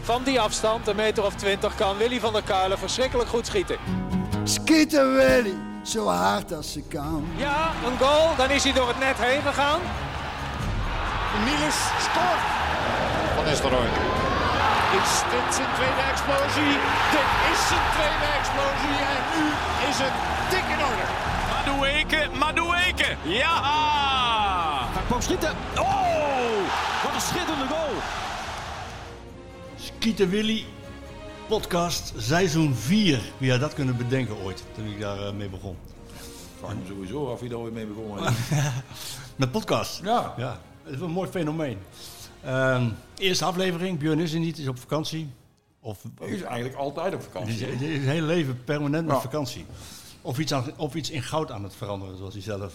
Van die afstand, een meter of 20, kan Willy van der Kuilen verschrikkelijk goed schieten. Schieten Willy, zo hard als ze kan. Ja, een goal, dan is hij door het net heen gegaan. Niels scoort. Van Nistelrooy. Is dit zijn tweede explosie? Dit is zijn tweede explosie en nu is het dik in orde. Madueke, ja! Hij kwam schieten. Oh, wat een schitterende goal. Skieten Willy, podcast, seizoen 4. Wie had dat kunnen bedenken ooit, toen ik daar mee begon? Vraag me sowieso af wie daar ooit mee begonnen is. Met podcast? Ja. Dat is wel een mooi fenomeen. Eerste aflevering, Björn is er niet, is op vakantie. Hij is eigenlijk altijd op vakantie. Hij is het hele leven permanent met vakantie. Of iets in goud aan het veranderen, zoals hij zelf,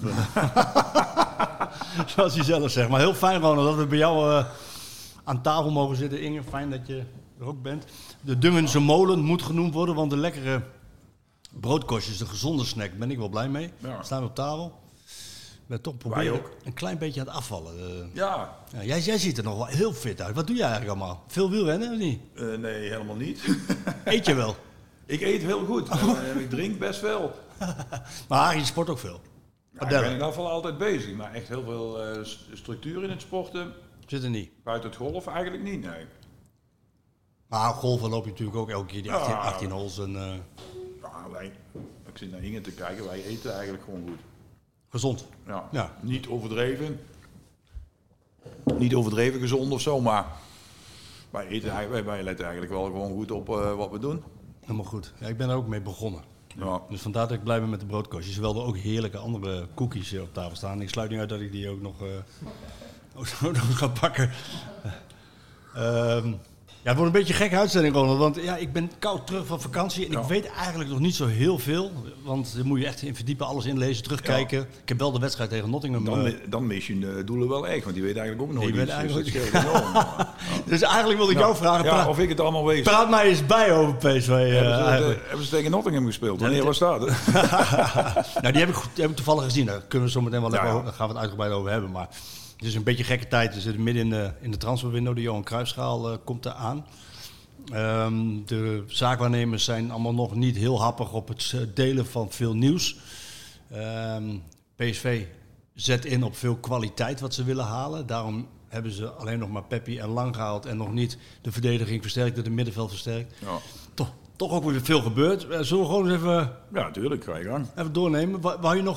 zoals hij zelf zegt. Maar heel fijn, Ronald, dat we bij jou aan tafel mogen zitten. Inge, fijn dat je er ook bent. De Dungense molen moet genoemd worden, want de lekkere broodkostjes, de gezonde snack, ben ik wel blij mee. Ja. Staan we op tafel. Ben toch proberen een klein beetje aan het afvallen. Ja. Jij ziet er nog wel heel fit uit. Wat doe jij eigenlijk allemaal? Veel wielrennen of niet? Nee, helemaal niet. Eet je wel? Ik eet heel goed. Ik drink best veel. Maar je sport ook veel. Ja, ik ben in ieder geval altijd bezig. Maar echt heel veel structuur in het sporten. Zit er niet? Buiten het golf eigenlijk niet, nee. Maar golven loop je natuurlijk ook elke keer die 18 holes. Ik zit naar Inge te kijken. Wij eten eigenlijk gewoon goed. Gezond. Ja. Niet overdreven. Niet overdreven gezond of zo, maar wij letten eigenlijk wel gewoon goed op wat we doen. Helemaal goed. Ja, ik ben er ook mee begonnen. Ja. Dus vandaar dat ik blij ben met de broodkostjes. Terwijl er ook heerlijke andere cookies op tafel staan. Ik sluit niet uit dat ik die ook nog ga pakken. Ja, het wordt een beetje een gekke uitzending, Ronald. Want ja, ik ben koud terug van vakantie. En ik weet eigenlijk nog niet zo heel veel. Want daar moet je echt in verdiepen, alles inlezen, terugkijken. Ja. Ik heb wel de wedstrijd tegen Nottingham. Dan mis je de doelen wel echt. Want die weet eigenlijk ook nooit iets. Eigenlijk dus eigenlijk wil ik jou vragen. Ja, of ik het allemaal weet. Praat mij eens bij over PSV. Hebben ze tegen Nottingham gespeeld? Wanneer was dat? Nou, die heb ik toevallig gezien. Daar kunnen we zo meteen wel daar gaan we het uitgebreid over hebben. Maar het is een beetje een gekke tijd. We zitten midden in de transferwindow. De Johan Cruijffschaal komt eraan. De zaakwaarnemers zijn allemaal nog niet heel happig op het delen van veel nieuws. PSV zet in op veel kwaliteit wat ze willen halen. Daarom hebben ze alleen nog maar Peppi en Lang gehaald. En nog niet de verdediging versterkt, het middenveld versterkt. Ja. Toch ook weer veel gebeurd. Zullen we gewoon eens even... Ja, natuurlijk. Ga je gang. Even doornemen. Wou je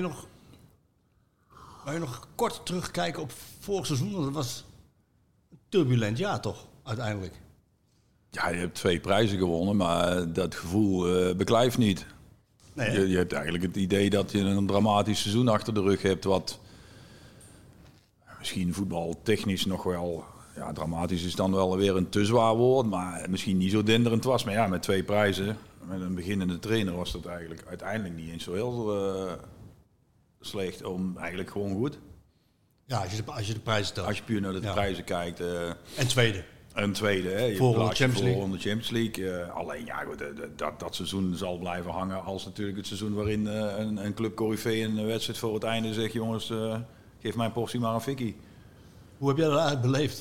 nog kort terugkijken op vorig seizoen? Want dat was een turbulent jaar toch, uiteindelijk? Ja, je hebt 2 prijzen gewonnen, maar dat gevoel beklijft niet. Nee, je hebt eigenlijk het idee dat je een dramatisch seizoen achter de rug hebt, wat misschien voetbaltechnisch nog wel... Ja, dramatisch is dan wel weer een te zwaar woord, maar misschien niet zo denderend was. Maar ja, met 2 prijzen, met een beginnende trainer was dat eigenlijk uiteindelijk niet eens zo heel slecht. Eigenlijk gewoon goed. Ja, als je de prijzen telt. Als je puur naar de prijzen kijkt. En tweede. Een tweede, hè. Je voor de Champions League. Alleen, ja, goed, dat seizoen zal blijven hangen als natuurlijk het seizoen waarin een club Corifee een wedstrijd voor het einde zegt, jongens, geef mijn portie maar een fikkie. Hoe heb jij dat eigenlijk beleefd?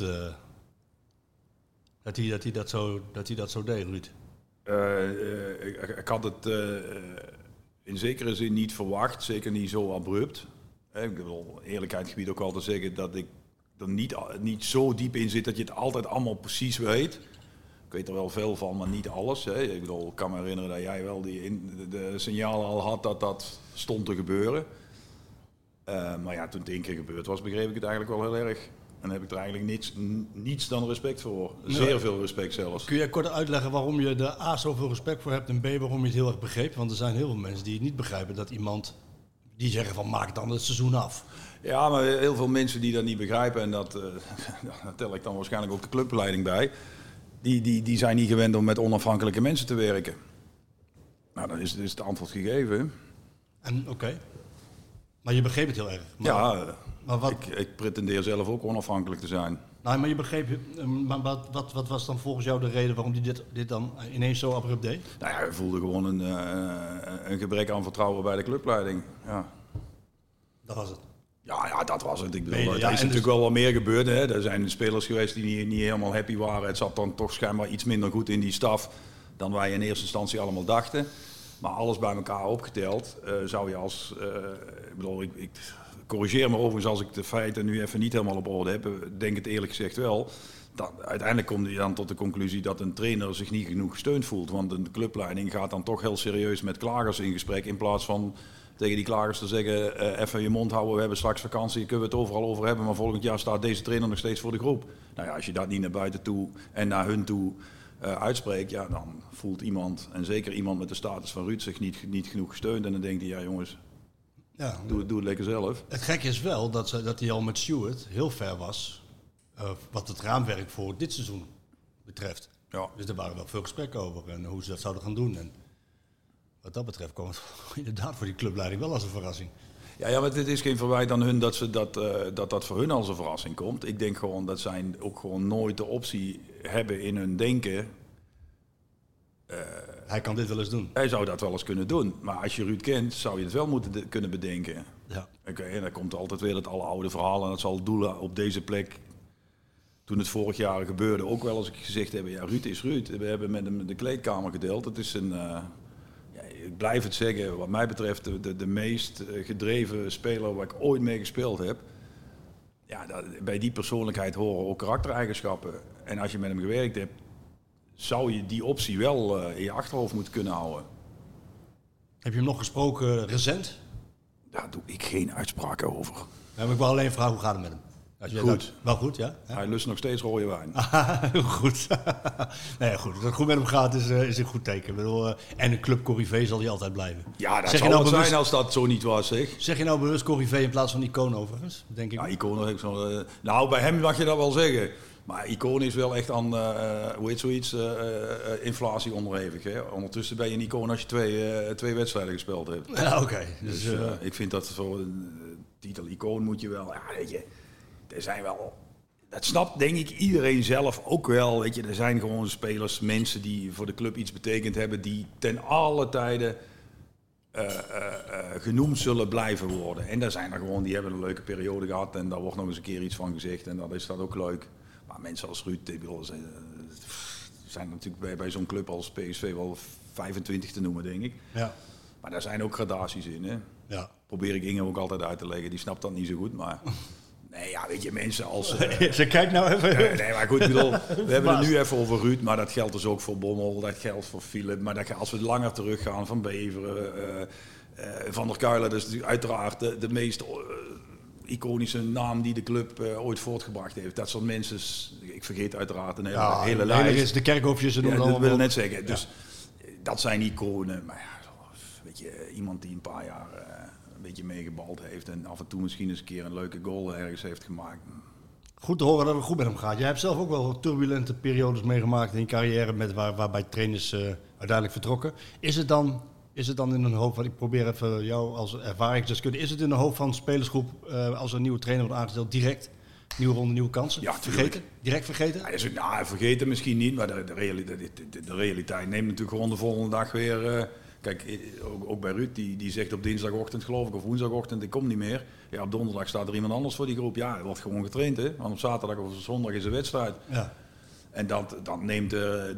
Dat hij dat zo deed, Ruud? Ik had het in zekere zin niet verwacht, zeker niet zo abrupt. Ik wil eerlijkheidsgebied ook wel te zeggen dat ik er niet zo diep in zit dat je het altijd allemaal precies weet. Ik weet er wel veel van, maar niet alles. Hè. Ik kan me herinneren dat jij wel de signalen al had dat dat stond te gebeuren. Maar ja, toen het 1 keer gebeurd was, begreep ik het eigenlijk wel heel erg. En heb ik er eigenlijk niets dan respect voor. Zeer veel respect zelfs. Kun jij kort uitleggen waarom je er A, zoveel respect voor hebt en B, waarom je het heel erg begreep? Want er zijn heel veel mensen die het niet begrijpen dat iemand... Die zeggen van maak dan het seizoen af. Ja, maar heel veel mensen die dat niet begrijpen, en dat tel ik dan waarschijnlijk ook de clubleiding bij, die zijn niet gewend om met onafhankelijke mensen te werken. Nou, dan is het antwoord gegeven. Oké. Maar je begreep het heel erg. Maar ik pretendeer zelf ook onafhankelijk te zijn. Nou, maar je begreep, maar wat was dan volgens jou de reden waarom hij dit dan ineens zo abrupt deed? Nou ja, hij voelde gewoon een gebrek aan vertrouwen bij de clubleiding. Ja. Dat was het. Ja, dat was het. Ik bedoel, Nee, er is en natuurlijk dus- wel wat meer gebeurd. Hè. Er zijn spelers geweest die niet helemaal happy waren. Het zat dan toch schijnbaar iets minder goed in die staf dan wij in eerste instantie allemaal dachten. Maar alles bij elkaar opgeteld zou je als... ik corrigeer me overigens als ik de feiten nu even niet helemaal op orde heb. Ik denk het eerlijk gezegd wel. Uiteindelijk kom je dan tot de conclusie dat een trainer zich niet genoeg gesteund voelt. Want een clubleiding gaat dan toch heel serieus met klagers in gesprek. In plaats van tegen die klagers te zeggen, even je mond houden, we hebben straks vakantie, kunnen we het overal over hebben. Maar volgend jaar staat deze trainer nog steeds voor de groep. Nou ja, als je dat niet naar buiten toe en naar hun toe uitspreekt, ja, dan voelt iemand, en zeker iemand met de status van Ruud, zich niet genoeg gesteund. En dan denkt hij, ja jongens, doe het lekker zelf. Het gekke is wel dat hij al met Stewart heel ver was, wat het raamwerk voor dit seizoen betreft. Ja. Dus er waren wel veel gesprekken over en hoe ze dat zouden gaan doen. En wat dat betreft kwam het inderdaad voor die clubleiding wel als een verrassing. Ja, maar het is geen verwijt aan hun dat voor hun als een verrassing komt. Ik denk gewoon dat zij ook gewoon nooit de optie hebben in hun denken. Hij kan dit wel eens doen. Hij zou dat wel eens kunnen doen. Maar als je Ruud kent, zou je het wel moeten kunnen bedenken. Ja. Oké, en dan komt altijd weer het oude verhaal. En dat zal doelen op deze plek. Toen het vorig jaar gebeurde, ook wel eens gezegd hebben. Ja, Ruud is Ruud. We hebben met hem de kleedkamer gedeeld. Het is een... ik blijf het zeggen, wat mij betreft de meest gedreven speler waar ik ooit mee gespeeld heb. Ja, bij die persoonlijkheid horen ook karaktereigenschappen. En als je met hem gewerkt hebt, zou je die optie wel in je achterhoofd moeten kunnen houden. Heb je hem nog gesproken recent? Daar doe ik geen uitspraken over. Ja, maar ik wil alleen vragen, hoe gaat het met hem? Goed. Wel goed, ja? Hij lust nog steeds rode wijn. Heel goed. Nee, goed. Dat het goed met hem gaat is een goed teken. Ik bedoel, en een club corrivé zal hij altijd blijven. Ja, dat zeg zou je het nou zijn als dat zo niet was, zeg. Zeg je nou bewust corrivé in plaats van icoon overigens? Denk ik. Ja, icoon heb ik zo. Nou, bij hem mag je dat wel zeggen. Maar icoon is wel echt aan, hoe heet zoiets, inflatie onderhevig. Hè? Ondertussen ben je een icoon als je twee wedstrijden gespeeld hebt. Ja, oké. Dus ik vind dat voor een titel icoon moet je wel, ja, weet je, er zijn wel... Dat snapt denk ik iedereen zelf ook wel. Weet je, er zijn gewoon spelers, mensen die voor de club iets betekend hebben, die ten alle tijde genoemd zullen blijven worden. En daar zijn er gewoon, die hebben een leuke periode gehad en daar wordt nog eens een keer iets van gezegd en dat is dat ook leuk. Maar mensen als Ruud, zijn natuurlijk bij zo'n club als PSV wel 25 te noemen, denk ik. Ja. Maar daar zijn ook gradaties in. Hè? Ja. Probeer ik Inge ook altijd uit te leggen. Die snapt dat niet zo goed, maar... Nee, ja, weet je, mensen als... Ze kijkt nou even... nee, maar goed, ik bedoel, we hebben het nu even over Ruud, maar dat geldt dus ook voor Bommel, dat geldt voor Philip. Maar als we langer teruggaan, Van Beveren, Van der Kuilen, dat is natuurlijk uiteraard de meest iconische naam die de club ooit voortgebracht heeft. Dat soort mensen, ik vergeet uiteraard een hele lijst. Is de kerkhoofjes, ze doen ja, allemaal... Dat wil ik net zeggen. Dus dat zijn iconen, maar ja, weet je, iemand die een paar jaar... een beetje meegebald heeft en af en toe misschien eens een keer een leuke goal ergens heeft gemaakt. Goed te horen dat het goed met hem gaat. Jij hebt zelf ook wel turbulente periodes meegemaakt in je carrière waarbij trainers uiteindelijk vertrokken. Is het dan in een hoofd, wat ik probeer even jou als ervaringsdeskundige, is het in de hoofd van de spelersgroep als er een nieuwe trainer wordt aangesteld direct? Nieuwe ronde, nieuwe kansen? Ja, vergeten? Direct vergeten? Ja, vergeten misschien niet, maar de realiteit neemt natuurlijk gewoon de volgende dag weer... Kijk, ook bij Ruud, die zegt op dinsdagochtend geloof ik, of woensdagochtend, ik kom niet meer. Ja, op donderdag staat er iemand anders voor die groep. Ja, er wordt gewoon getraind, hè. Want op zaterdag of zondag is een wedstrijd. Ja. En dan neemt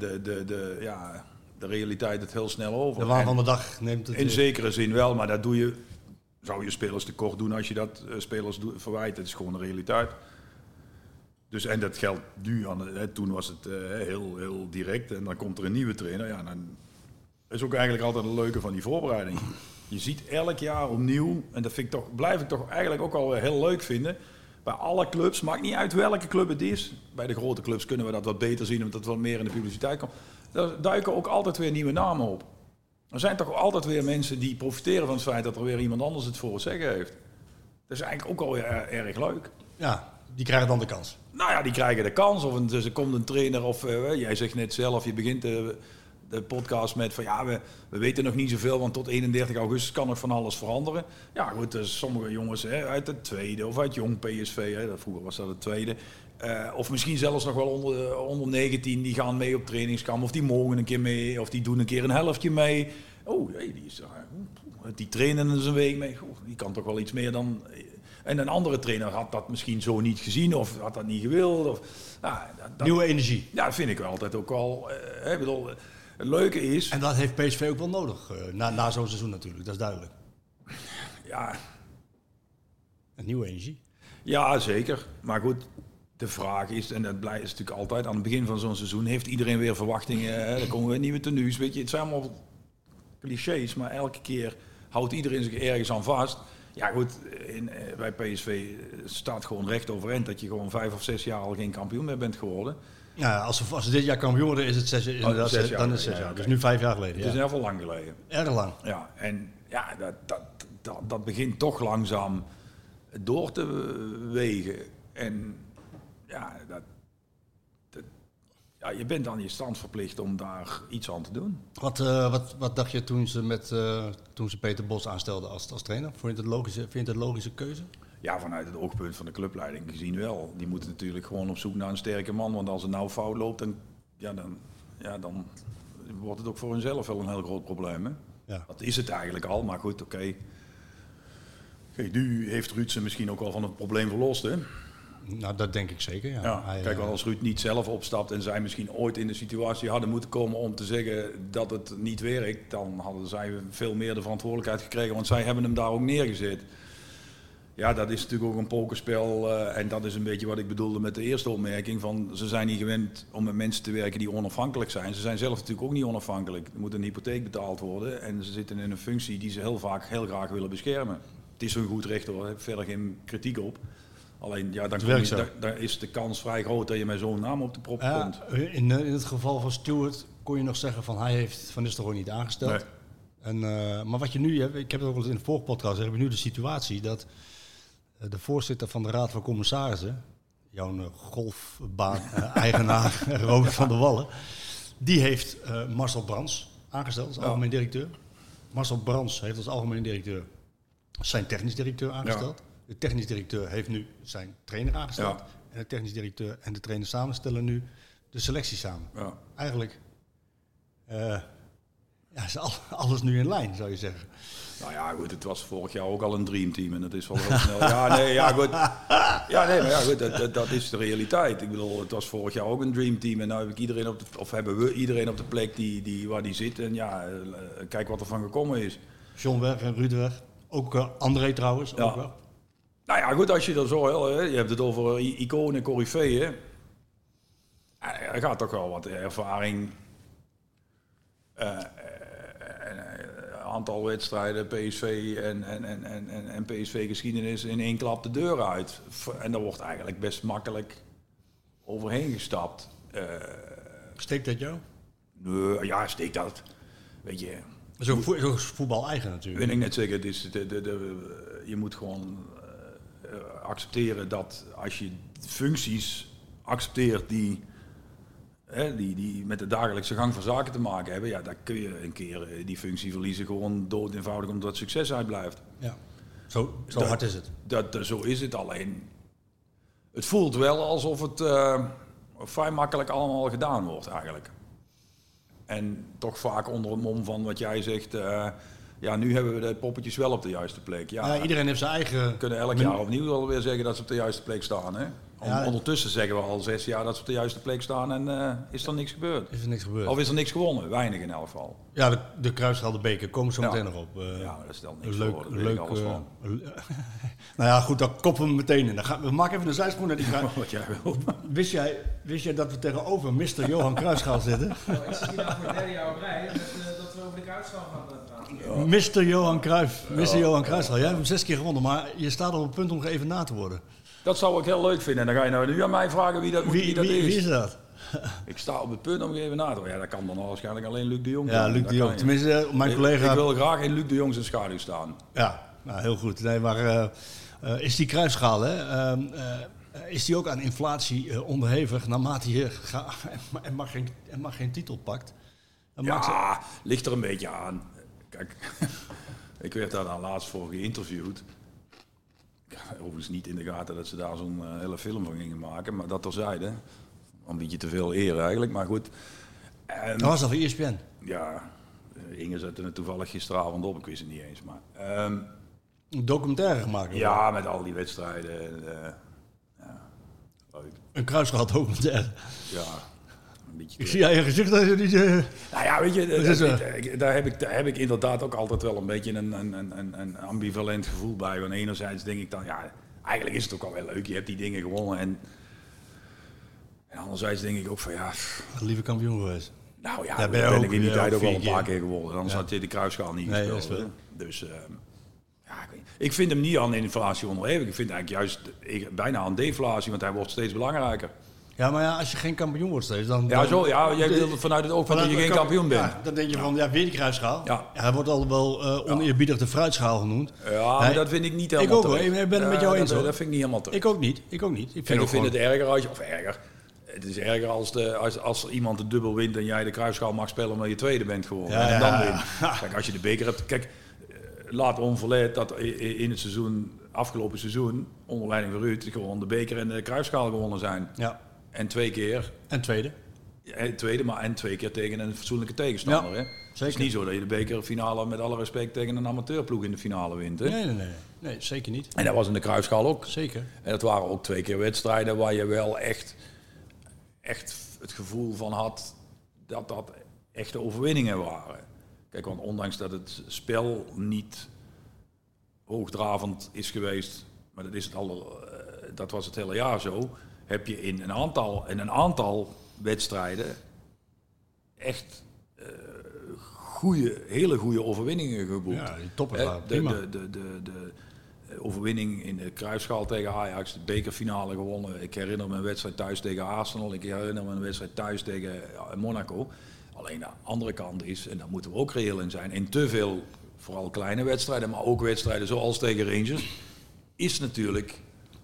de realiteit het heel snel over. De waan van de dag neemt het... In zekere zin wel, maar dat zou je spelers tekort doen als je dat spelers verwijt. Het is gewoon de realiteit. Dus, en dat geldt nu, toen was het heel direct. En dan komt er een nieuwe trainer, ja, dan... Dat is ook eigenlijk altijd een leuke van die voorbereiding. Je ziet elk jaar opnieuw, en dat blijf ik toch eigenlijk ook al heel leuk vinden. Bij alle clubs, maakt niet uit welke club het is. Bij de grote clubs kunnen we dat wat beter zien, omdat het wat meer in de publiciteit komt. Daar duiken ook altijd weer nieuwe namen op. Er zijn toch altijd weer mensen die profiteren van het feit dat er weer iemand anders het voor het zeggen heeft. Dat is eigenlijk ook alweer erg leuk. Ja, die krijgen dan de kans. Nou ja, die krijgen de kans. Of er komt een trainer, of jij zegt net zelf, je begint... de podcast met van ja, we weten nog niet zoveel, want tot 31 augustus kan nog van alles veranderen. Ja goed, sommige jongens uit het tweede of uit jong PSV, vroeger was dat het tweede. Of misschien zelfs nog wel onder 19, die gaan mee op trainingskamp of die mogen een keer mee of die doen een keer een helftje mee. Oh, die trainen eens een week mee. Die kan toch wel iets meer dan... En een andere trainer had dat misschien zo niet gezien of had dat niet gewild. Of, Nieuwe energie. Ja, dat vind ik wel altijd ook wel. Ik bedoel, het leuke is... En dat heeft PSV ook wel nodig, na zo'n seizoen natuurlijk, dat is duidelijk. Ja. Een nieuwe energie. Ja, zeker. Maar goed, de vraag is, en dat is natuurlijk altijd aan het begin van zo'n seizoen, heeft iedereen weer verwachtingen, dan komen weer nieuwe tenues, weet je. Het zijn allemaal clichés, maar elke keer houdt iedereen zich ergens aan vast. Ja goed, bij PSV staat gewoon recht overeind dat je gewoon 5 of 6 jaar al geen kampioen meer bent geworden. Ja, als ze dit jaar kampioen worden, is het 6 jaar. Dan is het 6 jaar. Dus nu 5 jaar geleden. Het is in ieder geval lang geleden. Erg lang. Ja, en ja, dat begint toch langzaam door te wegen. En ja, je bent dan je stand verplicht om daar iets aan te doen. Wat dacht je toen ze Peter Bos aanstelden als trainer? Vind je het een logische keuze? Ja, vanuit het oogpunt van de clubleiding gezien wel. Die moeten natuurlijk gewoon op zoek naar een sterke man. Want als het nou fout loopt, dan wordt het ook voor hunzelf wel een heel groot probleem. Hè? Ja. Dat is het eigenlijk al, maar goed, oké. Nu heeft Ruud ze misschien ook wel van het probleem verlost, hè? Nou, dat denk ik zeker, ja. Kijk, als Ruud niet zelf opstapt en zij misschien ooit in de situatie hadden moeten komen om te zeggen dat het niet werkt, dan hadden zij veel meer de verantwoordelijkheid gekregen, want zij hebben hem daar ook neergezet. Ja, dat is natuurlijk ook een pokerspel en dat is een beetje wat ik bedoelde met de eerste opmerking van ze zijn niet gewend om met mensen te werken die onafhankelijk zijn. Ze zijn zelf natuurlijk ook niet onafhankelijk. Er moet een hypotheek betaald worden en ze zitten in een functie die ze heel vaak heel graag willen beschermen. Het is hun goed recht hoor, ik heb verder geen kritiek op. Alleen ja, dan is de kans vrij groot dat je met zo'n naam op de prop komt. In het geval van Stewart kon je nog zeggen van hij heeft Van Nistelrooy niet aangesteld. Nee. Maar wat je nu hebt, ik heb het ook al in de vorige podcast, heb je nu de situatie dat de voorzitter van de Raad van Commissarissen, jouw golfbaan-eigenaar Robert van der Wallen, die heeft Marcel Brands aangesteld als algemeen directeur. Marcel Brands heeft als algemeen directeur zijn technisch directeur aangesteld. Ja. De technisch directeur heeft nu zijn trainer aangesteld. Ja. En de technisch directeur en de trainer samen stellen nu de selectie samen. Ja. Eigenlijk is alles nu in lijn, zou je zeggen. Nou ja, goed, het was vorig jaar ook al een dreamteam en dat is wel heel snel. Maar dat is de realiteit. Ik bedoel, het was vorig jaar ook een dreamteam en nu heb ik hebben we iedereen op de plek waar die zit. En kijk wat er van gekomen is. John weg en Ruud weg. Ook André trouwens. Ja. Ook wel. Nou ja, goed, als je er zo... je hebt het over iconen, coryfeeën. Er gaat toch wel wat ervaring... aantal wedstrijden, PSV en PSV-geschiedenis in één klap de deur uit. En daar wordt eigenlijk best makkelijk overheen gestapt. Steekt dat jou? Nee, ja, steekt dat. Weet je... Zo voetbal eigen natuurlijk. Wil ik net zeggen, het is je moet gewoon accepteren dat als je functies accepteert die met de dagelijkse gang van zaken te maken hebben, ja, dan kun je een keer die functie verliezen gewoon dood eenvoudig omdat het succes uitblijft. Ja. Zo hard is het. Zo is het, alleen het voelt wel alsof het vrij makkelijk allemaal gedaan wordt eigenlijk. En toch vaak onder het mom van wat jij zegt, nu hebben we de poppetjes wel op de juiste plek. Ja, iedereen heeft zijn eigen... We kunnen elk jaar opnieuw alweer zeggen dat ze op de juiste plek staan. Hè? Ondertussen zeggen we al 6 jaar dat ze op de juiste plek staan en is er niks gebeurd. Is er niks gebeurd. Of is er niks gewonnen? Weinig in elk geval. Ja, de Kruisschelde beker komen zo meteen nog op. Dat stelt niks voor, daar weet ik alles van. Nou ja, goed, dan koppen we meteen in. We maken even een zijsprong naar die vraag. Wat jij wil. Wist jij dat we tegenover Mr. Johan Kruisscheld zitten? Ik zit hier nou voor het 3e jaar op rij dat we over de Kruisscheld gaan praten. Mr. Johan Cruijff. Mr. Johan Kruisscheld. Jij hebt hem 6 keer gewonnen, maar je staat op het punt om even na te worden. Dat zou ik heel leuk vinden. En dan ga je nu aan mij vragen wie dat is. Wie is dat? Ik sta op het punt om even na te worden. Ja, dat kan dan waarschijnlijk alleen Luc de Jong. Ja, Luc de Jong. Tenminste, mijn collega... Ik wil graag in Luc de Jong zijn schaduw staan. Ja, nou, heel goed. Nee, maar is die Kruisschaal, hè? Is die ook aan inflatie onderhevig naarmate je en mag geen titel pakt? Ligt er een beetje aan. Kijk, ik werd daar dan laatst voor geïnterviewd. Overigens niet in de gaten dat ze daar zo'n hele film van gingen maken, maar dat terzijde. Een beetje te veel eer eigenlijk, maar goed. Dat was al voor ESPN? Ja, Inge zette het toevallig gisteravond op, ik wist het niet eens. Maar een documentaire gemaakt. Ja, met al die wedstrijden. Leuk. Een kruisschaal-documentaire. Ja, een beetje. Ik zie aan je gezicht dat je niet... Nou ja, weet je, daar heb ik inderdaad ook altijd wel een beetje een ambivalent gevoel bij. Want enerzijds denk ik dan, ja, eigenlijk is het ook al wel leuk. Je hebt die dingen gewonnen. En anderzijds denk ik ook van, ja... Lieve kampioen geweest. Nou ja, daar ben ik in die tijd ook al een paar keer keer gewonnen. Anders had je de kruisschaal niet gespeeld. Dat is Dus ik vind hem niet aan inflatie onderhevig. Ik vind eigenlijk juist bijna aan deflatie, want hij wordt steeds belangrijker. Ja, maar ja, als je geen kampioen wordt steeds, dan... Jij wilt het vanuit het oogpunt dat je geen kampioen bent. Ja, dan denk je van, weer die kruisschaal. Ja. Hij wordt al wel oneerbiedig de fruitschaal genoemd. Ja, maar dat vind ik niet helemaal terecht. Ik ben het met jou eens. Dat vind ik niet helemaal terecht. Ik ook niet. Ik vind het erger als je... Of erger. Het is erger als iemand de dubbel wint en jij de kruisschaal mag spelen omdat je tweede bent geworden. En dan wint. Kijk, als je de beker hebt... Kijk, laat onverlet dat in het afgelopen seizoen, onder leiding van Ruud, gewoon de beker en de kruisschaal gewonnen zijn. Ja. En 2 keer. En tweede. En 2 keer tegen een fatsoenlijke tegenstander. Ja, hè? Het is niet zo dat je de bekerfinale met alle respect tegen een amateurploeg in de finale wint. Hè? Nee, zeker niet. En dat was in de kruisschaal ook. Zeker. En dat waren ook 2 keer wedstrijden waar je wel echt het gevoel van had dat dat echte overwinningen waren. Kijk, want ondanks dat het spel niet hoogdravend is geweest, maar dat was het hele jaar zo, heb je in een aantal wedstrijden echt hele goede overwinningen geboekt. Ja, die toppers waren prima. De overwinning in de kruisschaal tegen Ajax, de bekerfinale gewonnen. Ik herinner me een wedstrijd thuis tegen Arsenal. Ik herinner me een wedstrijd thuis tegen Monaco. Alleen de andere kant is, en daar moeten we ook reëel in zijn, in te veel, vooral kleine wedstrijden, maar ook wedstrijden zoals tegen Rangers, is natuurlijk,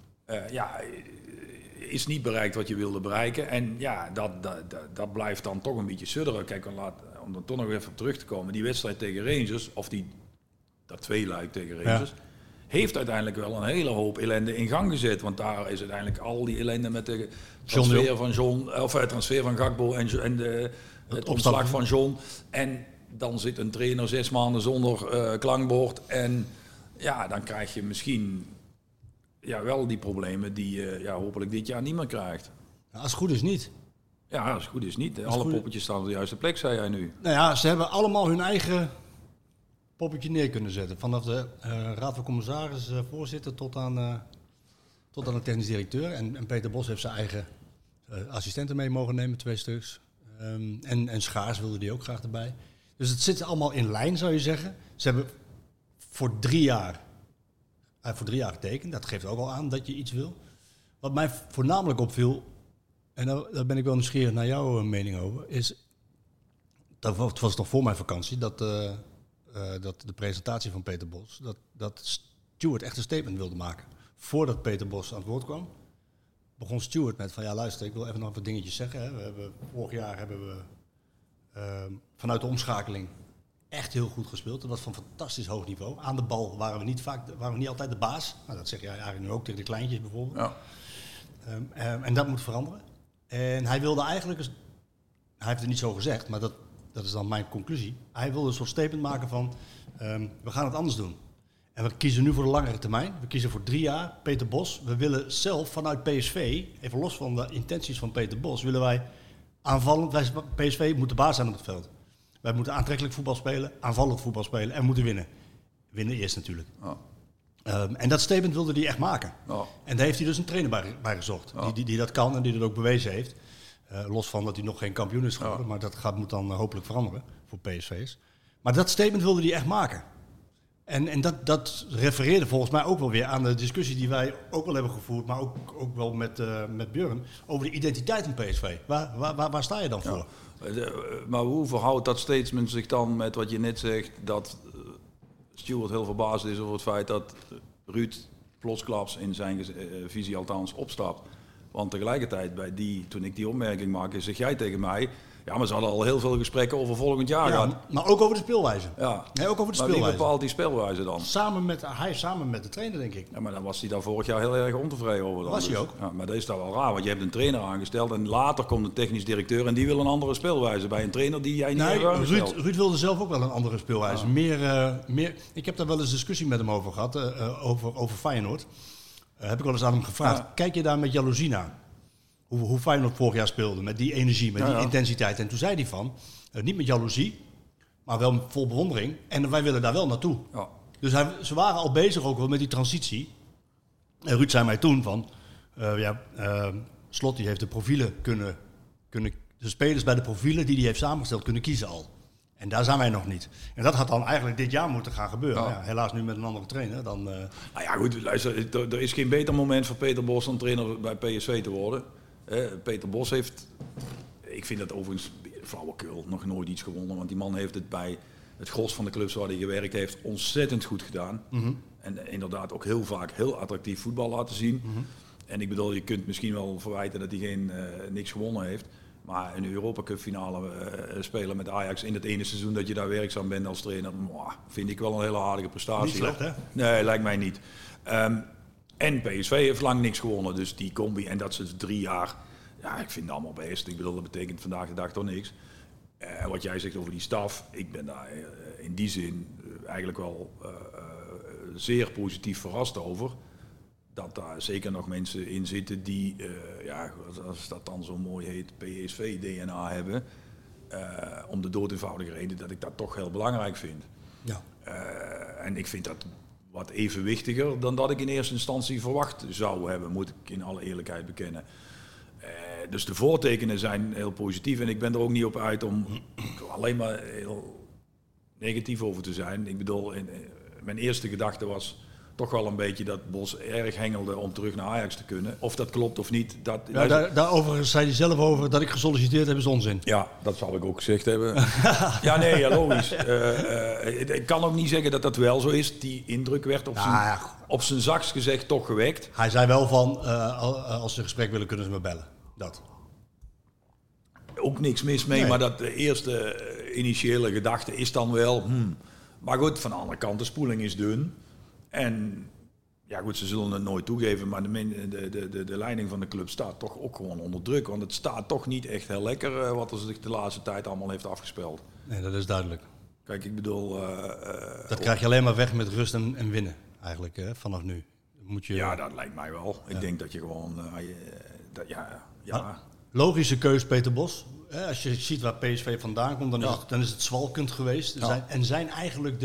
is niet bereikt wat je wilde bereiken. En ja, dat blijft dan toch een beetje sudderen. Kijk, om er toch nog even op terug te komen, die wedstrijd tegen Rangers, of dat tweeluik tegen Rangers, heeft uiteindelijk wel een hele hoop ellende in gang gezet. Want daar is uiteindelijk al die ellende met de transfer van Gakpo en het ontslag van John. En dan zit een trainer 6 maanden zonder klankbord. En ja, dan krijg je misschien wel die problemen die je hopelijk dit jaar niet meer krijgt. Als het goed is niet. Ja, als het goed is niet. Alle poppetjes staan op de juiste plek, zei jij nu. Nou ja, ze hebben allemaal hun eigen poppetje neer kunnen zetten. Vanaf de Raad van Commissarissen voorzitter tot aan de technisch directeur. En Peter Bos heeft zijn eigen assistenten mee mogen nemen, 2 stuks. En Schaars wilde die ook graag erbij. Dus het zit allemaal in lijn, zou je zeggen. Ze hebben voor 3 jaar getekend. Dat geeft ook al aan dat je iets wil. Wat mij voornamelijk opviel, en daar ben ik wel nieuwsgierig naar jouw mening over, is, dat was nog voor mijn vakantie, dat de presentatie van Peter Bos, dat Stuart echt een statement wilde maken. Voordat Peter Bos aan het woord kwam, begon Stuart met van, ja luister, ik wil even nog wat dingetjes zeggen. Hè. Vorig jaar hebben we vanuit de omschakeling echt heel goed gespeeld. Dat was van fantastisch hoog niveau. Aan de bal waren we niet altijd de baas. Nou, dat zeg je eigenlijk nu ook tegen de kleintjes bijvoorbeeld. Ja. En dat moet veranderen. En hij wilde eigenlijk, hij heeft het niet zo gezegd, maar dat is dan mijn conclusie. Hij wilde een soort statement maken van, we gaan het anders doen. En we kiezen nu voor de langere termijn. We kiezen voor 3 jaar. Peter Bos. We willen zelf vanuit PSV, even los van de intenties van Peter Bos, willen wij aanvallend, PSV moet de baas zijn op het veld. Wij moeten aantrekkelijk voetbal spelen, aanvallend voetbal spelen en we moeten winnen. Winnen eerst natuurlijk. Oh. En dat statement wilde hij echt maken. Oh. En daar heeft hij dus een trainer bij gezocht. Oh. Die dat kan en die dat ook bewezen heeft. Los van dat hij nog geen kampioen is geworden. Oh. Maar dat moet dan hopelijk veranderen voor PSV's. Maar dat statement wilde hij echt maken. En dat refereerde volgens mij ook wel weer aan de discussie die wij ook wel hebben gevoerd. Maar ook wel met Björn. Over de identiteit van PSV. Waar sta je dan voor? Maar hoe verhoudt dat statement zich dan met wat je net zegt, dat Stuart heel verbaasd is over het feit dat Ruud plotsklaps in zijn visie althans opstapt? Want tegelijkertijd, toen ik die opmerking maakte, zeg jij tegen mij, Ja, maar ze hadden al heel veel gesprekken over volgend jaar gehad. Ja, maar ook over de speelwijze. Ja. Nee, ook over de Maar speelwijze. wie bepaalt die speelwijze dan? Hij samen met de trainer, denk ik. Ja, maar dan was hij daar vorig jaar heel erg ontevreden over. Dan. Was hij ook. Ja, maar dat is dan wel raar, want je hebt een trainer aangesteld en later komt een technisch directeur en die wil een andere speelwijze bij een trainer die jij niet hebt aangesteld. Ruud wilde zelf ook wel een andere speelwijze. Meer, ik heb daar wel eens discussie met hem over gehad, over Feyenoord. Heb ik wel eens aan hem gevraagd. Ja. Kijk je daar met jaloezie naar? Hoe Feyenoord vorig jaar speelde, met die energie, met die intensiteit. En toen zei hij van, niet met jaloezie, maar wel vol bewondering. En wij willen daar wel naartoe. Ja. Dus ze waren al bezig ook wel met die transitie. En Ruud zei mij toen van, Slot die heeft de profielen kunnen de spelers bij de profielen die hij heeft samengesteld kunnen kiezen al. En daar zijn wij nog niet. En dat had dan eigenlijk dit jaar moeten gaan gebeuren. Ja, helaas nu met een andere trainer. Dan, Nou ja, goed, luister, er is geen beter moment voor Peter Bos om trainer bij PSV te worden. Peter Bos heeft, ik vind dat overigens flauwekul, nog nooit iets gewonnen. Want die man heeft het bij het gros van de clubs waar hij gewerkt heeft ontzettend goed gedaan. Mm-hmm. En inderdaad ook heel vaak heel attractief voetbal laten zien. Mm-hmm. En ik bedoel, je kunt misschien wel verwijten dat hij niks gewonnen heeft. Maar een Europa Cup finale spelen met Ajax in het ene seizoen dat je daar werkzaam bent als trainer, vind ik wel een hele aardige prestatie. Niet slecht, hè? Nee, lijkt mij niet. En PSV heeft lang niks gewonnen, dus die combi en dat ze 3 jaar, ja, ik vind het allemaal best. Ik bedoel, dat betekent vandaag de dag toch niks. Wat jij zegt over die staf, ik ben daar in die zin eigenlijk wel zeer positief verrast over. Dat daar zeker nog mensen in zitten die, als dat dan zo mooi heet, PSV-DNA hebben. Om de dood eenvoudige reden dat ik dat toch heel belangrijk vind. Ja. En ik vind dat wat evenwichtiger dan dat ik in eerste instantie verwacht zou hebben, moet ik in alle eerlijkheid bekennen. Dus de voortekenen zijn heel positief en ik ben er ook niet op uit om alleen maar heel negatief over te zijn. Ik bedoel, mijn eerste gedachte was toch wel een beetje dat Bos erg hengelde om terug naar Ajax te kunnen. Of dat klopt of niet. Daarover zei hij zelf over dat ik gesolliciteerd heb is onzin. Ja, dat zal ik ook gezegd hebben. logisch. Ik kan ook niet zeggen dat dat wel zo is. Die indruk werd op zijn zachtst gezegd toch gewekt. Hij zei wel van, als ze een gesprek willen kunnen ze me bellen. Dat. Ook niks mis mee, nee. Maar dat de eerste initiële gedachte is dan wel... Maar goed, van de andere kant, de spoeling is dun. En ja goed, ze zullen het nooit toegeven, maar de leiding van de club staat toch ook gewoon onder druk. Want het staat toch niet echt heel lekker wat er zich de laatste tijd allemaal heeft afgespeeld. Nee, dat is duidelijk. Kijk, ik bedoel... dat krijg je alleen maar weg met rust en winnen, eigenlijk, vanaf nu. Moet je... Ja, dat lijkt mij wel. Ik denk dat je gewoon... Logische keus, Peter Bos. Als je ziet waar PSV vandaan komt, dan is het zwalkend geweest. Zijn eigenlijk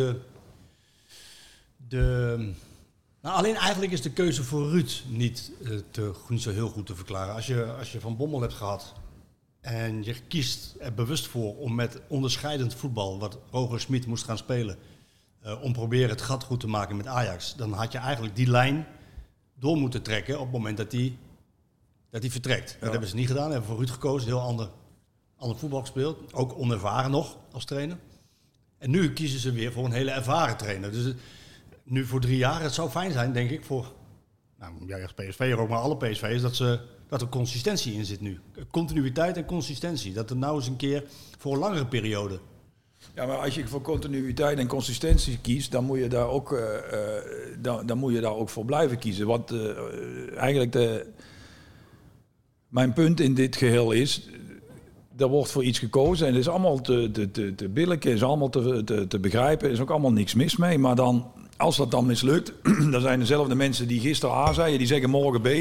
alleen eigenlijk is de keuze voor Ruud niet zo heel goed te verklaren. Als je Van Bommel hebt gehad en je kiest er bewust voor om met onderscheidend voetbal, wat Roger Smit moest gaan spelen, om proberen het gat goed te maken met Ajax, dan had je eigenlijk die lijn door moeten trekken op het moment dat hij vertrekt. Ja. Dat hebben ze niet gedaan, hebben voor Ruud gekozen, heel ander voetbal gespeeld, ook onervaren nog als trainer. En nu kiezen ze weer voor een hele ervaren trainer. Dus nu voor 3 jaar, het zou fijn zijn, denk ik, voor jij als PSV'er ook, maar alle PSV'ers, dat er consistentie in zit nu. Continuïteit en consistentie. Dat er nou eens een keer voor een langere periode. Ja, maar als je voor continuïteit en consistentie kiest, dan moet je daar ook voor blijven kiezen. Want eigenlijk mijn punt in dit geheel is, er wordt voor iets gekozen en het is allemaal te billijken, is allemaal te begrijpen, er is ook allemaal niks mis mee. Maar dan, als dat dan mislukt, dan zijn dezelfde mensen die gisteren A zeiden, die zeggen morgen B.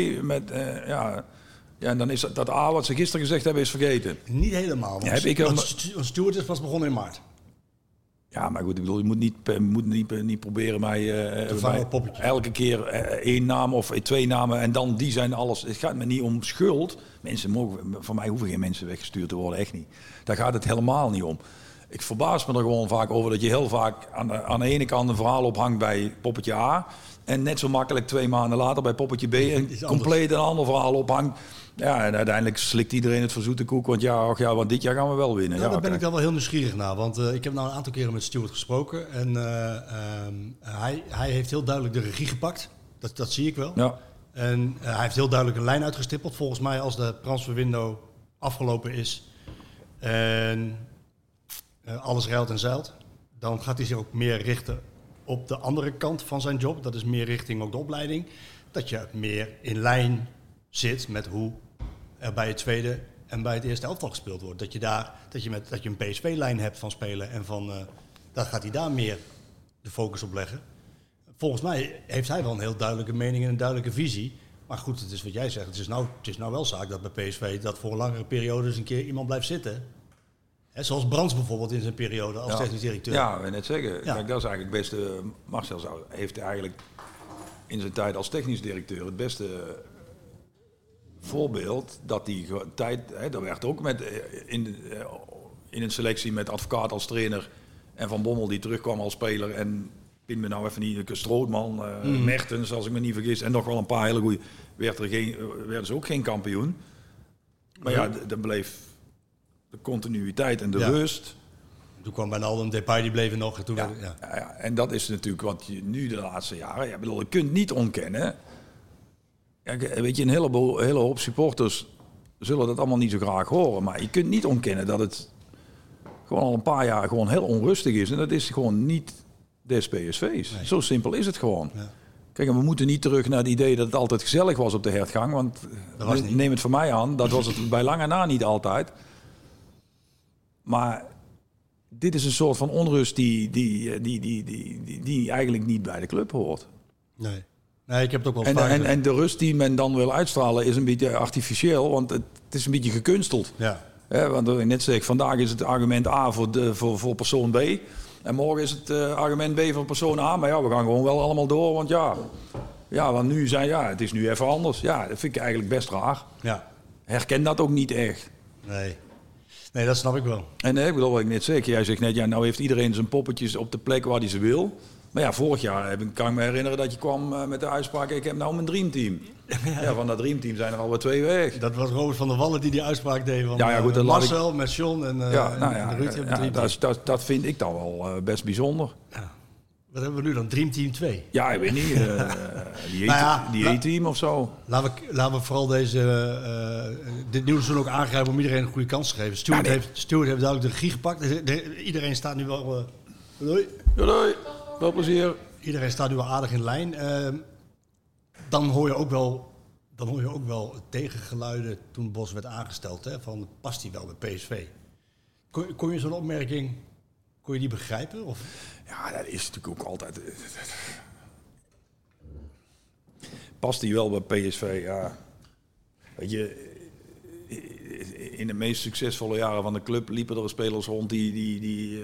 En dan is dat A wat ze gisteren gezegd hebben, is vergeten. Niet helemaal, want Stuart is pas begonnen in maart. Ja, maar goed, ik bedoel, je moet niet proberen mij elke keer 1 naam of 2 namen en dan die zijn alles. Het gaat me niet om schuld. Van mij hoeven geen mensen weggestuurd te worden, echt niet. Daar gaat het helemaal niet om. Ik verbaas me er gewoon vaak over dat je heel vaak aan de ene kant een verhaal ophangt bij poppetje A en net zo makkelijk 2 maanden later bij poppetje B en compleet een ander verhaal ophangt. Ja, en uiteindelijk slikt iedereen het voor zoete koek, want want dit jaar gaan we wel winnen. Ja, daar ben ik dan wel heel nieuwsgierig naar, want ik heb nou een aantal keren met Stuart gesproken en hij heeft heel duidelijk de regie gepakt, dat zie ik wel. Ja. En hij heeft heel duidelijk een lijn uitgestippeld. Volgens mij als de transferwindow afgelopen is, En alles ruilt en zeilt. Dan gaat hij zich ook meer richten op de andere kant van zijn job. Dat is meer richting ook de opleiding. Dat je meer in lijn zit met hoe er bij het tweede en bij het eerste elftal gespeeld wordt. Dat je een PSV-lijn hebt van spelen en dan gaat hij daar meer de focus op leggen. Volgens mij heeft hij wel een heel duidelijke mening en een duidelijke visie. Maar goed, het is wat jij zegt. Het is nou wel zaak dat bij PSV dat voor een langere periode eens een keer iemand blijft zitten. Hè, zoals Brands bijvoorbeeld in zijn periode als technisch directeur. Ja, ik wil net zeggen. Ja. Kijk, dat is eigenlijk het beste. Marcel heeft eigenlijk in zijn tijd als technisch directeur het beste voorbeeld dat die tijd. Dat werd ook in een selectie met Advocaat als trainer en Van Bommel die terugkwam als speler en pin me nou even niet, Strootman, Mertens als ik me niet vergis en nog wel een paar hele goede. Werden ze ook geen kampioen. Maar ja, dan bleef de continuïteit en de rust. Toen kwam Wijnaldum, Depay, die bleven nog. En, toen en dat is natuurlijk wat je nu de laatste jaren... Ja, bedoel, je kunt niet ontkennen... Ja, weet je, een hele hoop supporters zullen dat allemaal niet zo graag horen. Maar je kunt niet ontkennen dat het gewoon al een paar jaar gewoon heel onrustig is. En dat is gewoon niet des PSV's. Nee. Zo simpel is het gewoon. Ja. Kijk, en we moeten niet terug naar het idee dat het altijd gezellig was op de hertgang. Want neem het van mij aan, dat was het bij lange na niet altijd. Maar dit is een soort van onrust die eigenlijk niet bij de club hoort. Nee, ik heb het ook wel en de rust die men dan wil uitstralen is een beetje artificieel, want het is een beetje gekunsteld. Ja. Want wat ik net zeg, vandaag is het argument A voor persoon B. En morgen is het argument B voor persoon A. Maar ja, we gaan gewoon wel allemaal door, want want nu het is nu even anders. Ja, dat vind ik eigenlijk best raar. Ja. Herken dat ook niet echt. Nee, dat snap ik wel. En ik bedoel wat ik net zeg. Jij zegt net, nou heeft iedereen zijn poppetjes op de plek waar hij ze wil. Maar ja, vorig jaar kan ik me herinneren dat je kwam met de uitspraak... ik heb nou mijn dreamteam. Ja, van dat dreamteam zijn er alweer 2 weg. Dat was Robert van der Wallen die uitspraak deed van goed, Marcel met John en Ruud. Dat vind ik dan wel best bijzonder. Ja. Wat hebben we nu dan? Dreamteam 2? Ja, ik weet niet. Die A-team of zo. Laten we vooral dit nieuwe seizoen ook aangrijpen om iedereen een goede kans te geven. Stuart heeft duidelijk de regie gepakt. Iedereen staat nu wel... Doei. Wel plezier. Iedereen staat nu wel aardig in lijn. Dan hoor je ook wel tegengeluiden toen Bos werd aangesteld. Hè, van past hij wel bij PSV? Kon je zo'n opmerking... Kon je die begrijpen? Of? Ja, dat is natuurlijk ook altijd... Past hij wel bij PSV? Ja. Weet je, in de meest succesvolle jaren van de club liepen er spelers rond die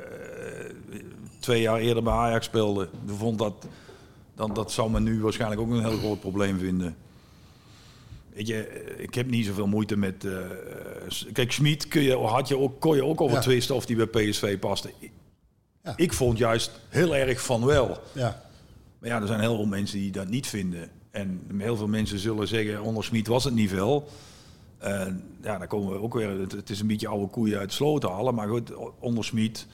2 jaar eerder bij Ajax speelden. Ik vond dat zou men nu waarschijnlijk ook een heel groot probleem vinden. Weet je, ik heb niet zoveel moeite met... kijk, Schmid kon je ook over twisten of die bij PSV paste. Ja. Ik vond juist heel erg van wel. Ja. Maar ja, er zijn heel veel mensen die dat niet vinden. En heel veel mensen zullen zeggen, onder Schmid was het niet veel. Dan komen we ook weer... Het is een beetje oude koeien uit de sloot halen. Maar goed, onder Schmid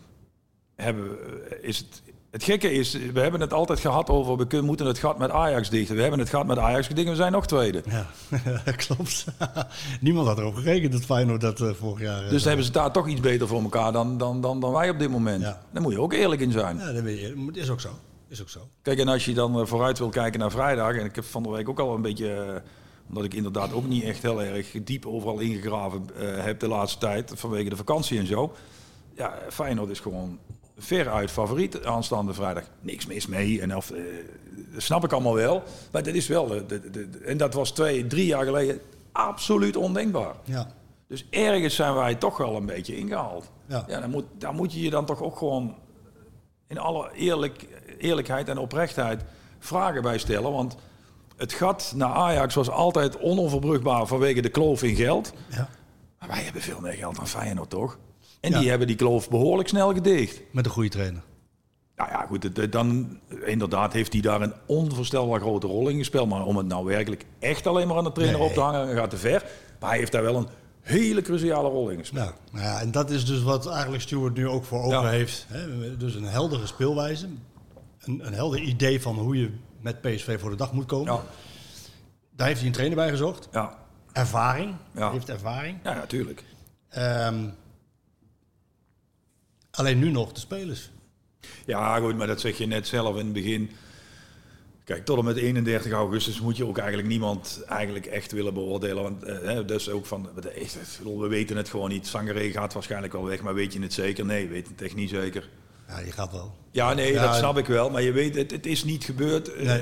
is het... Het gekke is, we hebben het altijd gehad over... we moeten het gat met Ajax dichten. We hebben het gat met Ajax gedicht en we zijn nog tweede. Ja, klopt. Niemand had erop gerekend dat Feyenoord dat vorig jaar... Dus dan hebben ze daar toch iets beter voor elkaar dan wij op dit moment. Ja. Daar moet je ook eerlijk in zijn. Ja, dat is ook zo. Kijk, en als je dan vooruit wil kijken naar vrijdag... en ik heb van de week ook al een beetje... omdat ik inderdaad ook niet echt heel erg diep overal ingegraven heb de laatste tijd... vanwege de vakantie en zo. Ja, Feyenoord is gewoon... veruit favoriet aanstaande vrijdag. Niks mis mee. En dat snap ik allemaal wel. Maar dat is wel... en dat was 2-3 jaar geleden absoluut ondenkbaar. Ja. Dus ergens zijn wij toch wel een beetje ingehaald. Ja. Ja, daar moet je dan toch ook gewoon... in alle eerlijkheid en oprechtheid vragen bij stellen. Want het gat naar Ajax was altijd onoverbrugbaar... vanwege de kloof in geld. Ja. Maar wij hebben veel meer geld dan Feyenoord, toch? En die hebben die kloof behoorlijk snel gedicht. Met een goede trainer. Nou ja, goed. Dan inderdaad heeft hij daar een onvoorstelbaar grote rol in gespeeld. Maar om het nou werkelijk echt alleen maar aan de trainer op te hangen, gaat te ver. Maar hij heeft daar wel een hele cruciale rol in gespeeld. Ja, en dat is dus wat eigenlijk Stuart nu ook voor ogen heeft. Hè? Dus een heldere speelwijze. Een helder idee van hoe je met PSV voor de dag moet komen. Ja. Daar heeft hij een trainer bij gezocht. Ja. Ervaring. Ja. Hij heeft ervaring. Ja, natuurlijk. Alleen nu nog de spelers. Ja, goed, maar dat zeg je net zelf in het begin. Kijk, tot en met 31 augustus moet je ook eigenlijk niemand echt willen beoordelen. Want dus ook van, we weten het gewoon niet. Sangaré gaat waarschijnlijk wel weg, maar weet je het zeker? Nee, we weten het echt niet zeker. Ja, die gaat wel. Ja, nee, dat snap ik wel. Maar je weet, het is niet gebeurd. Nee.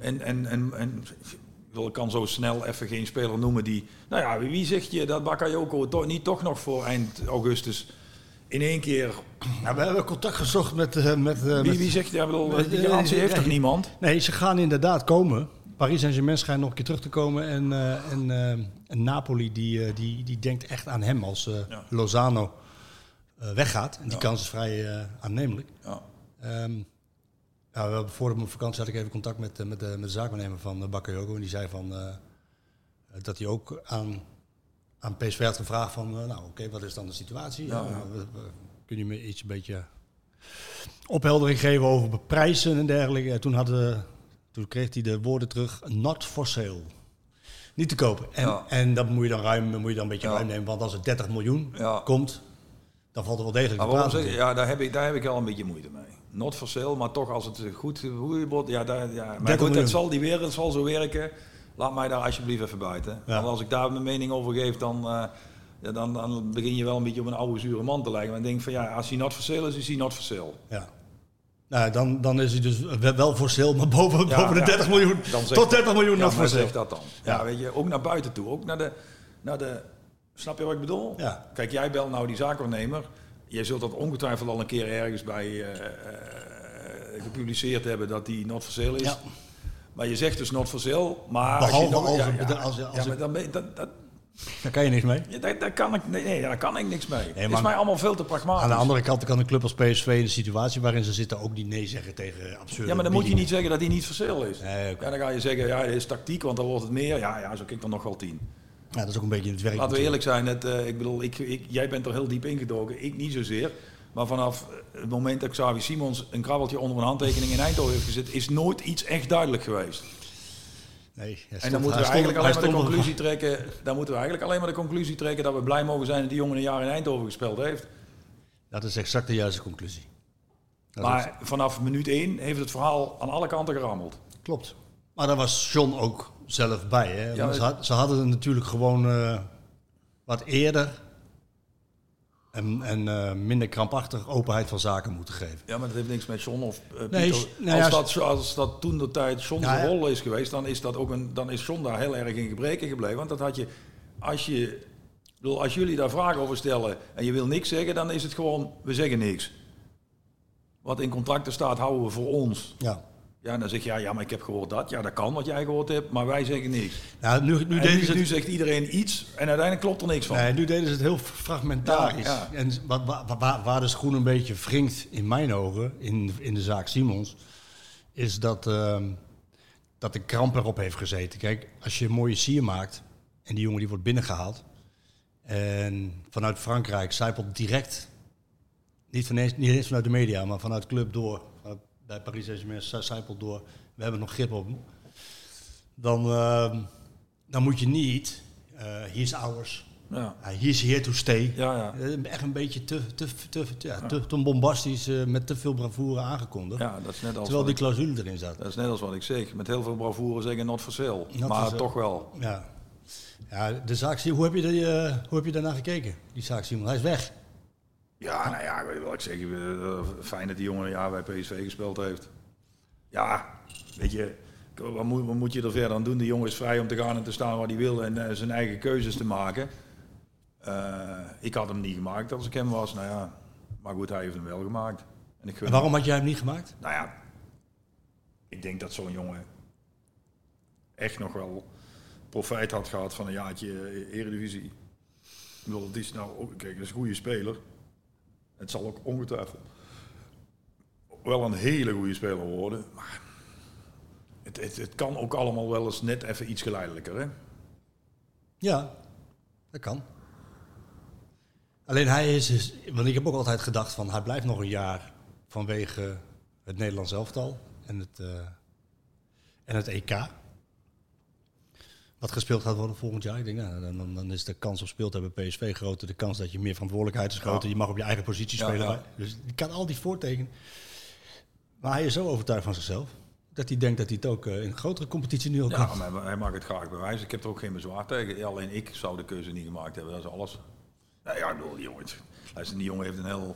Ik kan zo snel even geen speler noemen die... Nou ja, wie zegt je dat Bakayoko toch nog voor eind augustus in één keer... Nou, we hebben contact gezocht met Wie zegt je? Die garantie heeft toch niemand? Nee, ze gaan inderdaad komen. Paris Saint-Germain schijnt nog een keer terug te komen. En Napoli die denkt echt aan hem als Lozano weggaat. En die kans is vrij aannemelijk. Ja. We hebben voor mijn vakantie had ik even contact met de zaakwaarnemer van Bakayoko. En die zei dat hij ook aan PSV had gevraagd van... oké, wat is dan de situatie? Ja. Kun je me een beetje opheldering geven over prijzen en dergelijke? Toen kreeg hij de woorden terug, not for sale. Niet te kopen. En dat moet je dan een beetje ruim nemen. Want als het 30 miljoen komt, dan valt er wel degelijk te praten. Ja, daar heb ik al een beetje moeite mee. Not for sale, maar toch als het goed wordt. Maar goed, die wereld zal zo werken. Laat mij daar alsjeblieft even buiten. Ja. Want als ik daar mijn mening over geef, dan begin je wel een beetje op een oude zure man te lijken. Maar ik denk van als hij not for sale is hij not for sale. Ja. Nou, dan is hij dus wel voor sale, maar boven de 30 miljoen. Tot 30 miljoen not for sale. Zeg dat dan. Ja, weet je, ook naar buiten toe. Ook naar de snap je wat ik bedoel? Ja. Kijk, jij belt nou die zaakwaarnemer. Jij zult dat ongetwijfeld al een keer ergens bij gepubliceerd hebben dat die not for sale is. Ja. Maar je zegt dus not for sale, maar... Daar kan je niks mee. Ja, daar kan ik niks mee. Het is mij allemaal veel te pragmatisch. Aan de andere kant kan een club als PSV in de situatie waarin ze zitten ook niet nee zeggen tegen absurde... Ja, maar dan moet je niet zeggen dat hij niet for sale is. Nee, okay. Dan ga je zeggen, dit is tactiek, want dan wordt het meer. Ja, zo kijk dan nog wel 10. Ja, dat is ook een beetje het werk. Laten we eerlijk zijn, jij bent er heel diep ingedoken, ik niet zozeer. Maar vanaf het moment dat Xavi Simons een krabbeltje onder een handtekening in Eindhoven heeft gezet, is nooit iets echt duidelijk geweest. Nee, en dan moeten we eigenlijk alleen maar de conclusie trekken. Dan moeten we eigenlijk alleen maar de conclusie trekken dat we blij mogen zijn dat die jongen een jaar in Eindhoven gespeeld heeft. Dat is exact de juiste conclusie. Maar vanaf minuut 1 heeft het verhaal aan alle kanten gerammeld. Klopt. Maar daar was John ook zelf bij. Hè? Ja, ze hadden het natuurlijk gewoon wat eerder en minder krampachtig openheid van zaken moeten geven. Ja, maar dat heeft niks met John of Pieter. Als dat toen de tijd John's rol is geweest, dan is John daar heel erg in gebreken gebleven. Want dat had je, als jullie daar vragen over stellen en je wil niks zeggen, dan is het gewoon, we zeggen niks. Wat in contracten staat, houden we voor ons. Ja. Ja, dan zeg je, maar ik heb gehoord dat. Ja, dat kan wat jij gehoord hebt, maar wij zeggen niks. Nou, nu zegt iedereen iets en uiteindelijk klopt er niks van. Nee, nu deden ze het heel fragmentarisch. Ja. En waar de schoen een beetje wringt in mijn ogen, in de zaak Simons, is dat de kramp erop heeft gezeten. Kijk, als je een mooie sier maakt en die jongen die wordt binnengehaald en vanuit Frankrijk zijpelt direct, niet eens vanuit de media, maar vanuit de club door, bij Paris Saint-Germain zijpelt door, we hebben nog grip op hem. Dan moet je niet, he is ours, he is here to stay. Ja. Echt een beetje te bombastisch, met te veel bravoure aangekondigd. Ja, dat is net als terwijl die clausule erin zat. Dat is net als wat ik zeg, met heel veel bravoure zeggen not for sale, maar toch wel. Ja, de zaak, hoe heb je daarna gekeken, die zaak Simon? Hij is weg. Ja, nou ja, ik weet wel, ik zeg, fijn dat die jongen een jaar bij PSV gespeeld heeft. Ja, weet je, wat moet je er verder aan doen? Die jongen is vrij om te gaan en te staan waar hij wil en zijn eigen keuzes te maken. Ik had hem niet gemaakt als ik hem was, nou ja, maar goed, hij heeft hem wel gemaakt. En waarom had jij hem niet gemaakt? Nou ja, ik denk dat zo'n jongen echt nog wel profijt had gehad van een jaartje Eredivisie. Ik bedoel, het is nou, kijk, dat is een goede speler. Het zal ook ongetwijfeld wel een hele goede speler worden. Maar het kan ook allemaal wel eens net even iets geleidelijker, hè? Ja, dat kan. Alleen hij is... Want ik heb ook altijd gedacht van, hij blijft nog een jaar vanwege het Nederlands elftal en het EK. wat gespeeld gaat worden volgend jaar. Ik denk, dan is de kans op speeltijd bij PSV groter. De kans dat je meer verantwoordelijkheid is groter. Je mag op je eigen positie spelen. Ja. Dus die kan al die voortekenen. Maar hij is zo overtuigd van zichzelf. Dat hij denkt dat hij het ook in een grotere competitie nu al kan. Ja, maar hij mag het graag bewijzen. Ik heb er ook geen bezwaar tegen. Ja, alleen ik zou de keuze niet gemaakt hebben. Dat is alles. Nou ja, die jongen. Die jongen heeft een heel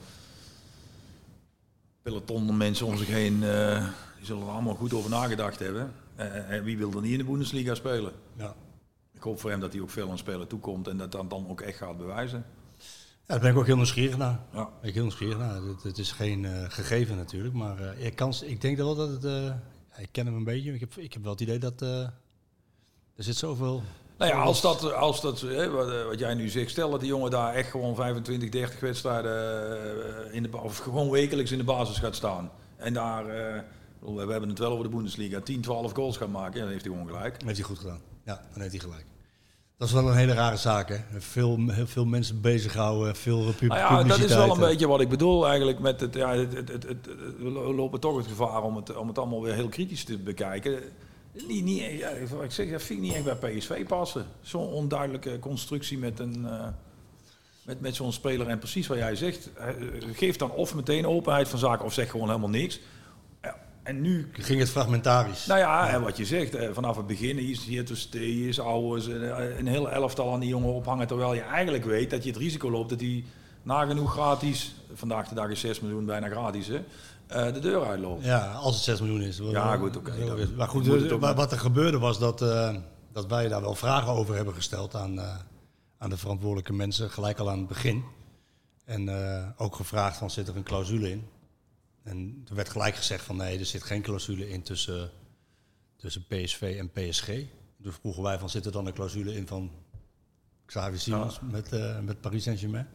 peloton mensen om zich heen. Die zullen er allemaal goed over nagedacht hebben. Wie wil er niet in de Bundesliga spelen? Ja. Ik hoop voor hem dat hij ook veel aan spelen toekomt en dat dan ook echt gaat bewijzen. Ja, daar ben ik ook heel nieuwsgierig naar. Ja. Het is geen gegeven natuurlijk, maar ik denk wel dat het... ik ken hem een beetje. Ik heb wel het idee dat er zit zoveel... Nou ja, als dat wat jij nu zegt, stel dat die jongen daar echt gewoon 25, 30 wedstrijden of gewoon wekelijks in de basis gaat staan. En daar, we hebben het wel over de Bundesliga, 10, 12 goals gaat maken, dan heeft hij gewoon gelijk. Dan heeft hij goed gedaan. Ja, dan heeft hij gelijk. Dat is wel een hele rare zaak, hè? Heel veel mensen bezighouden, veel publiciteit. Nou ja, dat is wel een beetje wat ik bedoel eigenlijk met het. Ja, we lopen toch het gevaar om het allemaal weer heel kritisch te bekijken. Ik zeg, dat vind ik niet echt bij PSV passen. Zo'n onduidelijke constructie met zo'n speler. En precies wat jij zegt, geef dan of meteen openheid van zaken of zeg gewoon helemaal niks. En nu ging het fragmentarisch. Nou ja, en wat je zegt, vanaf het begin is Ouwers, een heel elftal aan die jongen ophangen. Terwijl je eigenlijk weet dat je het risico loopt dat hij nagenoeg gratis, vandaag de dag is 6 miljoen bijna gratis, de deur uitloopt. Ja, als het 6 miljoen is. Ja, goed, oké. Maar goed, wat er gebeurde was dat wij daar wel vragen over hebben gesteld aan de verantwoordelijke mensen, gelijk al aan het begin. En ook gevraagd van, zit er een clausule in? En er werd gelijk gezegd van nee, er zit geen clausule in tussen PSV en PSG. Toen vroegen wij van, zit er dan een clausule in van Xavi Simons met Paris Saint-Germain?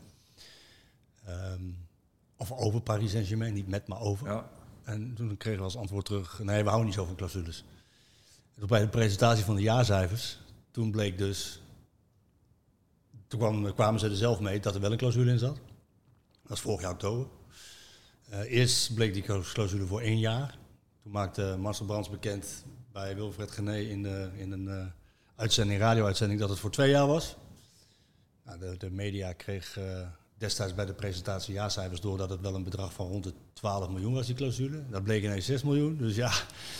Of over Paris Saint-Germain, niet met, maar over. Ja. En toen kregen we als antwoord terug, nee, we houden niet zo van clausules. En bij de presentatie van de jaarcijfers, toen bleek dus, toen kwamen ze er zelf mee dat er wel een clausule in zat. Dat is vorig jaar oktober. Eerst bleek die clausule voor 1 jaar. Toen maakte Marcel Brands bekend bij Wilfred Gené in een radio-uitzending dat het voor 2 jaar was. Nou, de media kreeg destijds bij de presentatie jaarcijfers door dat het wel een bedrag van rond de 12 miljoen was, die clausule. Dat bleek ineens 6 miljoen. Dus ja,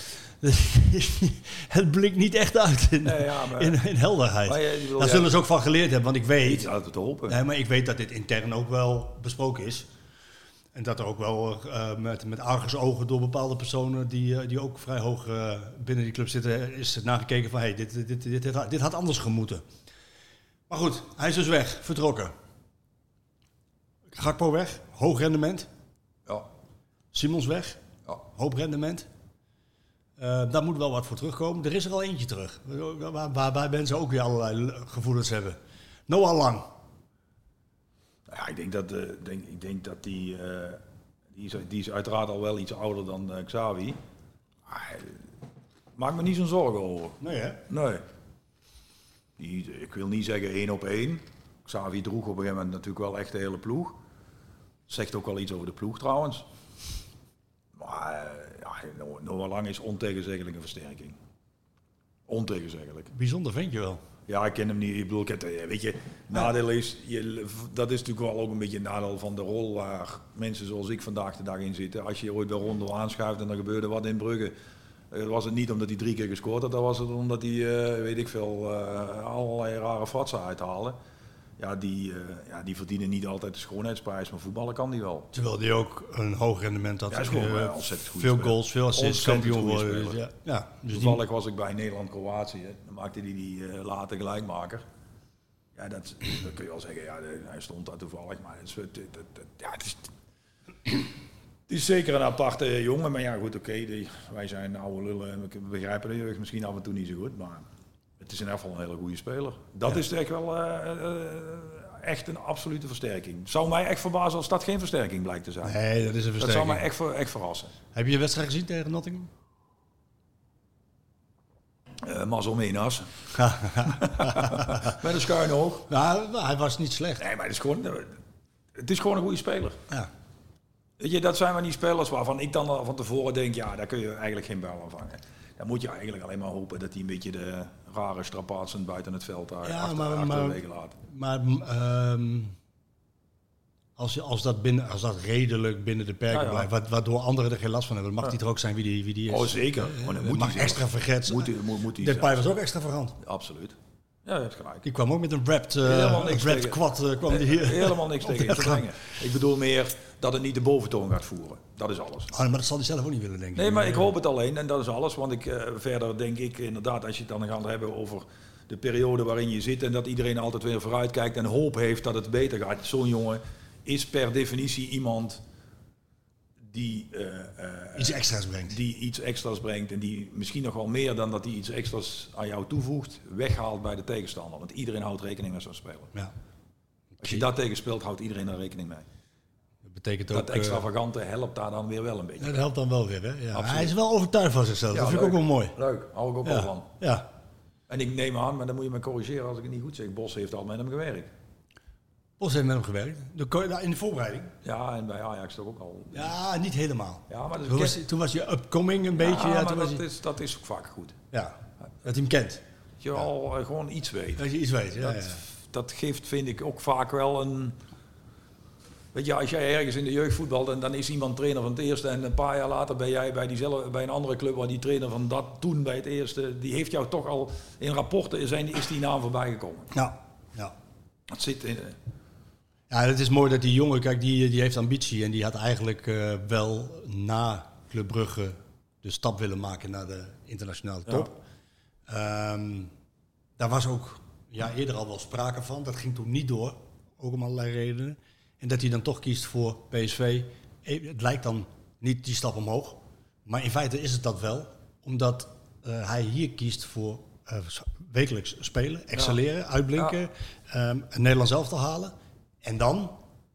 het blinkt niet echt uit in helderheid. Daar zullen ze ook van geleerd hebben, want ik weet... maar ik weet dat dit intern ook wel besproken is. En dat er ook wel met argusogen door bepaalde personen die ook vrij hoog binnen die club zitten, is nagekeken van hey, dit had anders gemoeten. Maar goed, hij is dus weg, vertrokken. Gakpo weg, hoog rendement. Ja. Simons weg, hoog rendement. Daar moet wel wat voor terugkomen. Er is er al eentje terug, waarbij mensen ook weer allerlei gevoelens hebben. Noah Lang. Ja, ik denk dat die is uiteraard al wel iets ouder dan Xavi. Maak me niet zo'n zorgen over. Nee, hè? Nee. Ik wil niet zeggen 1 op 1. Xavi droeg op een gegeven moment natuurlijk wel echt de hele ploeg. Zegt ook wel iets over de ploeg trouwens. Maar Noah Lang is ontegenzeggelijk een versterking. Ontegenzeggelijk. Bijzonder vind je wel. Ja, ik ken hem niet. Ik bedoel, weet je, nadeel is, dat is natuurlijk wel ook een beetje een nadeel van de rol waar mensen zoals ik vandaag de dag in zitten. Als je ooit bij Rondo aanschuift en er gebeurde wat in Brugge, was het niet omdat hij 3 keer gescoord had, dan was het omdat hij, weet ik veel, allerlei rare fratsen uithaalde. Ja, die verdienen niet altijd de schoonheidsprijs, maar voetballen kan die wel. Terwijl die ook een hoog rendement had. Ja, is gewoon ontzettend goed. Veel goals, veel assists, kampioen worden. Dus toevallig was ik bij Nederland-Kroatië. Dan maakte hij die late gelijkmaker. Ja, dat kun je wel zeggen. Ja, hij stond daar toevallig. Maar het is zeker een aparte jongen. Maar ja, goed, oké. Wij zijn oude lullen. We begrijpen de jeugd misschien af en toe niet zo goed. Maar het is in ieder geval een hele goede speler. Dat is echt wel echt een absolute versterking. Het zou mij echt verbazen als dat geen versterking blijkt te zijn. Nee, dat is een versterking. Dat zou mij echt verrassen. Heb je de wedstrijd gezien tegen Nottingham? Mazzel Menas. Met een schuine oog. Nou, hij was niet slecht. Nee, maar het is gewoon een goede speler. Ja. Weet je, dat zijn maar die spelers waarvan ik dan van tevoren denk, ja, daar kun je eigenlijk geen bal aan vangen. Dan moet je eigenlijk alleen maar hopen dat hij een beetje de rare strapaatsen buiten het veld daar Ja, achterwege laat. Maar als dat redelijk binnen de perken blijft, waardoor anderen er geen last van hebben, dan mag hij er ook zijn wie die is. Oh, zeker. Maar dan moet mag hij extra vergeten. Moet hij Depay was ook extravagant. Absoluut. Ja, je hebt gelijk. Die kwam ook met een wrapped quad. Kwam die hier. Helemaal niks tegen in te brengen. Ik bedoel meer dat het niet de boventoon gaat voeren. Dat is alles. Maar dat zal hij zelf ook niet willen, denk ik. Nee, maar ik hoop het alleen en dat is alles. Want verder denk ik inderdaad, als je het dan gaat hebben over de periode waarin je zit en dat iedereen altijd weer vooruit kijkt en hoop heeft dat het beter gaat. Zo'n jongen is per definitie iemand die iets extra's brengt en die misschien nog wel meer dan dat hij iets extra's aan jou toevoegt, weghaalt bij de tegenstander. Want iedereen houdt rekening met zo'n speler. Ja. Als je dat tegen speelt, houdt iedereen daar rekening mee. Dat betekent dat ook... extravagante helpt daar dan weer wel een beetje. Ja, dat helpt dan wel weer, hè? Ja. Hij is wel overtuigd van zichzelf. Ja, dat vind ik ook wel mooi. Leuk, hou ik ook wel van. Ja. En ik neem aan, maar dan moet je me corrigeren als ik het niet goed zeg. Bos heeft al met hem gewerkt. Bos heeft met hem gewerkt. In de voorbereiding. Ja, en bij Ajax toch ook al. Ja, niet helemaal. Ja, maar toen was je upcoming een beetje. Ja, maar dat is ook vaak goed. Ja, dat hij hem kent. Dat je al gewoon iets weet. Dat je iets weet, Dat geeft, vind ik, ook vaak wel een... Weet je, als jij ergens in de jeugdvoetbal, dan is iemand trainer van het eerste en een paar jaar later ben jij bij een andere club waar die trainer van dat toen bij het eerste, die heeft jou toch al in rapporten is die naam voorbij gekomen. Ja. Dat zit in... Ja, het is mooi dat die jongen, kijk, die heeft ambitie en die had eigenlijk wel na Club Brugge de stap willen maken naar de internationale top. Ja. Daar was ook eerder al wel sprake van. Dat ging toen niet door, ook om allerlei redenen. En dat hij dan toch kiest voor PSV. Het lijkt dan niet die stap omhoog, maar in feite is het dat wel, omdat hij hier kiest voor wekelijks spelen, excelleren, uitblinken, een Nederlands elftal halen. En dan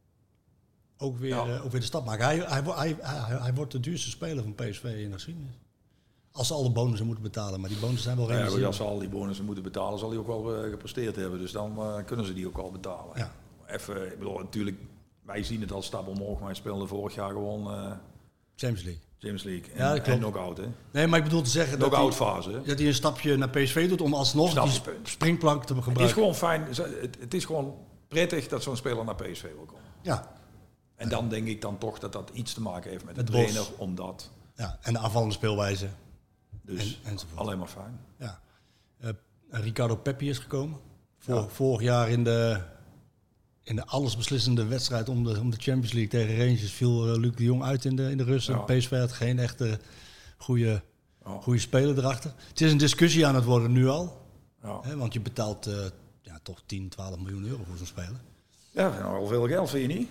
ook weer de stap maken. Hij wordt de duurste speler van PSV in de geschiedenis. Als ze al de bonussen moeten betalen. Maar die bonussen zijn wel redelijk. Als ze al die bonussen moeten betalen, zal hij ook wel gepresteerd hebben. Dus dan kunnen ze die ook al betalen. Ja. Even, ik bedoel, natuurlijk, wij zien het als stap omhoog. Maar hij speelde vorig jaar gewoon... Champions League. En knock-out, hè? Nee, maar ik bedoel te zeggen dat hij een stapje naar PSV doet om alsnog die springplank te gebruiken. Het is gewoon fijn. Het is gewoon prettig dat zo'n speler naar PSV wil komen. Ja. En dan denk ik dan toch dat dat iets te maken heeft met de trainer, omdat... Ja, en de aanvallende speelwijze. Dus alleen maar fijn. Ja. Ricardo Pepi is gekomen. Vorig jaar in de allesbeslissende wedstrijd om de Champions League tegen Rangers viel Luc de Jong uit in de rust. Ja. PSV had geen echte goede speler erachter. Het is een discussie aan het worden nu al. Ja. Hè, want je betaalt toch 10, 12 miljoen euro voor zo'n speler. Ja, dat is nogal veel geld, vind je niet?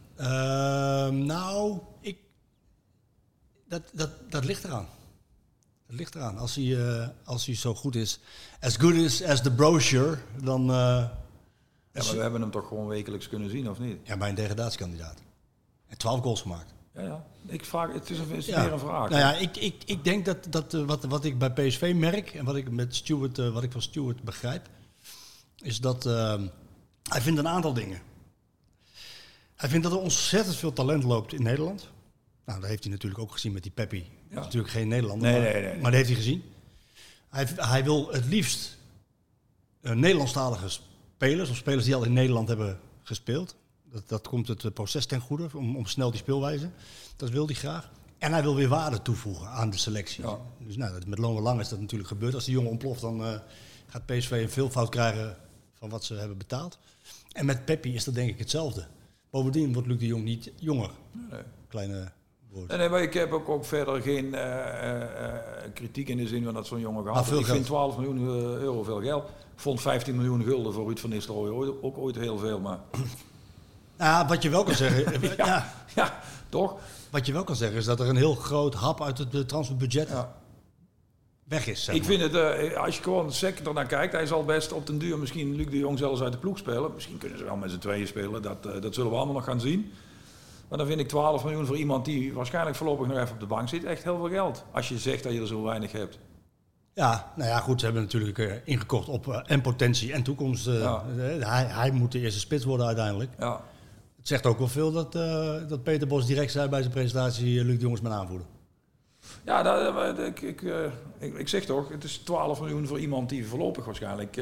Dat ligt eraan. Dat ligt eraan. Als hij zo goed is, as good as the brochure, dan... maar we hebben hem toch gewoon wekelijks kunnen zien, of niet? Ja, bij een degradatiekandidaat. En 12 goals gemaakt. Ja. Ik vraag, het is meer een vraag. Nou ja, ik denk dat wat ik bij PSV merk en wat ik met Stuart, wat ik van Stuart begrijp, is dat hij vindt een aantal dingen. Hij vindt dat er ontzettend veel talent loopt in Nederland. Nou, dat heeft hij natuurlijk ook gezien met die Pepi. Ja. Dat is natuurlijk geen Nederlander, maar dat heeft hij gezien. Hij wil het liefst Nederlandstalige spelers, of spelers die al in Nederland hebben gespeeld. Dat komt het proces ten goede, om snel die speelwijze. Dat wil hij graag. En hij wil weer waarde toevoegen aan de selectie. Ja. Dus met Loon Lang is dat natuurlijk gebeurd. Als die jongen ontploft, dan gaat PSV een veelvoud krijgen van wat ze hebben betaald. En met Pepi is dat denk ik hetzelfde. Bovendien wordt Luc de Jong niet jonger. Nee. Kleine woord. Nee, maar ik heb ook verder geen kritiek in de zin van dat zo'n jongen gaat. Ik vind 12 miljoen euro veel geld. Ik vond 15 miljoen gulden voor Ruud van Nistelrooy ook ooit heel veel, maar... Ja, wat je wel kan zeggen... ja, toch? Wat je wel kan zeggen is dat er een heel groot hap uit het transferbudget weg is. Zeg maar. Ik vind het, als je gewoon sec ernaar kijkt, hij zal best op den duur misschien Luc de Jong zelfs uit de ploeg spelen. Misschien kunnen ze wel met z'n tweeën spelen, dat zullen we allemaal nog gaan zien. Maar dan vind ik 12 miljoen voor iemand die waarschijnlijk voorlopig nog even op de bank zit echt heel veel geld. Als je zegt dat je er zo weinig hebt. Ja, nou ja, goed, ze hebben natuurlijk ingekocht op en potentie en toekomst. Hij moet de eerste spits worden uiteindelijk. Ja. Het zegt ook wel veel dat Peter Bos direct zei bij zijn presentatie Luc de Jong is mijn aanvoerder. Ja, ik zeg toch, het is 12 miljoen voor iemand die voorlopig waarschijnlijk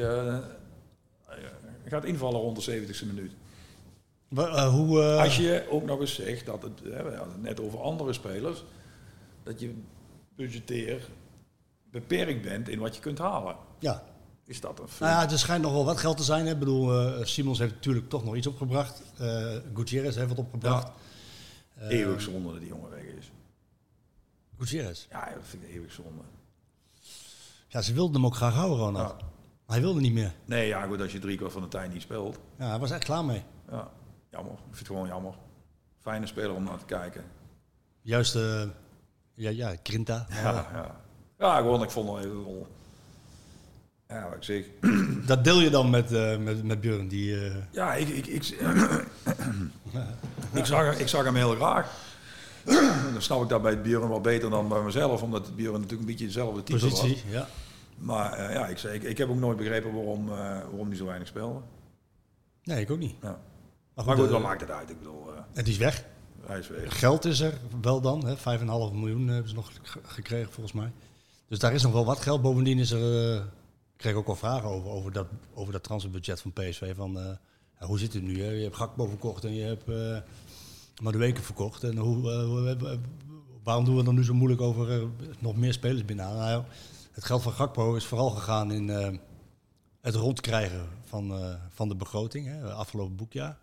gaat invallen rond de 70ste minuut. Als je ook nog eens zegt dat we hadden het net over andere spelers, dat je budgetair beperkt bent in wat je kunt halen. Ja. Is dat een Nou ja, er schijnt nog wel wat geld te zijn. Hè. Ik bedoel, Simons heeft natuurlijk toch nog iets opgebracht. Gutierrez heeft wat opgebracht. Ja. Eeuwig zonde dat die jongen weg is. Gutierrez? Ja, dat vind ik eeuwig zonde. Ja, ze wilden hem ook graag houden, Ronald. Ja. Maar hij wilde niet meer. Nee, ja goed, als je 3/4 van de tijd niet speelt. Ja, hij was echt klaar mee. Ja, jammer. Ik vind het gewoon jammer. Fijne speler om naar te kijken. Juist, Grinta. Ja, gewoon, ik vond het even wel... Ja, wat ik zeg. Dat deel je dan met Björn, die... Ja, ik zag hem heel graag. Dan snap ik dat bij Björn wel beter dan bij mezelf, omdat Björn natuurlijk een beetje dezelfde type positie, was. Ja. Maar ik heb ook nooit begrepen waarom hij zo weinig speelde. Nee, ik ook niet. Ja. Maar goed, dan maakt het uit. Ik bedoel, het is weg. Hij is weg. Geld is er wel dan, hè? 5,5 miljoen hebben ze nog gekregen volgens mij. Dus daar is nog wel wat geld. Bovendien is er... ik kreeg ook al vragen over dat transferbudget van PSV. Van, hoe zit het nu? Hè? Je hebt Gakpo verkocht en je hebt Madueke verkocht. En waarom doen we dan nu zo moeilijk over nog meer spelers binnenhalen? Nou, het geld van Gakpo is vooral gegaan in het rondkrijgen van de begroting, hè, afgelopen boekjaar.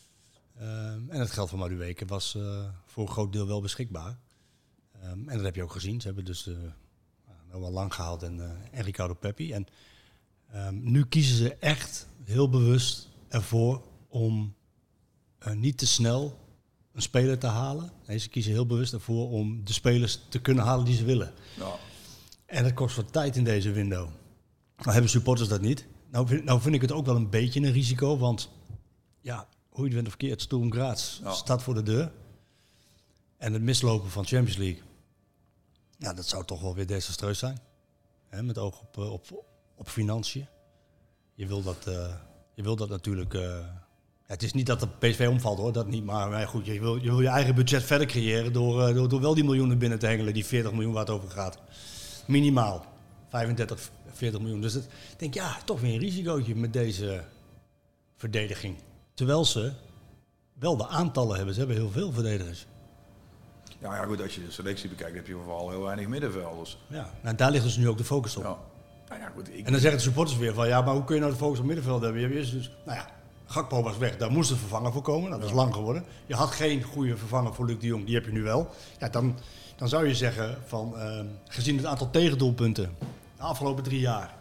En het geld van Madueke was voor een groot deel wel beschikbaar. En dat heb je ook gezien. Ze hebben dus Noah Lang gehaald en Ricardo Pepi. En nu kiezen ze echt heel bewust ervoor om niet te snel een speler te halen. Nee, ze kiezen heel bewust ervoor om de spelers te kunnen halen die ze willen. Ja. En dat kost wat tijd in deze window. Nou hebben supporters dat niet. Nou vind ik het ook wel een beetje een risico, want ja, hoe je het bent of verkeerd, Sturm Graz staat voor de deur. En het mislopen van Champions League, ja, dat zou toch wel weer desastreus zijn. Hè, met oog op financiën. Je wil dat natuurlijk... het is niet dat de PSV omvalt hoor, dat niet. Maar goed, je wil je eigen budget verder creëren door wel die miljoenen binnen te hengelen. Die 40 miljoen waar het over gaat. Minimaal. 35, 40 miljoen. Dus ik denk, ja, toch weer een risicootje met deze verdediging. Terwijl ze wel de aantallen hebben. Ze hebben heel veel verdedigers. Ja, goed, als je de selectie bekijkt, heb je vooral heel weinig middenvelders. Ja, nou, daar ligt dus nu ook de focus op. Ja. Nou ja, goed, en dan zeggen de supporters weer van, ja, maar hoe kun je nou de focus op middenveld hebben? Je hebt dus, nou ja, Gakpo was weg, daar moest een vervanger voor komen. Dat is lang geworden. Je had geen goede vervanger voor Luc de Jong, die heb je nu wel. Ja, dan zou je zeggen van, gezien het aantal tegendoelpunten de afgelopen 3 jaar,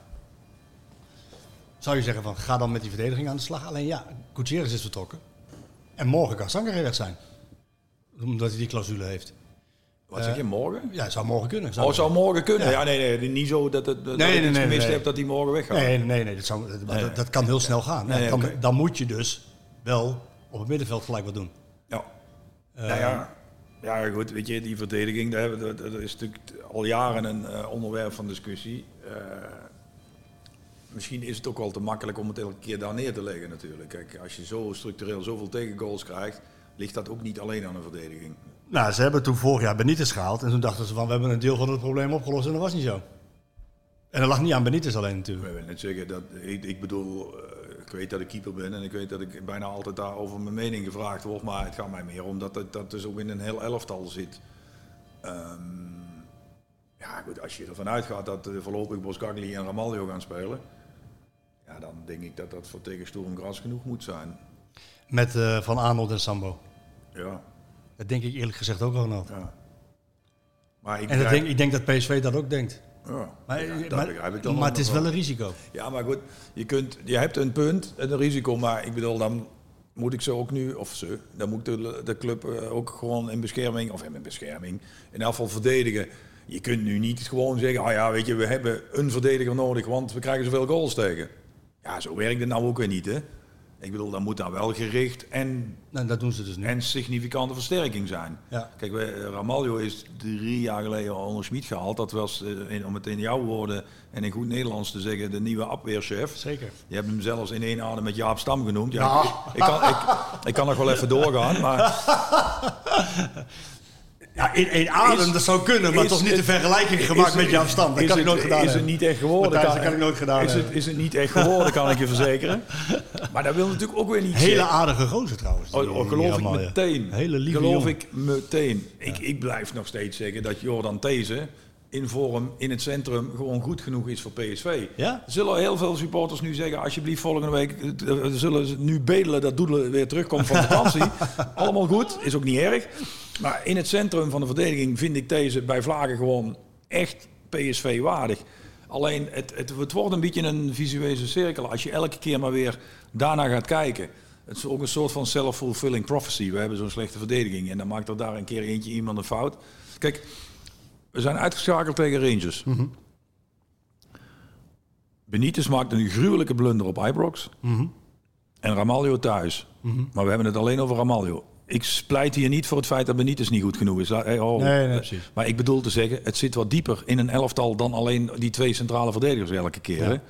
zou je zeggen van, ga dan met die verdediging aan de slag. Alleen ja, Gutierrez is vertrokken. En morgen kan Sangaré weg zijn. Omdat hij die clausule heeft. Wat zeg je, morgen? Ja, het zou morgen kunnen. Zou morgen kunnen? Ja, nee, niet zo dat ik iets gemist heb dat hij morgen weggaat. Nee, dat kan heel snel gaan. Dan moet je dus wel op het middenveld gelijk wat doen. Ja. Ja, goed, weet je, die verdediging, dat is natuurlijk al jaren een onderwerp van discussie. Misschien is het ook wel te makkelijk om het elke keer daar neer te leggen natuurlijk. Kijk, als je zo structureel zoveel tegengoals krijgt, ligt dat ook niet alleen aan de verdediging. Nou, ze hebben toen vorig jaar Benitez gehaald en toen dachten ze van, we hebben een deel van het probleem opgelost en dat was niet zo. En dat lag niet aan Benitez alleen natuurlijk. Ik wil net zeggen, dat, ik bedoel, ik weet dat ik keeper ben en ik weet dat ik bijna altijd daar over mijn mening gevraagd word, maar het gaat mij meer om dat dus ook in een heel elftal zit. Ja goed, als je ervan uitgaat dat voorlopig Boskagli en Ramaljo gaan spelen, ja, dan denk ik dat dat voor tegen Sturm Graz genoeg moet zijn. Met Van Arnold en Sambo. Ja. Dat denk ik eerlijk gezegd ook, Ronald. Ja. Maar ik denk dat PSV dat ook denkt. Ja, dat begrijp ik dan. Maar het is wel een risico. Ja, maar goed, je hebt een punt en een risico, maar ik bedoel, dan moet ik ze ook nu, dan moet de club ook gewoon in bescherming, in elk geval verdedigen. Je kunt nu niet gewoon zeggen, weet je, we hebben een verdediger nodig, want we krijgen zoveel goals tegen. Ja, zo werkt het nou ook weer niet, hè. Ik bedoel, dan moet daar wel gericht en, dat doen ze dus niet. En significante versterking zijn. Ja. Kijk, Ramaljo is 3 jaar geleden onder Schmid gehaald. Dat was, om het in jouw woorden en in goed Nederlands te zeggen, de nieuwe afweerchef. Zeker. Je hebt hem zelfs in 1 adem met Jaap Stam genoemd. Ja, ik kan nog wel even doorgaan, maar... Ja, in één adem, dat zou kunnen, maar toch niet de vergelijking gemaakt met jouw stand. Dat kan ik nooit gedaan Is het niet echt geworden? Dat kan ik nooit gedaan hebben. Is het niet echt geworden, kan ik je verzekeren. Maar dat wil natuurlijk ook weer niet Hele zeggen. aardige gozer trouwens. Geloof ik meteen. Hele lieve Geloof jongen. ik meteen. Ik blijf nog steeds zeggen dat Jordan These in vorm in het centrum gewoon goed genoeg is voor PSV. Ja? Er zullen heel veel supporters nu zeggen, alsjeblieft volgende week zullen ze nu bedelen dat Doedelen weer terugkomt van vakantie. Allemaal goed, is ook niet erg. Maar in het centrum van de verdediging vind ik deze bij Vlagen gewoon echt PSV waardig. Alleen het wordt een beetje een visuele cirkel als je elke keer maar weer daarna gaat kijken. Het is ook een soort van self-fulfilling prophecy. We hebben zo'n slechte verdediging en dan maakt er daar een keer eentje iemand een fout. Kijk, we zijn uitgeschakeld tegen Rangers. Mm-hmm. Benitez maakt een gruwelijke blunder op Ibrox. Mm-hmm. En Ramaljo thuis. Mm-hmm. Maar we hebben het alleen over Ramaljo. Ik pleit hier niet voor het feit dat Benitez niet goed genoeg is. Nee, precies. Maar ik bedoel te zeggen, het zit wat dieper in een elftal dan alleen die 2 centrale verdedigers elke keer. Ja. Hè?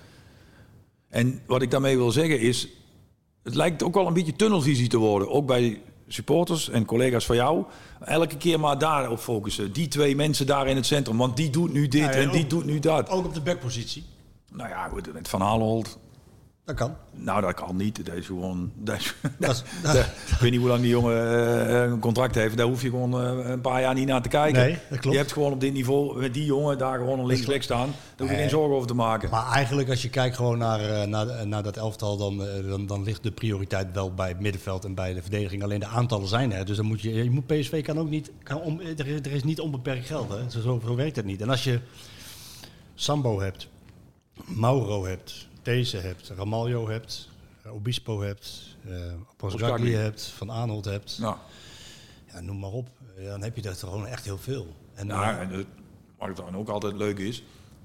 En wat ik daarmee wil zeggen is, het lijkt ook wel een beetje tunnelvisie te worden. Ook bij supporters en collega's van jou. Elke keer maar daarop focussen. Die 2 mensen daar in het centrum. Want die doet nu dit en die doet nu dat. Ook op de backpositie. Nou ja, goed, met Van Aanholt. Dat kan. Nou, dat kan niet. Dat is gewoon... ik weet niet hoe lang die jongen een contract heeft. Daar hoef je gewoon een paar jaar niet naar te kijken. Nee, dat klopt. Je hebt gewoon op dit niveau, met die jongen, daar gewoon een linksback staan. Daar hoef je geen zorgen over te maken. Maar eigenlijk, als je kijkt gewoon naar dat elftal, dan ligt de prioriteit wel bij het middenveld en bij de verdediging. Alleen de aantallen zijn er. Dus dan moet PSV kan ook niet... Er is niet onbeperkt geld. Hè? Zo werkt het niet. En als je Sambo hebt, Mauro hebt... Deze hebt, Ramaljo hebt, Obispo hebt, Pozgagli hebt, Van Aanholt hebt. Nou. Ja, noem maar op. Dan heb je er gewoon echt heel veel. En wat dan ook altijd leuk is,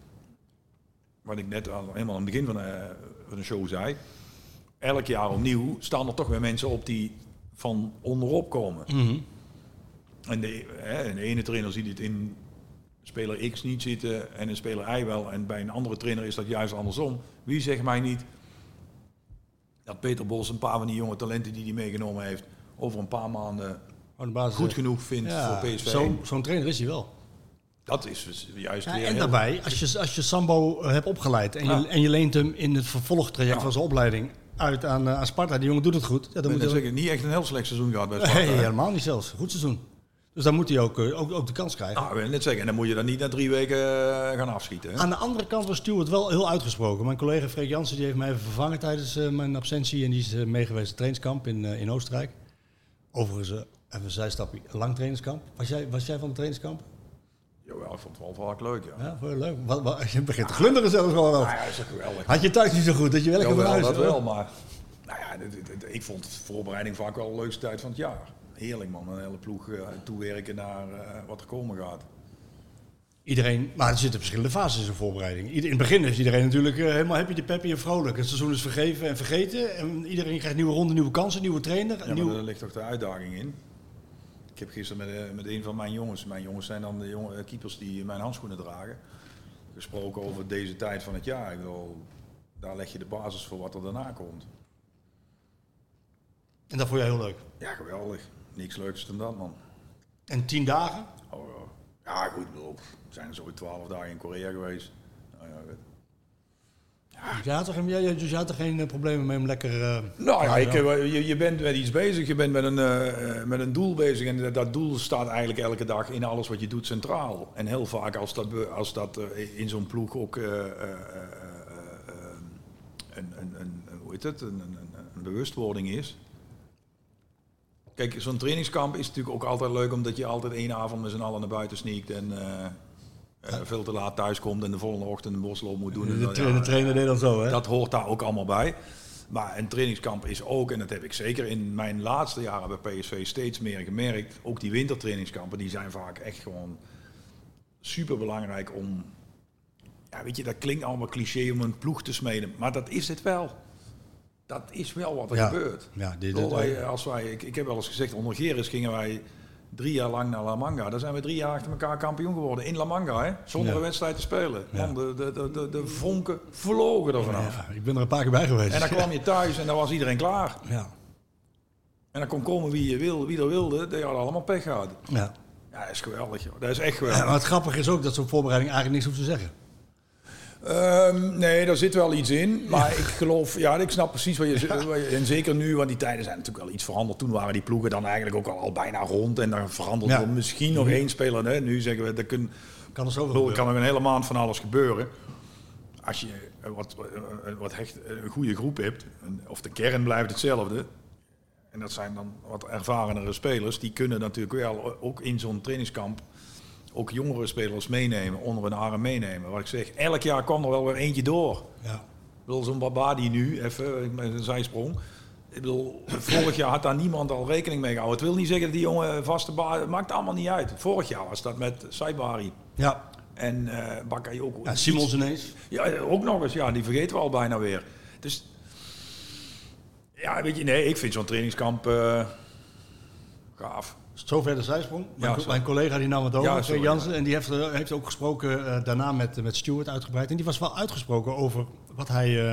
wat ik net helemaal aan het begin van de show zei. Elk jaar opnieuw staan er toch weer mensen op die van onderop komen. Mm-hmm. En de ene trainer ziet het in speler X niet zitten en een speler Y wel. En bij een andere trainer is dat juist andersom. Wie zegt mij niet dat Peter Bos een paar van die jonge talenten die hij meegenomen heeft over een paar maanden goed genoeg vindt voor PSV? Zo'n trainer is hij wel. Dat is juist weer... En daarbij, als je Sambo hebt opgeleid en je leent hem in het vervolgtraject van zijn opleiding uit aan Sparta. Die jongen doet het goed. Ja, dan moet hij niet echt een heel slecht seizoen gehad bij Sparta. Nee, helemaal niet zelfs. Goed seizoen. Dus dan moet hij ook de kans krijgen. Nou, ik wil net zeggen, en dan moet je dan niet na 3 weken gaan afschieten. Hè? Aan de andere kant was Stuart wel heel uitgesproken. Mijn collega Freek Jansen die heeft mij even vervangen tijdens mijn absentie. En die is meegeweest op trainingskamp in Oostenrijk. Overigens, even een zijstapje, een lang trainingskamp. Was jij van het trainingskamp? Jawel, ik vond het wel vaak leuk, ja. Ja, vond je leuk? Je begint te glunderen zelfs wel. Nou ja, dat is ook geweldig. Had je thuis niet zo goed, dat je wel lekker huis dat wel, maar... Nou ja, ik vond de voorbereiding vaak wel de leukste tijd van het jaar. Heerlijk man, een hele ploeg toewerken naar wat er komen gaat. Iedereen, maar er zitten verschillende fases in de voorbereiding. In het begin is iedereen natuurlijk helemaal happy, de peppy en vrolijk. Het seizoen is vergeven en vergeten. En iedereen krijgt nieuwe ronde, nieuwe kansen, nieuwe trainer. Ja, maar daar ligt toch de uitdaging in. Ik heb gisteren met een van mijn jongens zijn dan de jonge keepers die mijn handschoenen dragen, gesproken over deze tijd van het jaar. Ik bedoel, daar leg je de basis voor wat er daarna komt. En dat vond jij heel leuk? Ja, geweldig. Niks leukers dan dat, man. En 10 dagen? Oh, ja, goed. We zijn er zo 12 dagen in Korea geweest. Nou, ja, weet. Ja. Dus je had er geen problemen mee om lekker... Nou ja, je bent met iets bezig. Je bent met een doel bezig. En dat doel staat eigenlijk elke dag in alles wat je doet centraal. En heel vaak als dat in zo'n ploeg ook een bewustwording is. Kijk, zo'n trainingskamp is natuurlijk ook altijd leuk, omdat je altijd 1 avond met z'n allen naar buiten sneakt en veel te laat thuis komt en de volgende ochtend een bosloop moet doen. De trainer deed dan zo, hè? Dat hoort daar ook allemaal bij. Maar een trainingskamp is ook, en dat heb ik zeker in mijn laatste jaren bij PSV steeds meer gemerkt, ook die wintertrainingskampen, die zijn vaak echt gewoon super belangrijk om, ja weet je, dat klinkt allemaal cliché om een ploeg te smeden, maar dat is het wel. Dat is wel wat er gebeurt. Ja, ik heb wel eens gezegd, onder Geris gingen wij 3 jaar lang naar La Manga. Daar zijn we 3 jaar achter elkaar kampioen geworden. In La Manga, hè? Zonder een wedstrijd te spelen. Ja. De vonken vlogen er vanaf. Ja, ik ben er een paar keer bij geweest. En dan kwam je thuis en dan was iedereen klaar. Ja. En dan kon komen wie er wilde. Die hadden allemaal pech gehad. Ja. Ja, dat is geweldig, joh. Dat is echt geweldig. Maar het grappige is ook dat zo'n voorbereiding eigenlijk niks hoeft te zeggen. Nee, daar zit wel iets in. Maar ik geloof, ik snap precies wat je zegt. En zeker nu, want die tijden zijn natuurlijk wel iets veranderd. Toen waren die ploegen dan eigenlijk ook al bijna rond. En dan verandert er misschien nog één speler. Hè. Nu zeggen we, dat kan er zoveel kan nog een hele maand van alles gebeuren. Als je een goede groep hebt, of de kern blijft hetzelfde. En dat zijn dan wat ervarenere spelers. Die kunnen natuurlijk wel ook in zo'n trainingskamp ook jongere spelers meenemen, onder hun arm meenemen. Wat ik zeg, elk jaar kwam er wel weer eentje door. Ja. Ik bedoel, zo'n Babadi nu, even met een zijsprong. Ik bedoel, vorig jaar had daar niemand al rekening mee gehouden. Het wil niet zeggen dat die jongen vaste baan, het maakt allemaal niet uit. Vorig jaar was dat met Saibari. Ja. En Bakayoko. Ja, Simons ineens. Ja, ook nog eens. Ja, die vergeten we al bijna weer. Dus ja, weet je, nee, ik vind zo'n trainingskamp gaaf. Zover de zijsprong. Mijn collega die nam het over, sorry, Jansen, en die heeft ook gesproken daarna met Stuart uitgebreid. En die was wel uitgesproken over wat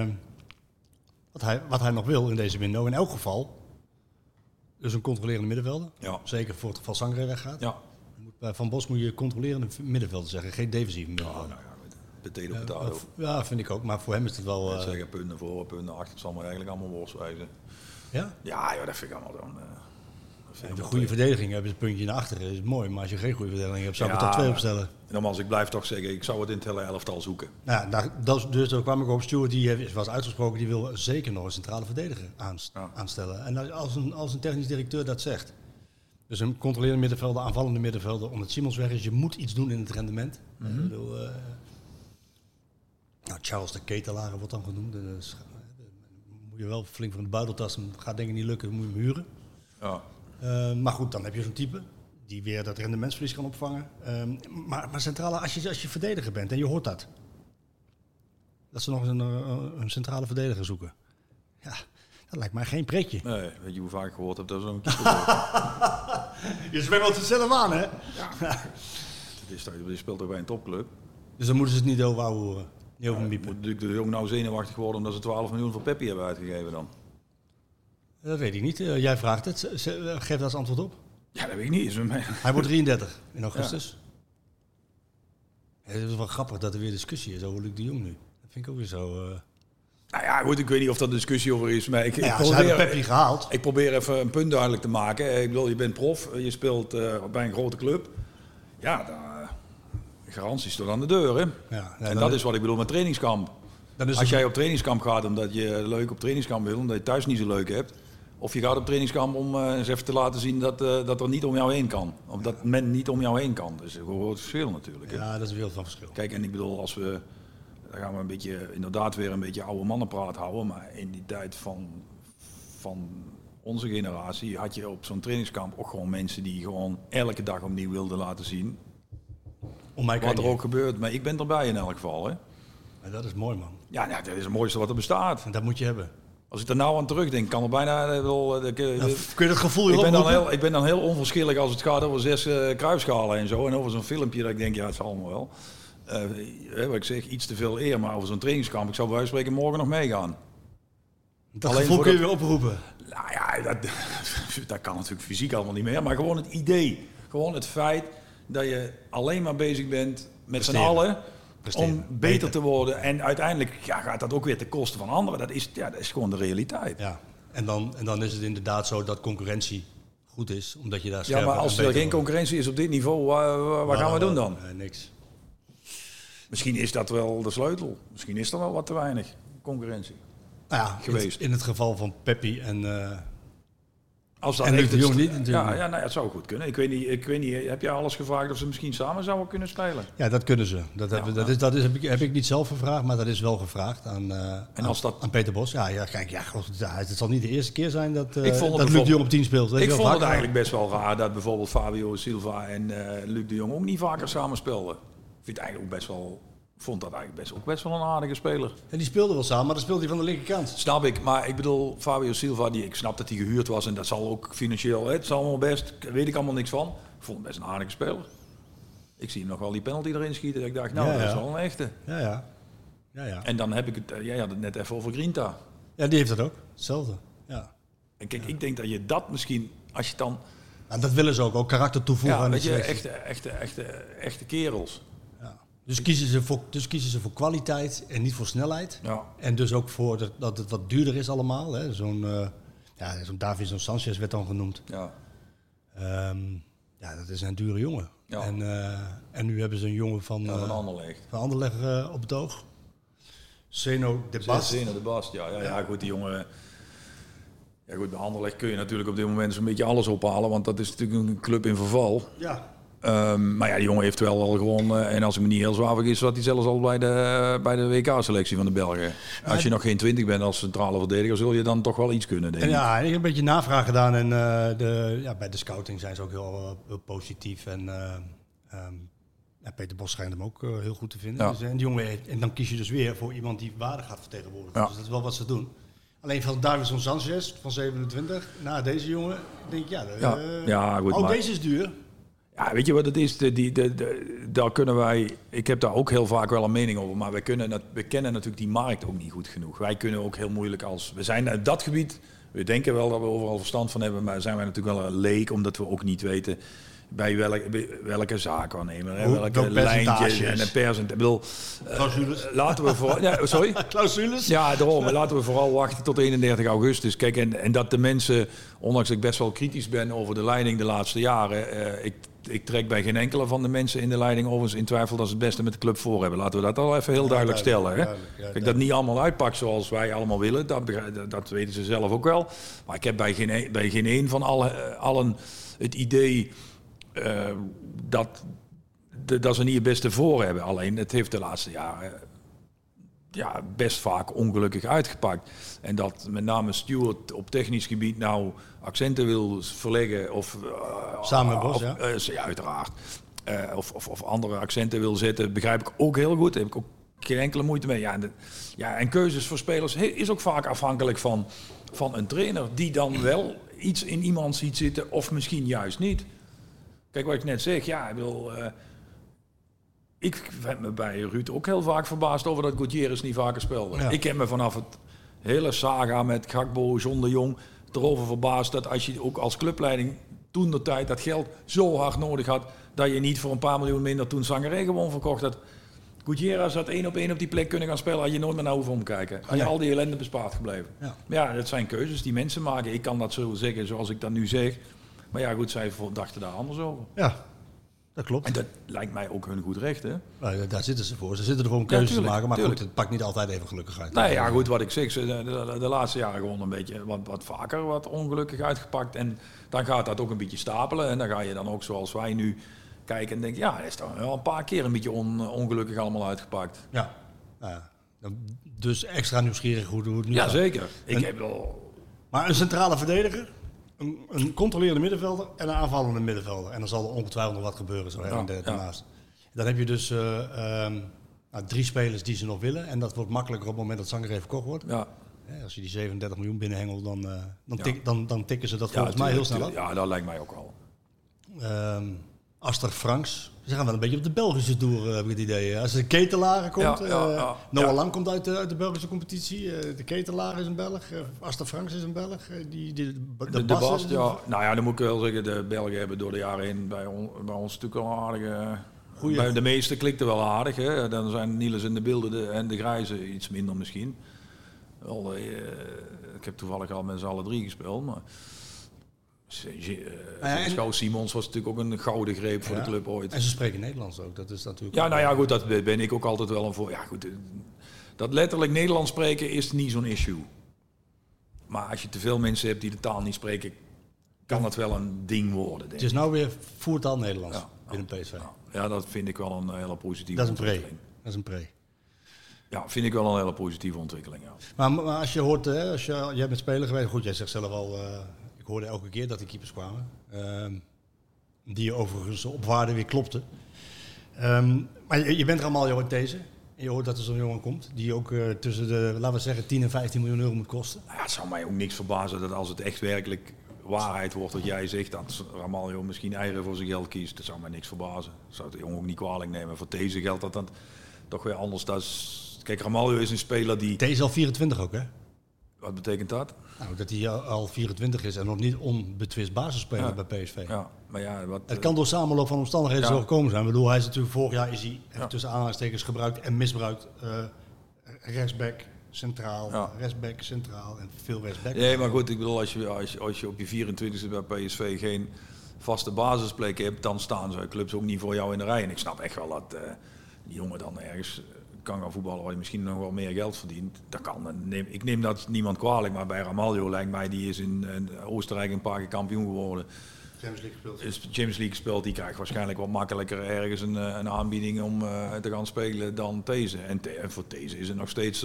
hij nog wil in deze window. In elk geval, dus een controlerende middenvelder. Ja. Zeker voor het geval Sangre weggaat. Ja. Bij Van Bos moet je controlerende middenvelder zeggen, geen defensieve middenvelder. Potato. Ja, vind ik ook. Maar voor hem is het wel... Zeggen punten voor, punten achter. Het zal me eigenlijk allemaal worstwijzen. Ja? Ja, dat vind ik allemaal dan... Een goede verdediging hebben, een puntje naar achteren is mooi. Maar als je geen goede verdediging hebt, zou ik er toch 2 opstellen. Nogmaals, ik blijf toch zeggen, ik zou het in het hele elftal zoeken. Nou, dus daar kwam ik op. Stuart, die was uitgesproken, die wil zeker nog een centrale verdediger aanstellen. En als een technisch directeur dat zegt. Dus een controlerende middenvelder, aanvallende middenvelder, omdat Simons weg is, je moet iets doen in het rendement. Ik bedoel, Charles de Ketelaar wordt dan genoemd. Dus, moet je wel flink van de buideltas, gaat denk ik niet lukken, moet je hem huren. Ja. Maar goed, dan heb je zo'n type die weer dat rendementsverlies kan opvangen. Maar centrale, als je verdediger bent en je hoort dat ze nog een centrale verdediger zoeken. Ja, dat lijkt mij geen pretje. Nee, weet je hoe vaak ik gehoord heb dat zo'n keeper Je zwengelt het zelf aan, hè? Ja. Die speelt toch bij een topclub. Dus dan moeten ze het niet over horen. Niet over miepen. Moet natuurlijk de Jong nou zenuwachtig worden omdat ze 12 miljoen voor Peppi hebben uitgegeven dan? Dat weet ik niet. Jij vraagt het. Geef daar eens antwoord op. Ja, dat weet ik niet. Hij wordt 33 in augustus. Ja. Het is wel grappig dat er weer discussie is over Luc de Jong nu. Dat vind ik ook weer zo... Nou ja, goed, ik weet niet of daar discussie over is. Maar ze hebben Peppi gehaald. Ik probeer even een punt duidelijk te maken. Ik bedoel, je bent prof, je speelt bij een grote club. Ja, de garantie staat aan de deur. Hè? Ja, en dat is wat ik bedoel met trainingskamp. Als jij op trainingskamp gaat omdat je leuk op trainingskamp wil, omdat je thuis niet zo leuk hebt. Of je gaat op trainingskamp om eens even te laten zien dat er niet om jou heen kan. Of dat men niet om jou heen kan. Dat is een groot verschil natuurlijk. Hè? Ja, dat is een wereld van verschil. Kijk, en ik bedoel, dan gaan we een beetje, inderdaad weer een beetje oude mannenpraat houden. Maar in die tijd van onze generatie had je op zo'n trainingskamp ook gewoon mensen die gewoon elke dag opnieuw wilden laten zien. Wat er ook gebeurt. Maar ik ben erbij in elk geval. Hè? Maar dat is mooi, man. Ja, dat is het mooiste wat er bestaat. En dat moet je hebben. Als ik er nou aan terugdenk, kan er bijna... kun je dat gevoel ik ben dan heel onverschillig als het gaat over 6 kruisschalen en zo. En over zo'n filmpje dat ik denk, ja, het zal allemaal wel. Wat ik zeg, iets te veel eer, maar over zo'n trainingskamp. Ik zou bij wijze van spreken morgen nog meegaan. Dat gevoel kun je weer oproepen. Nou ja, dat kan natuurlijk fysiek allemaal niet meer. Maar gewoon het idee. Gewoon het feit dat je alleen maar bezig bent met z'n allen... om beter te worden. En uiteindelijk gaat dat ook weer ten koste van anderen. Dat is gewoon de realiteit. Ja. En dan is het inderdaad zo dat concurrentie goed is. Omdat je daar scherper... Ja, maar als er geen concurrentie is op dit niveau, wat gaan we doen dan? Niks. Misschien is dat wel de sleutel. Misschien is er wel wat te weinig concurrentie geweest. In het geval van Peppi en Luc de Jong niet natuurlijk. Ja, het zou goed kunnen. Ik weet niet, heb jij alles gevraagd of ze misschien samen zouden kunnen spelen? Ja, dat kunnen ze. Dat heb ik niet zelf gevraagd, maar dat is wel gevraagd aan Peter Bos. Ja, kijk, het zal niet de eerste keer zijn dat Luc de Jong op 10 speelt. Ik vond het eigenlijk best wel raar dat bijvoorbeeld Fabio Silva en Luc de Jong ook niet vaker samen speelden. Ik vond dat eigenlijk best wel een aardige speler. En die speelde wel samen, maar dan speelde hij van de linkerkant. Snap ik, maar ik bedoel, Fabio Silva, ik snap dat hij gehuurd was en dat zal ook financieel, het zal allemaal best, weet ik allemaal niks van. Ik vond hem best een aardige speler. Ik zie hem nog wel die penalty erin schieten en ik dacht, dat is wel een echte. Ja. En dan heb ik het, jij had het net even over Grinta. Ja, die heeft dat ook, hetzelfde. Ja. En kijk, ik denk dat je dat misschien, als je dan... En dat willen ze ook karakter toevoegen aan de weet je, selectie. echte kerels. Ja. Dus kiezen ze voor kwaliteit en niet voor snelheid. Ja. En dus ook voor dat het wat duurder is allemaal. Hè. Zo'n Davinson Sanchez werd dan genoemd. Ja. Dat is een dure jongen. Ja. En nu hebben ze een jongen van Anderlecht op het oog. Zeno de Bast. Zeno de Bast, ja, goed, die jongen. Ja, goed, bij Anderlecht kun je natuurlijk op dit moment zo'n beetje alles ophalen, want dat is natuurlijk een club in verval. Ja. Maar ja, die jongen heeft wel al gewoon, en als ik me niet heel zwaar vergis, zat hij zelfs al bij de WK-selectie van de Belgen. Als je nog geen 20 bent als centrale verdediger, zul je dan toch wel iets kunnen, denk ik. Ja, ik heb een beetje navraag gedaan en bij de scouting zijn ze ook heel positief. En Peter Bos schijnt hem ook heel goed te vinden. Ja. Dus, en die jongen, en dan kies je dus weer voor iemand die waarde gaat vertegenwoordigen. Ja. Dus dat is wel wat ze doen. Alleen van Davinson Sanchez van 27 naar deze jongen, denk ik, goed, maar deze is duur. Ja, weet je wat het is? Daar kunnen wij. Ik heb daar ook heel vaak wel een mening over, maar we kennen natuurlijk die markt ook niet goed genoeg. Wij kunnen ook heel moeilijk we zijn uit dat gebied. We denken wel dat we overal verstand van hebben, maar zijn wij natuurlijk wel een leek, omdat we ook niet weten bij welke zaakwaarnemer, welke lijntjes en een percentage. Clausules. Laten we vooral. Sorry? Clausules? Ja, daarom. Laten we vooral wachten tot 31 augustus. Kijk, en dat de mensen, ondanks dat ik best wel kritisch ben over de leiding de laatste jaren, ik trek bij geen enkele van de mensen in de leiding overigens in twijfel dat ze het beste met de club voor hebben. Laten we dat al even heel duidelijk stellen. Hè? Kijk, dat niet allemaal uitpakt zoals wij allemaal willen, dat weten ze zelf ook wel. Maar ik heb bij geen een van allen het idee dat ze niet het beste voor hebben. Alleen, het heeft de laatste jaren best vaak ongelukkig uitgepakt. En dat met name Stuart op technisch gebied nou accenten wil verleggen of samen met Bos, ja, uiteraard. Of andere accenten wil zetten, begrijp ik ook heel goed. Daar heb ik ook geen enkele moeite mee. En keuzes voor spelers is ook vaak afhankelijk van een trainer die dan wel iets in iemand ziet zitten of misschien juist niet. Kijk, wat ik net zeg, ik heb me bij Ruud ook heel vaak verbaasd over dat Gutierrez niet vaker speelde. Ja. Ik heb me vanaf het hele saga met Gakpo, John de Jong erover verbaasd dat als je ook als clubleiding toen de tijd dat geld zo hard nodig had, dat je niet voor een paar miljoen minder toen Sangaré gewoon verkocht had. Gutierrez had 1 op 1 op die plek kunnen gaan spelen, had je nooit meer naar hoeven omkijken. Had je al die ellende bespaard gebleven. Ja. Maar ja, dat zijn keuzes die mensen maken. Ik kan dat zo zeggen zoals ik dat nu zeg. Maar ja, goed, zij dachten daar anders over. Ja, dat klopt. En dat lijkt mij ook hun goed recht, hè? Nou, daar zitten ze voor. Ze zitten er voor om keuzes te maken. Maar goed, het pakt niet altijd even gelukkig uit. Nee, ja, goed, wat ik zeg. De laatste jaren gewoon een beetje wat vaker wat ongelukkig uitgepakt. En dan gaat dat ook een beetje stapelen. En dan ga je dan ook zoals wij nu kijken en denken... Ja, dat is toch wel een paar keer een beetje ongelukkig allemaal uitgepakt. Ja. Dus extra nieuwsgierig hoe het nu gaat. Zeker. Maar een centrale verdediger... Een controlerende middenvelder en een aanvallende middenvelder. En dan zal er ongetwijfeld nog wat gebeuren zo daarnaast. Dan heb je dus 3 spelers die ze nog willen. En dat wordt makkelijker op het moment dat Sangaré verkocht wordt. Ja. Als je die 37 miljoen binnenhengelt, dan tikken ze dat volgens mij heel snel af. Ja, dat lijkt mij ook al. Aster Franks. Ze gaan wel een beetje op de Belgische toer, heb ik het idee. Als de Ketelaar komt, Noah Lang komt uit de Belgische competitie. De Ketelaar is een Belg. Aster Franks is een Belg. De Bast, ja. Nou ja, dan moet ik wel zeggen, de Belgen hebben door de jaren heen bij ons natuurlijk wel aardige... Bij de meeste klikt er wel aardig. Hè. Dan zijn Niels en de Beelden en de Grijze iets minder misschien. Wel, ik heb toevallig al met z'n alle 3 gespeeld, maar... Schouw Simons was natuurlijk ook een gouden greep voor de club ooit. En ze spreken Nederlands ook, dat is natuurlijk... Ja, nou ja, goed, dat ben ik ook altijd wel een voor... Ja, goed, dat letterlijk Nederlands spreken is niet zo'n issue. Maar als je te veel mensen hebt die de taal niet spreken, kan het wel een ding worden, denk ik. Het is nou weer voertaal Nederlands binnen PSV. Ja, dat vind ik wel een hele positieve ontwikkeling. Dat is een pre. Ja, vind ik wel een hele positieve ontwikkeling, ja. Maar als je hoort, jij bent speler geweest, goed, jij zegt zelf al... Ik hoorde elke keer dat die keepers kwamen. Die overigens op waarde weer klopten. Maar je bent er allemaal, je hoort deze. En je hoort dat er zo'n jongen komt. Die ook tussen de, laten we zeggen, 10 en 15 miljoen euro moet kosten. Nou ja, het zou mij ook niks verbazen dat als het echt werkelijk waarheid wordt wat jij zegt. Dat Ramaljo misschien eieren voor zijn geld kiest. Dat zou mij niks verbazen. Dat zou de jongen ook niet kwalijk nemen. Voor deze geldt dat dan toch weer anders. Kijk, Ramaljo is een speler die... Deze al 24 ook, hè? Wat betekent dat? Nou, dat hij al 24 is en nog niet onbetwist basisspeler bij PSV. Ja, maar ja, Het kan door samenloop van omstandigheden zo gekomen zijn. Ik bedoel, hij is natuurlijk vorig jaar tussen aanhalingstekens gebruikt en misbruikt. Rechtsback, centraal, rechtsback, centraal en veel rechtsback. Nee, maar goed, ik bedoel, als je op je 24e bij PSV geen vaste basisplek hebt, dan staan zo'n clubs ook niet voor jou in de rij. En ik snap echt wel dat die jongen dan ergens kan gaan voetballen waar je misschien nog wel meer geld verdient. Dat kan. Ik neem dat niemand kwalijk, maar bij Ramaljo lijkt mij, die is in Oostenrijk een paar keer kampioen geworden. Champions League gespeeld. Die krijgt waarschijnlijk wat makkelijker ergens een aanbieding om te gaan spelen dan These. En voor These is het nog steeds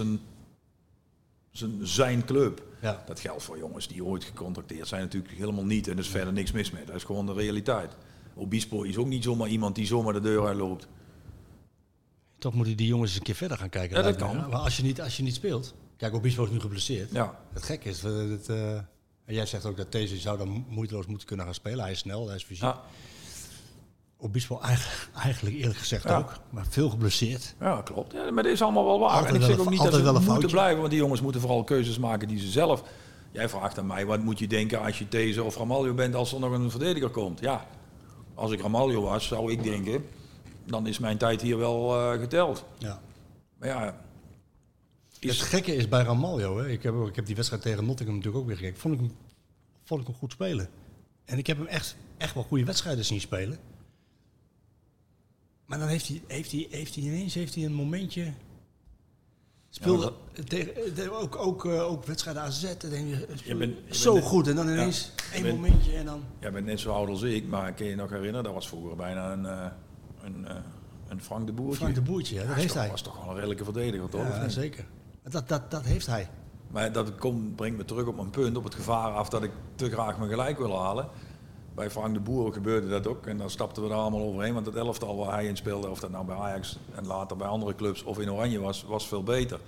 zijn club. Ja. Dat geldt voor jongens die ooit gecontracteerd zijn natuurlijk helemaal niet. En er is verder niks mis mee. Dat is gewoon de realiteit. Obispo is ook niet zomaar iemand die zomaar de deur uitloopt. Toch moeten die jongens eens een keer verder gaan kijken. Ja, dat kan. Maar als je niet speelt... Kijk, Obispo is nu geblesseerd. Ja. Het gekke is... en jij zegt ook dat These zou dan moeiteloos moeten kunnen gaan spelen. Hij is snel, hij is fysiek. Ja. Obispo eigenlijk eerlijk gezegd ook. Maar veel geblesseerd. Ja, klopt. Ja, maar dat is allemaal wel waar. Altijd en ik zeg ook niet dat ze moeten blijven. Want die jongens moeten vooral keuzes maken die ze zelf... Jij vraagt aan mij, wat moet je denken als je These of Ramaljo bent als er nog een verdediger komt? Ja, als ik Ramaljo was, zou ik denken... Dan is mijn tijd hier wel geteld. Ja. Maar ja... Het gekke is bij Ramaljo, hè. Ik heb die wedstrijd tegen Nottingham natuurlijk ook weer gekeken. Vond ik hem goed spelen. En ik heb hem echt wel goede wedstrijden zien spelen. Maar dan heeft hij ineens een momentje... Speelde ook wedstrijden AZ. Je bent zo goed en dan ineens één momentje en dan... Jij bent net zo oud als ik, maar kan je nog herinneren? Dat was vroeger bijna een Frank de Boertje. Frank de Boertje, ja, dat heeft hij. Dat was toch wel een redelijke verdediger, toch? Ja, zeker. Dat heeft hij. Maar dat brengt me terug op mijn punt, op het gevaar af dat ik te graag mijn gelijk wil halen. Bij Frank de Boer gebeurde dat ook en dan stapten we er allemaal overheen. Want het elftal waar hij in speelde, of dat nou bij Ajax en later bij andere clubs of in Oranje was veel beter.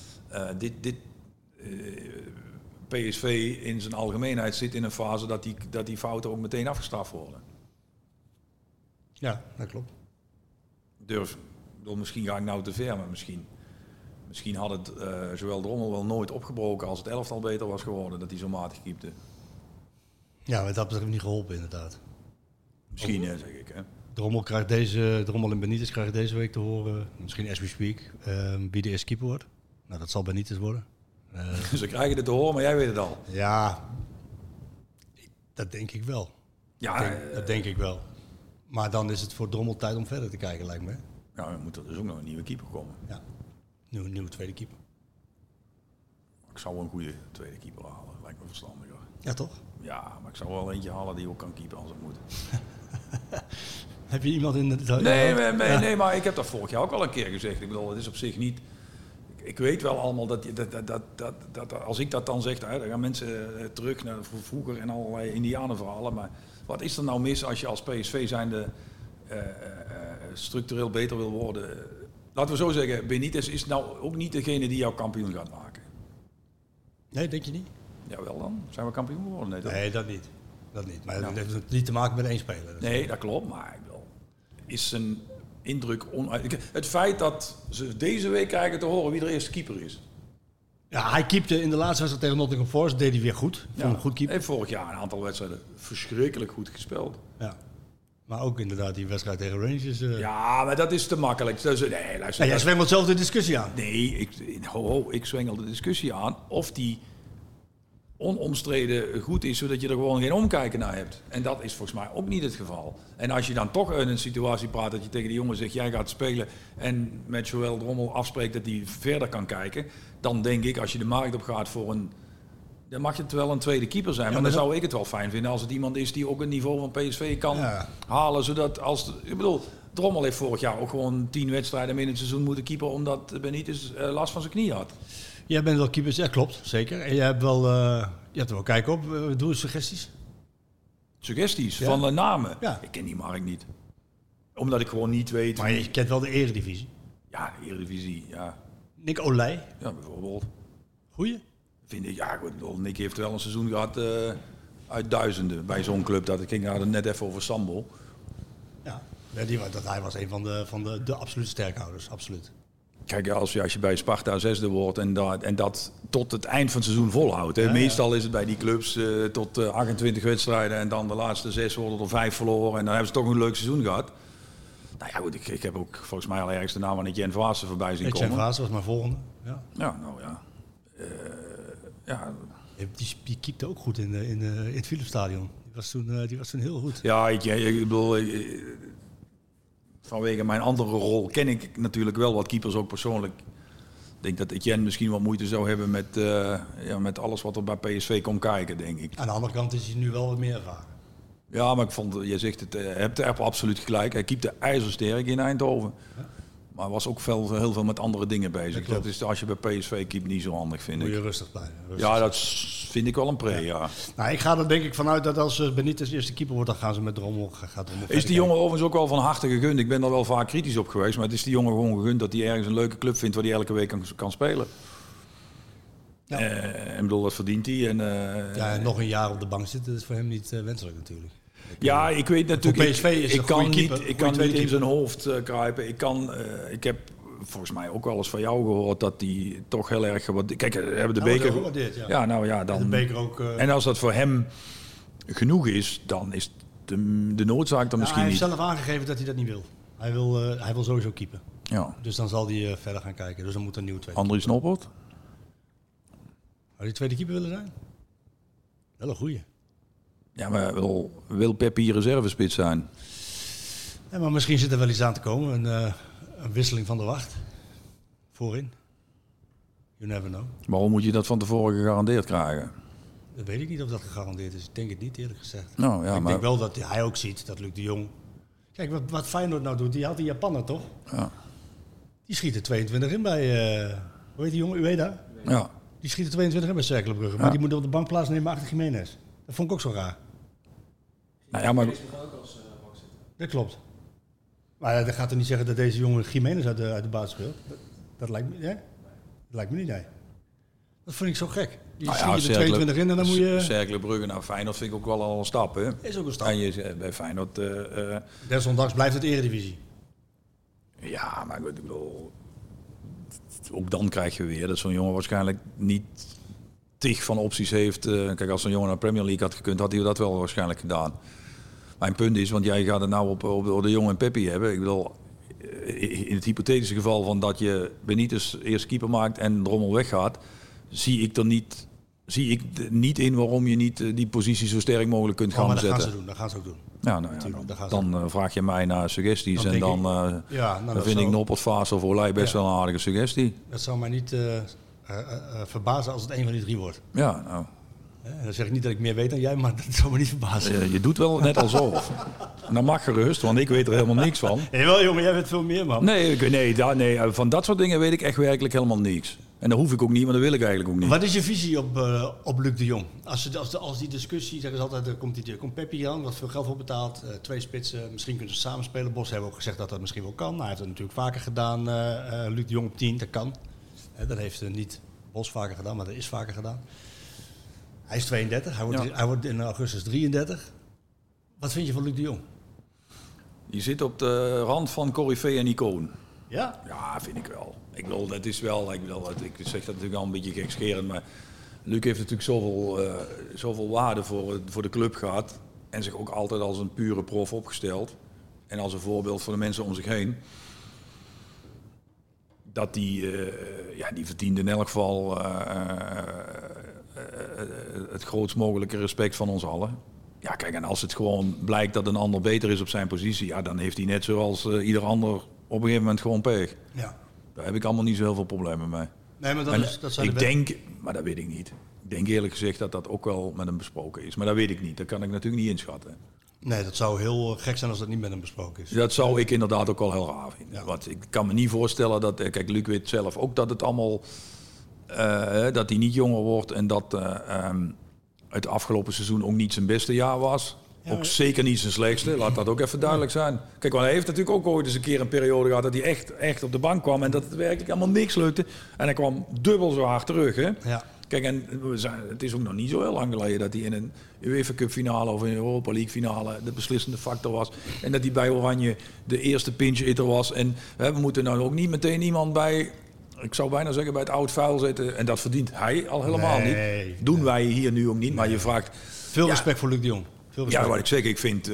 PSV in zijn algemeenheid zit in een fase dat die fouten ook meteen afgestraft worden. Ja, dat klopt. Misschien ga ik nou te ver, maar misschien had het zowel Drommel wel nooit opgebroken als het elftal beter was geworden, dat hij zo matig keepte. Ja, maar dat heeft niet geholpen inderdaad. Misschien, zeg ik. Hè. Drommel en Benitez krijgen deze week te horen, misschien as we speak, wie de eerste keeper wordt. Nou, dat zal Benitez worden. Ze krijgen het te horen, maar jij weet het al. Ja, dat denk ik wel. Ja, dat denk ik wel. Maar dan is het voor Drommel tijd om verder te kijken, lijkt me. Nou, dan moet er dus ook nog een nieuwe keeper komen. Ja, een nieuwe tweede keeper. Ik zou wel een goede tweede keeper halen, lijkt me verstandiger. Ja, toch? Ja, maar ik zou wel eentje halen die ook kan keeper als het moet. Heb je iemand in de... Nee, maar ik heb dat vorig jaar ook al een keer gezegd. Ik bedoel, het is op zich niet... Ik weet wel allemaal dat als ik dat dan zeg, dan gaan mensen terug naar vroeger en allerlei indianenverhalen. Maar wat is er nou mis als je als PSV zijnde structureel beter wil worden? Laten we zo zeggen, Benitez is nou ook niet degene die jou kampioen gaat maken. Nee, denk je niet? Jawel dan. Zijn we kampioen geworden? Nee, dat niet. Maar dat heeft niet te maken met één speler. Nee, dat klopt. Maar is een indruk... Het feit dat ze deze week krijgen te horen wie de eerste keeper is. Ja, hij keepte in de laatste wedstrijd tegen Nottingham Forest, deed hij weer goed. Vond hem goed keeper. Hij heeft vorig jaar een aantal wedstrijden verschrikkelijk goed gespeeld. Ja. Maar ook inderdaad die wedstrijd tegen Rangers. Ja, maar dat is te makkelijk. Nee, luister. Jij zwengelt zelf de discussie aan. Nee, ik zwengel de discussie aan of die onomstreden goed is, zodat je er gewoon geen omkijken naar hebt. En dat is volgens mij ook niet het geval. En als je dan toch in een situatie praat dat je tegen die jongen zegt, jij gaat spelen en met Joël Drommel afspreekt dat hij verder kan kijken, dan denk ik, als je de markt op gaat voor dan mag het wel een tweede keeper zijn. Maar dan zou ik het wel fijn vinden als het iemand is die ook een niveau van PSV kan halen. Zodat ik bedoel, Drommel heeft vorig jaar ook gewoon 10 wedstrijden in het seizoen moeten keeper, omdat Benitez last van zijn knie had. Jij bent wel keeper, ja klopt, zeker. En je hebt er wel kijk op. Doe eens suggesties. Suggesties van de namen? Ja. Ik ken die markt niet. Omdat ik gewoon niet weet... Maar je kent wel de Eredivisie? Ja, de Eredivisie, ja. Nick Olij? Ja, bijvoorbeeld. Goeie? Vind ik, ja goed. Nick heeft wel een seizoen gehad uit duizenden bij zo'n club. Dat ik had het net even over Sambo. Ja, hij was een van de absolute sterkhouders, absoluut. Kijk, als je bij Sparta 6e wordt en dat tot het eind van het seizoen volhoudt. Hè. Ja, Meestal is het bij die clubs tot 28 wedstrijden en dan de laatste 6 worden er 5 verloren. En dan hebben ze toch een leuk seizoen gehad. Nou ja, goed, ik heb ook volgens mij al ergens de naam van Etienne Vaassen voorbij zien komen. Etienne Vaassen was mijn volgende. Ja. Ja, nou ja. Die keepte ook goed in het Philipsstadion. Die was toen heel goed. Ja, ik bedoel, vanwege mijn andere rol ken ik natuurlijk wel wat keepers ook persoonlijk. Ik denk dat Etienne misschien wat moeite zou hebben met alles wat er bij PSV kon kijken, denk ik. Aan de andere kant is hij nu wel wat meer ervaren. Ja, maar ik vond, je zegt het, hebt er absoluut gelijk. Hij keepte ijzersterk in Eindhoven. Ja. Maar was ook heel veel met andere dingen bezig. Dat is als je bij PSV keept niet zo handig, vind ik. Moet je rustig blijven. Ja, dat vind ik wel een pre, ja. Nou, ik ga er denk ik vanuit dat als Benitez eerste keeper wordt, dan gaan ze met Drommel. Is die jongen overigens ook wel van harte gegund? Ik ben er wel vaak kritisch op geweest, maar het is die jongen gewoon gegund dat hij ergens een leuke club vindt waar hij elke week kan spelen. Ja. En bedoel, dat verdient hij. En nog een jaar op de bank zitten, dat is voor hem niet wenselijk natuurlijk. Ja, ik weet natuurlijk. PSV is ik kan niet in zijn keeper. hoofd kruipen. Ik heb volgens mij ook wel eens van jou gehoord dat die toch heel erg gewaardeerd. Kijk, we hebben de beker gewaardeerd. Ja. Ja, nou ja, dan. De beker ook. En als dat voor hem genoeg is, dan is de noodzaak dan misschien niet. Hij heeft zelf aangegeven dat hij dat niet wil. Hij wil sowieso keepen. Ja. Dus dan zal hij verder gaan kijken. Dus dan moet een nieuwe tweede. Andries Noppert? Zou die tweede keeper willen zijn? Wel een goeie. Ja, maar wil Pep hier reservespits zijn? Ja, maar misschien zit er wel iets aan te komen. Een wisseling van de wacht. Voorin. You never know. Waarom moet je dat van tevoren gegarandeerd krijgen? Dat weet ik niet of dat gegarandeerd is. Ik denk het niet, eerlijk gezegd. Nou, ja, ik denk wel dat hij ook ziet dat Luc de Jong... Kijk, wat Feyenoord nou doet. Die had die Japaner, toch? Ja. Die schiet er 22 in bij... hoe heet die jongen? Ueda? Ja. Die schiet er 22 in bij Cerkelenbrugge. Maar die moet op de bank plaatsnemen achter Jiménez. Dat vond ik ook zo raar. Nou ja, maar... Dat klopt. Maar dat gaat er niet zeggen dat deze jongen Jiménez uit de basis speelt. Dat lijkt me, dat lijkt me niet, nee. Dat vind ik zo gek. Die schiet er 22 in en dan moet je... Cerkelenbrugge naar Feyenoord vind ik ook wel al een stap, hè? Is ook een stap. En je bij Feyenoord... Desondanks blijft het Eredivisie. Ja, maar ik bedoel... Ook dan krijg je weer dat zo'n jongen waarschijnlijk niet tig van opties heeft. Kijk, als zo'n jongen naar de Premier League had gekund, had hij dat wel waarschijnlijk gedaan. Mijn punt is, want jij gaat het nou op de jongen en Peppi hebben. Ik bedoel, in het hypothetische geval van dat je Benitez eerst keeper maakt en Drommel weggaat, zie ik niet in waarom je niet die positie zo sterk mogelijk kunt gaan zetten. Dat gaan ze ook doen. Ja, nou ja, dan vraag je mij naar suggesties dan vind ik Noppert, Vaassen of Olij best wel een aardige suggestie. Dat zou mij niet verbazen als het een van die drie wordt. Ja, nou. En dan zeg ik niet dat ik meer weet dan jij, maar dat zou me niet verbazen. Je doet wel net alsof. Dat mag gerust, want ik weet er helemaal niks van. Jawel jongen, jij weet veel meer man. Nee, van dat soort dingen weet ik echt werkelijk helemaal niks. En dat hoef ik ook niet, maar dat wil ik eigenlijk ook niet. Wat is je visie op Luc de Jong? Als die discussie, zeggen ze altijd, komt Peppi aan, wat veel geld voor betaald, 2 spitsen, misschien kunnen ze samen spelen. Bos hebben ook gezegd dat dat misschien wel kan. Hij heeft het natuurlijk vaker gedaan, Luc de Jong op 10, dat kan. Dat heeft niet Bos vaker gedaan, maar dat is vaker gedaan. Hij is 32, hij wordt in augustus 33. Wat vind je van Luc de Jong? Je zit op de rand van coryfee en icoon. Ja? Ja, vind ik wel. Ik bedoel, dat is wel, ik zeg dat natuurlijk al een beetje gekscherend, maar Luc heeft natuurlijk zoveel waarde voor de club gehad en zich ook altijd als een pure prof opgesteld. En als een voorbeeld voor de mensen om zich heen. Dat die verdiende in elk geval het grootst mogelijke respect van ons allen. Ja, kijk, en als het gewoon blijkt dat een ander beter is op zijn positie, ja, dan heeft hij net zoals ieder ander op een gegeven moment gewoon pech. Ja. Daar heb ik allemaal niet zo heel veel problemen mee. Nee, maar dat zijn ik denk, maar dat weet ik niet. Ik denk eerlijk gezegd dat dat ook wel met hem besproken is. Maar dat weet ik niet. Dat kan ik natuurlijk niet inschatten. Nee, dat zou heel gek zijn als dat niet met hem besproken is. Dat zou ik inderdaad ook wel heel raar vinden. Ja. Want ik kan me niet voorstellen dat... Kijk, Luc weet zelf ook dat het allemaal... dat hij niet jonger wordt en dat het afgelopen seizoen ook niet zijn beste jaar was. Ja, ook zeker niet zijn slechtste, laat dat ook even duidelijk zijn. Kijk, want hij heeft natuurlijk ook ooit eens een keer een periode gehad dat hij echt op de bank kwam en dat het werkelijk allemaal niks lukte. En hij kwam dubbel zo hard terug. Hè? Ja. Kijk, en het is ook nog niet zo heel lang geleden dat hij in een UEFA Cup finale of een Europa League finale de beslissende factor was. En dat hij bij Oranje de eerste pinch hitter was. En we moeten nou ook niet meteen iemand bij, ik zou bijna zeggen, bij het oud vuil zetten. En dat verdient hij al helemaal niet. Doen wij hier nu ook niet. Maar je vraagt... Veel respect voor Luc de Jong. Ja, wat ik zeg, ik vind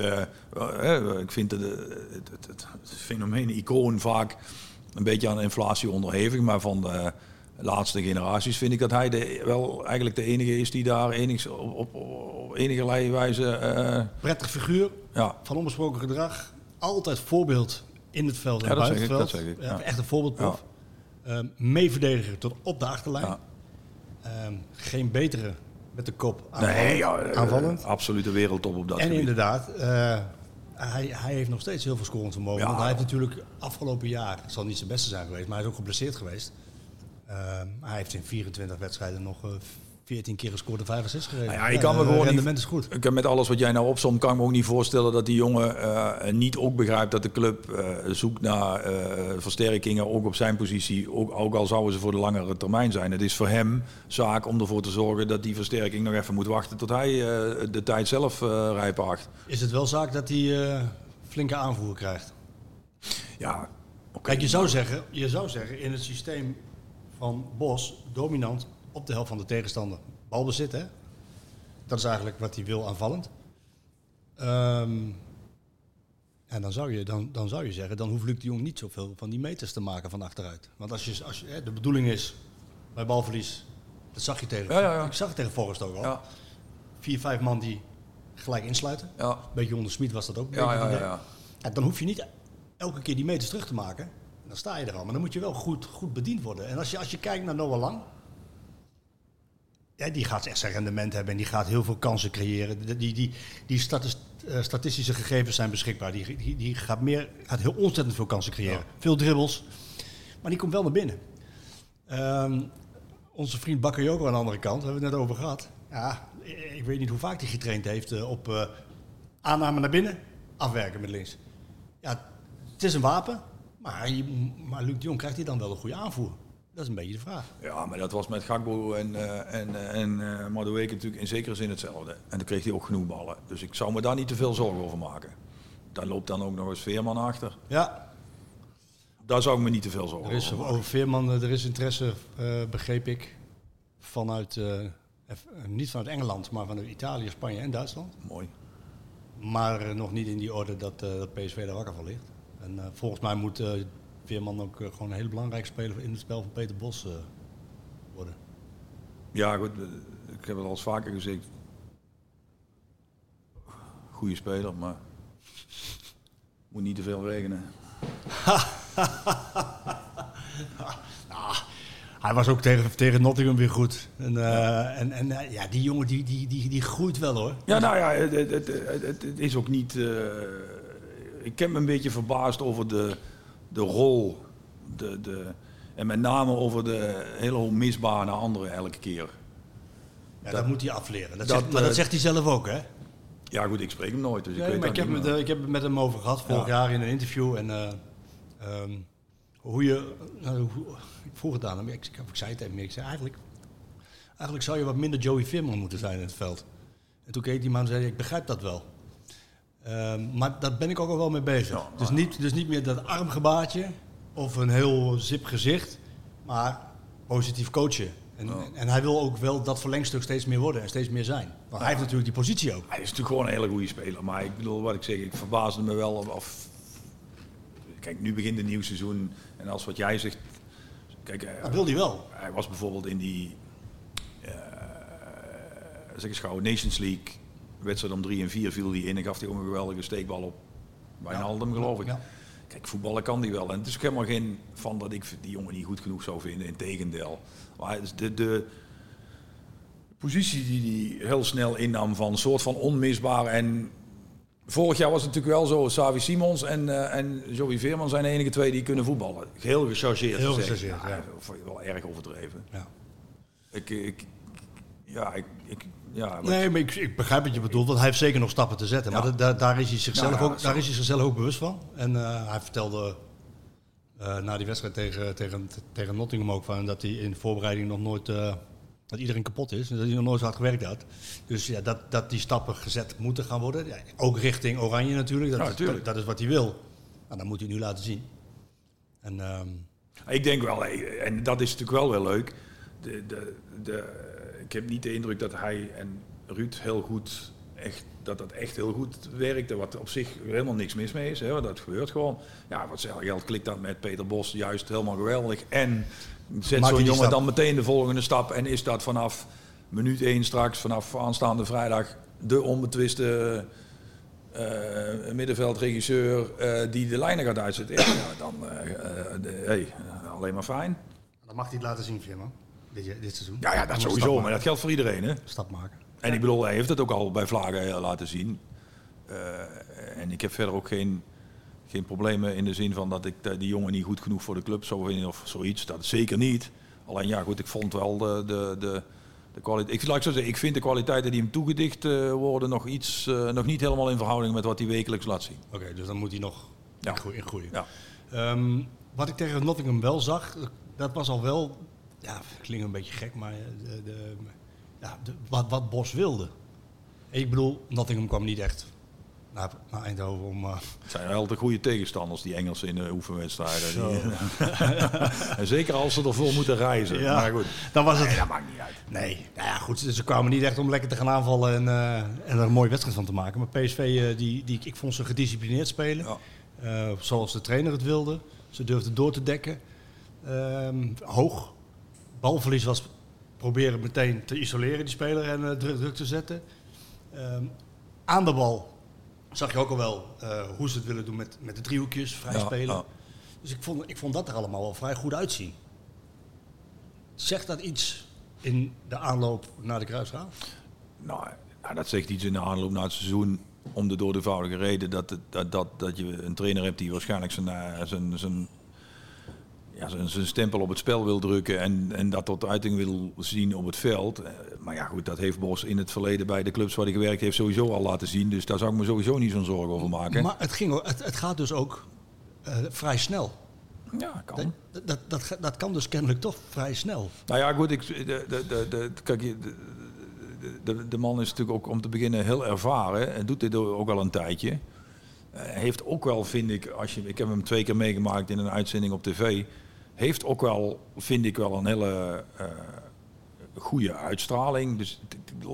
het fenomeen icoon vaak een beetje aan inflatie onderhevig. Maar van de laatste generaties vind ik dat hij wel eigenlijk de enige is die daar op enige wijze... prettig figuur, van onbesproken gedrag. Altijd voorbeeld in het veld en buiten het veld. Dat zeg ik. Ja. Echt een voorbeeldproef. Meeverdediger tot op de achterlijn. Ja. Geen betere met de kop aanvallend. Absolute wereldtop op dat en gebied. inderdaad, hij heeft nog steeds heel veel scorend vermogen. Ja. Want hij heeft natuurlijk afgelopen jaar, het zal niet zijn beste zijn geweest, maar hij is ook geblesseerd geweest. Hij heeft in 24 wedstrijden nog 14 keer gescoord en 5 assists gegeven. Ik kan me gewoon rendement is goed. Met alles wat jij nou opzomt, kan ik me ook niet voorstellen dat die jongen niet ook begrijpt dat de club zoekt naar versterkingen, ook op zijn positie, ook al zouden ze voor de langere termijn zijn. Het is voor hem zaak om ervoor te zorgen dat die versterking nog even moet wachten tot hij de tijd zelf rijp acht. Is het wel zaak dat hij flinke aanvoer krijgt? Ja. Kijk, je zou zeggen in het systeem van Bos, dominant op de helft van de tegenstander. Balbezit, hè? Dat is eigenlijk wat hij wil aanvallend. En dan zou je zeggen, dan hoeft Luc de Jong niet zoveel van die meters te maken van achteruit. Want als je de bedoeling is, bij balverlies, dat zag je tegen... Ik zag het tegen Forrest ook al. Ja. 4-5 man die gelijk insluiten. Ja. Een beetje onder Smit was dat ook. Ja, dan hoef je niet elke keer die meters terug te maken. Dan sta je er al. Maar dan moet je wel goed bediend worden. En als je kijkt naar Noah Lang... Ja, die gaat echt zijn rendement hebben en die gaat heel veel kansen creëren. Die statistische gegevens zijn beschikbaar. Die gaat heel ontzettend veel kansen creëren. Ja. Veel dribbles. Maar die komt wel naar binnen. Onze vriend Bakayoko aan de andere kant, hebben we het net over gehad. Ja, ik weet niet hoe vaak hij getraind heeft op aanname naar binnen, afwerken met links. Ja, het is een wapen, maar Luc de Jong krijgt hij dan wel een goede aanvoer? Dat is een beetje de vraag. Ja, maar dat was met Gakpo en Madueke natuurlijk in zekere zin hetzelfde. En dan kreeg hij ook genoeg ballen. Dus ik zou me daar niet te veel zorgen over maken. Daar loopt dan ook nog eens Veerman achter. Ja. Daar zou ik me niet te veel zorgen over maken. Over Veerman, er is interesse, begreep ik, vanuit, niet vanuit Engeland, maar vanuit Italië, Spanje en Duitsland. Mooi. Maar nog niet in die orde dat PSV daar wakker van ligt. En volgens mij moet... Veerman ook gewoon een hele belangrijke speler in het spel van Peter Bos worden. Ja, goed. Ik heb het al eens vaker gezegd. Goeie speler, maar moet niet te veel regenen. Hij was ook tegen Nottingham weer goed. En die jongen die groeit wel, hoor. Ja, nou ja, het is ook niet... ik heb me een beetje verbaasd over de rol, en met name over de hele hoop misbaren naar anderen elke keer. Ja, dat moet hij afleren. Dat zegt hij zelf ook, hè? Ja, goed, ik spreek hem nooit. Dus ik heb het met hem over gehad vorig jaar in een interview. En ik vroeg het aan hem, ik zei het even meer. Ik zei eigenlijk zou je wat minder Joey Veerman moeten zijn in het veld. En toen keek die man en zei, ik begrijp dat wel. Maar daar ben ik ook al wel mee bezig. Ja, dus niet meer dat armgebaartje of een heel zip gezicht, maar positief coachen. En hij wil ook wel dat verlengstuk steeds meer worden en steeds meer zijn. Want hij heeft natuurlijk die positie ook. Hij is natuurlijk gewoon een hele goede speler. Maar ik bedoel, wat ik zeg, ik verbaasde me wel. Kijk, nu begint een nieuw seizoen. En als wat jij zegt... Kijk, dat wil hij wel. Hij was bijvoorbeeld in die... zeg eens gauw, Nations League... wedstrijd om 3 en 4 viel hij in en gaf hij ook een geweldige steekbal op Wijnaldum, geloof ik. Ja. Kijk, voetballen kan die wel. En het is ook helemaal geen van dat ik die jongen niet goed genoeg zou vinden. Integendeel. Maar de positie die hij heel snel innam van een soort van onmisbaar. En vorig jaar was het natuurlijk wel zo. Xavi Simons en Joey Veerman zijn de enige twee die kunnen voetballen. Heel gechargeerd. Heel gechargeerd, ja. Wel erg overdreven. Ja. Nee, maar ik begrijp wat je bedoelt, want hij heeft zeker nog stappen te zetten. Ja. Maar daar is hij zichzelf ook bewust van. En hij vertelde na die wedstrijd tegen Nottingham ook van dat hij in de voorbereiding nog nooit Dat iedereen kapot is. Dat hij nog nooit zo hard gewerkt had. Dus ja, dat die stappen gezet moeten gaan worden. Ja, ook richting Oranje natuurlijk. Dat is wat hij wil. Nou, dat moet hij nu laten zien. En, ik denk wel, en dat is natuurlijk wel weer leuk. Ik heb niet de indruk dat hij en Ruud heel goed... Dat echt heel goed werkte, wat op zich helemaal niks mis mee is. Hè? Dat gebeurt gewoon. Ja, wat zeg geld klikt dat met Peter Bos juist helemaal geweldig. En zet zo'n jongen dan meteen de volgende stap. En is dat vanaf minuut 1 straks, vanaf aanstaande vrijdag... de onbetwiste middenveldregisseur die de lijnen gaat uitzetten. Ja, dan alleen maar fijn. Dan mag hij het laten zien, Veerman, dit seizoen. Ja, dat sowieso, maar dat geldt voor iedereen. Hè? Stap maken. En ik bedoel, hij heeft het ook al bij Vlagen laten zien. En ik heb verder ook geen problemen in de zin van dat ik die jongen niet goed genoeg voor de club zou vinden of zoiets. Dat zeker niet. Alleen ja, goed, ik vond wel de kwaliteit. Ik vind de kwaliteiten die hem toegedicht worden nog niet helemaal in verhouding met wat hij wekelijks laat zien. Oké, dus dan moet hij nog in groeien. Ja. Wat ik tegen Nottingham wel zag, dat was al wel, ja, klinkt een beetje gek, maar wat Bos wilde. Ik bedoel, Nottingham kwam niet echt naar Eindhoven om... Het zijn wel de goede tegenstanders, die Engelsen in de oefenwedstrijden. En zeker als ze ervoor moeten reizen. Ja, maar goed, dan was het... dat maakt niet uit. Nee, nou ja, goed, ze kwamen niet echt om lekker te gaan aanvallen en er een mooie wedstrijd van te maken. Maar PSV, ik vond ze gedisciplineerd spelen. Ja. Zoals de trainer het wilde. Ze durfden door te dekken. Hoog. Balverlies was... proberen meteen te isoleren, die speler, en druk te zetten. Aan de bal zag je ook al wel hoe ze het willen doen met de driehoekjes, vrij spelen. Ja. Dus ik vond dat er allemaal wel vrij goed uitzien. Zegt dat iets in de aanloop naar de Kruisschaal? Nou, dat zegt iets in de aanloop naar het seizoen. Om de doodeenvoudige reden dat je een trainer hebt die waarschijnlijk zijn stempel op het spel wil drukken en dat tot uiting wil zien op het veld. Maar ja, goed, dat heeft Bos in het verleden bij de clubs waar hij gewerkt heeft sowieso al laten zien. Dus daar zou ik me sowieso niet zo'n zorgen over maken. Maar het gaat dus ook vrij snel. Ja, kan. Dat kan dus kennelijk toch vrij snel. Nou ja, goed, de man is natuurlijk ook om te beginnen heel ervaren en doet dit ook al een tijdje. Heeft ook wel, vind ik, ik heb hem 2 keer meegemaakt in een uitzending op tv, heeft ook wel, vind ik wel, een hele goede uitstraling. Dus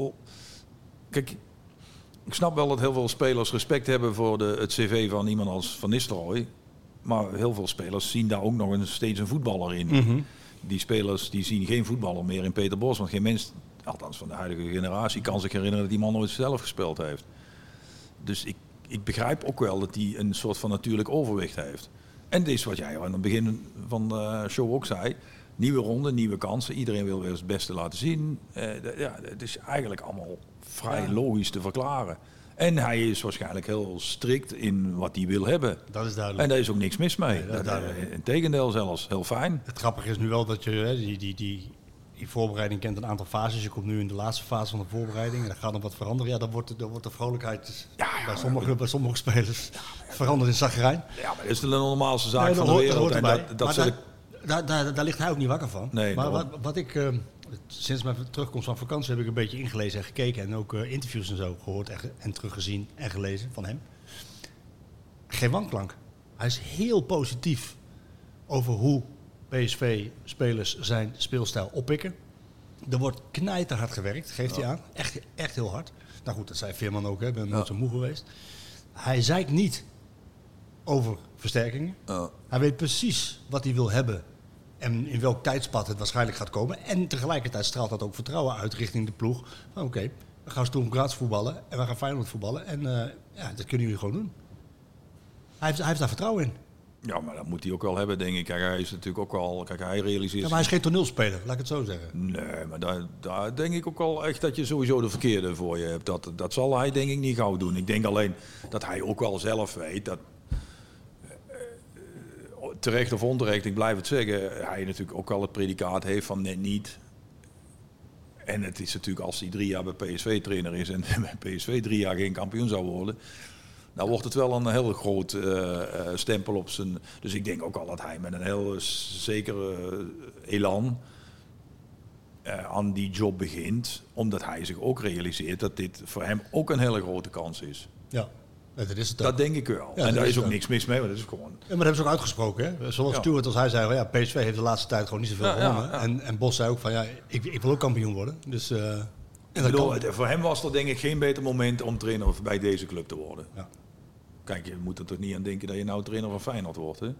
kijk, ik snap wel dat heel veel spelers respect hebben voor het cv van iemand als Van Nistelrooy. Maar heel veel spelers zien daar ook nog steeds een voetballer in. Mm-hmm. Die spelers die zien geen voetballer meer in Peter Bos. Want geen mens, althans van de huidige generatie, kan zich herinneren dat die man nooit zelf gespeeld heeft. Dus ik begrijp ook wel dat hij een soort van natuurlijk overwicht heeft. En dit is wat jij aan het begin van de show ook zei. Nieuwe ronde, nieuwe kansen. Iedereen wil weer het beste laten zien. Het is eigenlijk allemaal vrij logisch te verklaren. En hij is waarschijnlijk heel strikt in wat hij wil hebben. Dat is duidelijk. En daar is ook niks mis mee. Integendeel zelfs, heel fijn. Het grappige is nu wel dat je die voorbereiding kent een aantal fases. Je komt nu in de laatste fase van de voorbereiding en dan gaat er wat veranderen. Ja, dan wordt de vrolijkheid bij sommige spelers veranderd in zagrijn. Ja, maar dat is de normaalste zaak van de wereld. Daar ligt hij ook niet wakker van. Nee, maar wat ik... sinds mijn terugkomst van vakantie heb ik een beetje ingelezen en gekeken. En ook interviews en zo gehoord en teruggezien en gelezen van hem. Geen wanklank. Hij is heel positief over hoe PSV-spelers zijn speelstijl oppikken. Er wordt knijterhard gewerkt, geeft hij aan. Echt heel hard. Nou goed, dat zei Veerman ook, hè. Ik ben nooit zo moe geweest. Hij zeikt niet over versterkingen. Hij weet precies wat hij wil hebben. En in welk tijdspad het waarschijnlijk gaat komen. En tegelijkertijd straalt dat ook vertrouwen uit richting de ploeg. Van oké, we gaan Sturm Graz voetballen. En we gaan Feyenoord voetballen. En dat kunnen jullie gewoon doen. Hij heeft daar vertrouwen in. Ja, maar dat moet hij ook wel hebben, denk ik. Kijk, hij is natuurlijk ook al... Kijk, hij realiseert... Ja, maar hij is geen toneelspeler, laat ik het zo zeggen. Nee, maar daar denk ik ook wel echt dat je sowieso de verkeerde voor je hebt. Dat zal hij denk ik niet gauw doen. Ik denk alleen dat hij ook wel zelf weet dat... terecht of onterecht, ik blijf het zeggen, hij natuurlijk ook wel het predicaat heeft van net niet. En het is natuurlijk als hij 3 jaar bij PSV trainer is en bij PSV 3 jaar geen kampioen zou worden, dan wordt het wel een heel groot stempel op zijn... Dus ik denk ook al dat hij met een heel zekere elan aan die job begint. Omdat hij zich ook realiseert dat dit voor hem ook een hele grote kans is. Ja. Dat is het ook. Dat denk ik wel. Ja, en daar is ook het niks mis mee, maar dat is gewoon... Ja, maar dat hebben ze ook uitgesproken. Hè? Zoals Stuart als hij zei, PSV heeft de laatste tijd gewoon niet zoveel gewonnen. Ja. En Bos zei ook van, ik wil ook kampioen worden. Dus, voor hem was er denk ik geen beter moment om trainer bij deze club te worden. Ja. Kijk, je moet er toch niet aan denken dat je nou trainer van Feyenoord wordt, hè?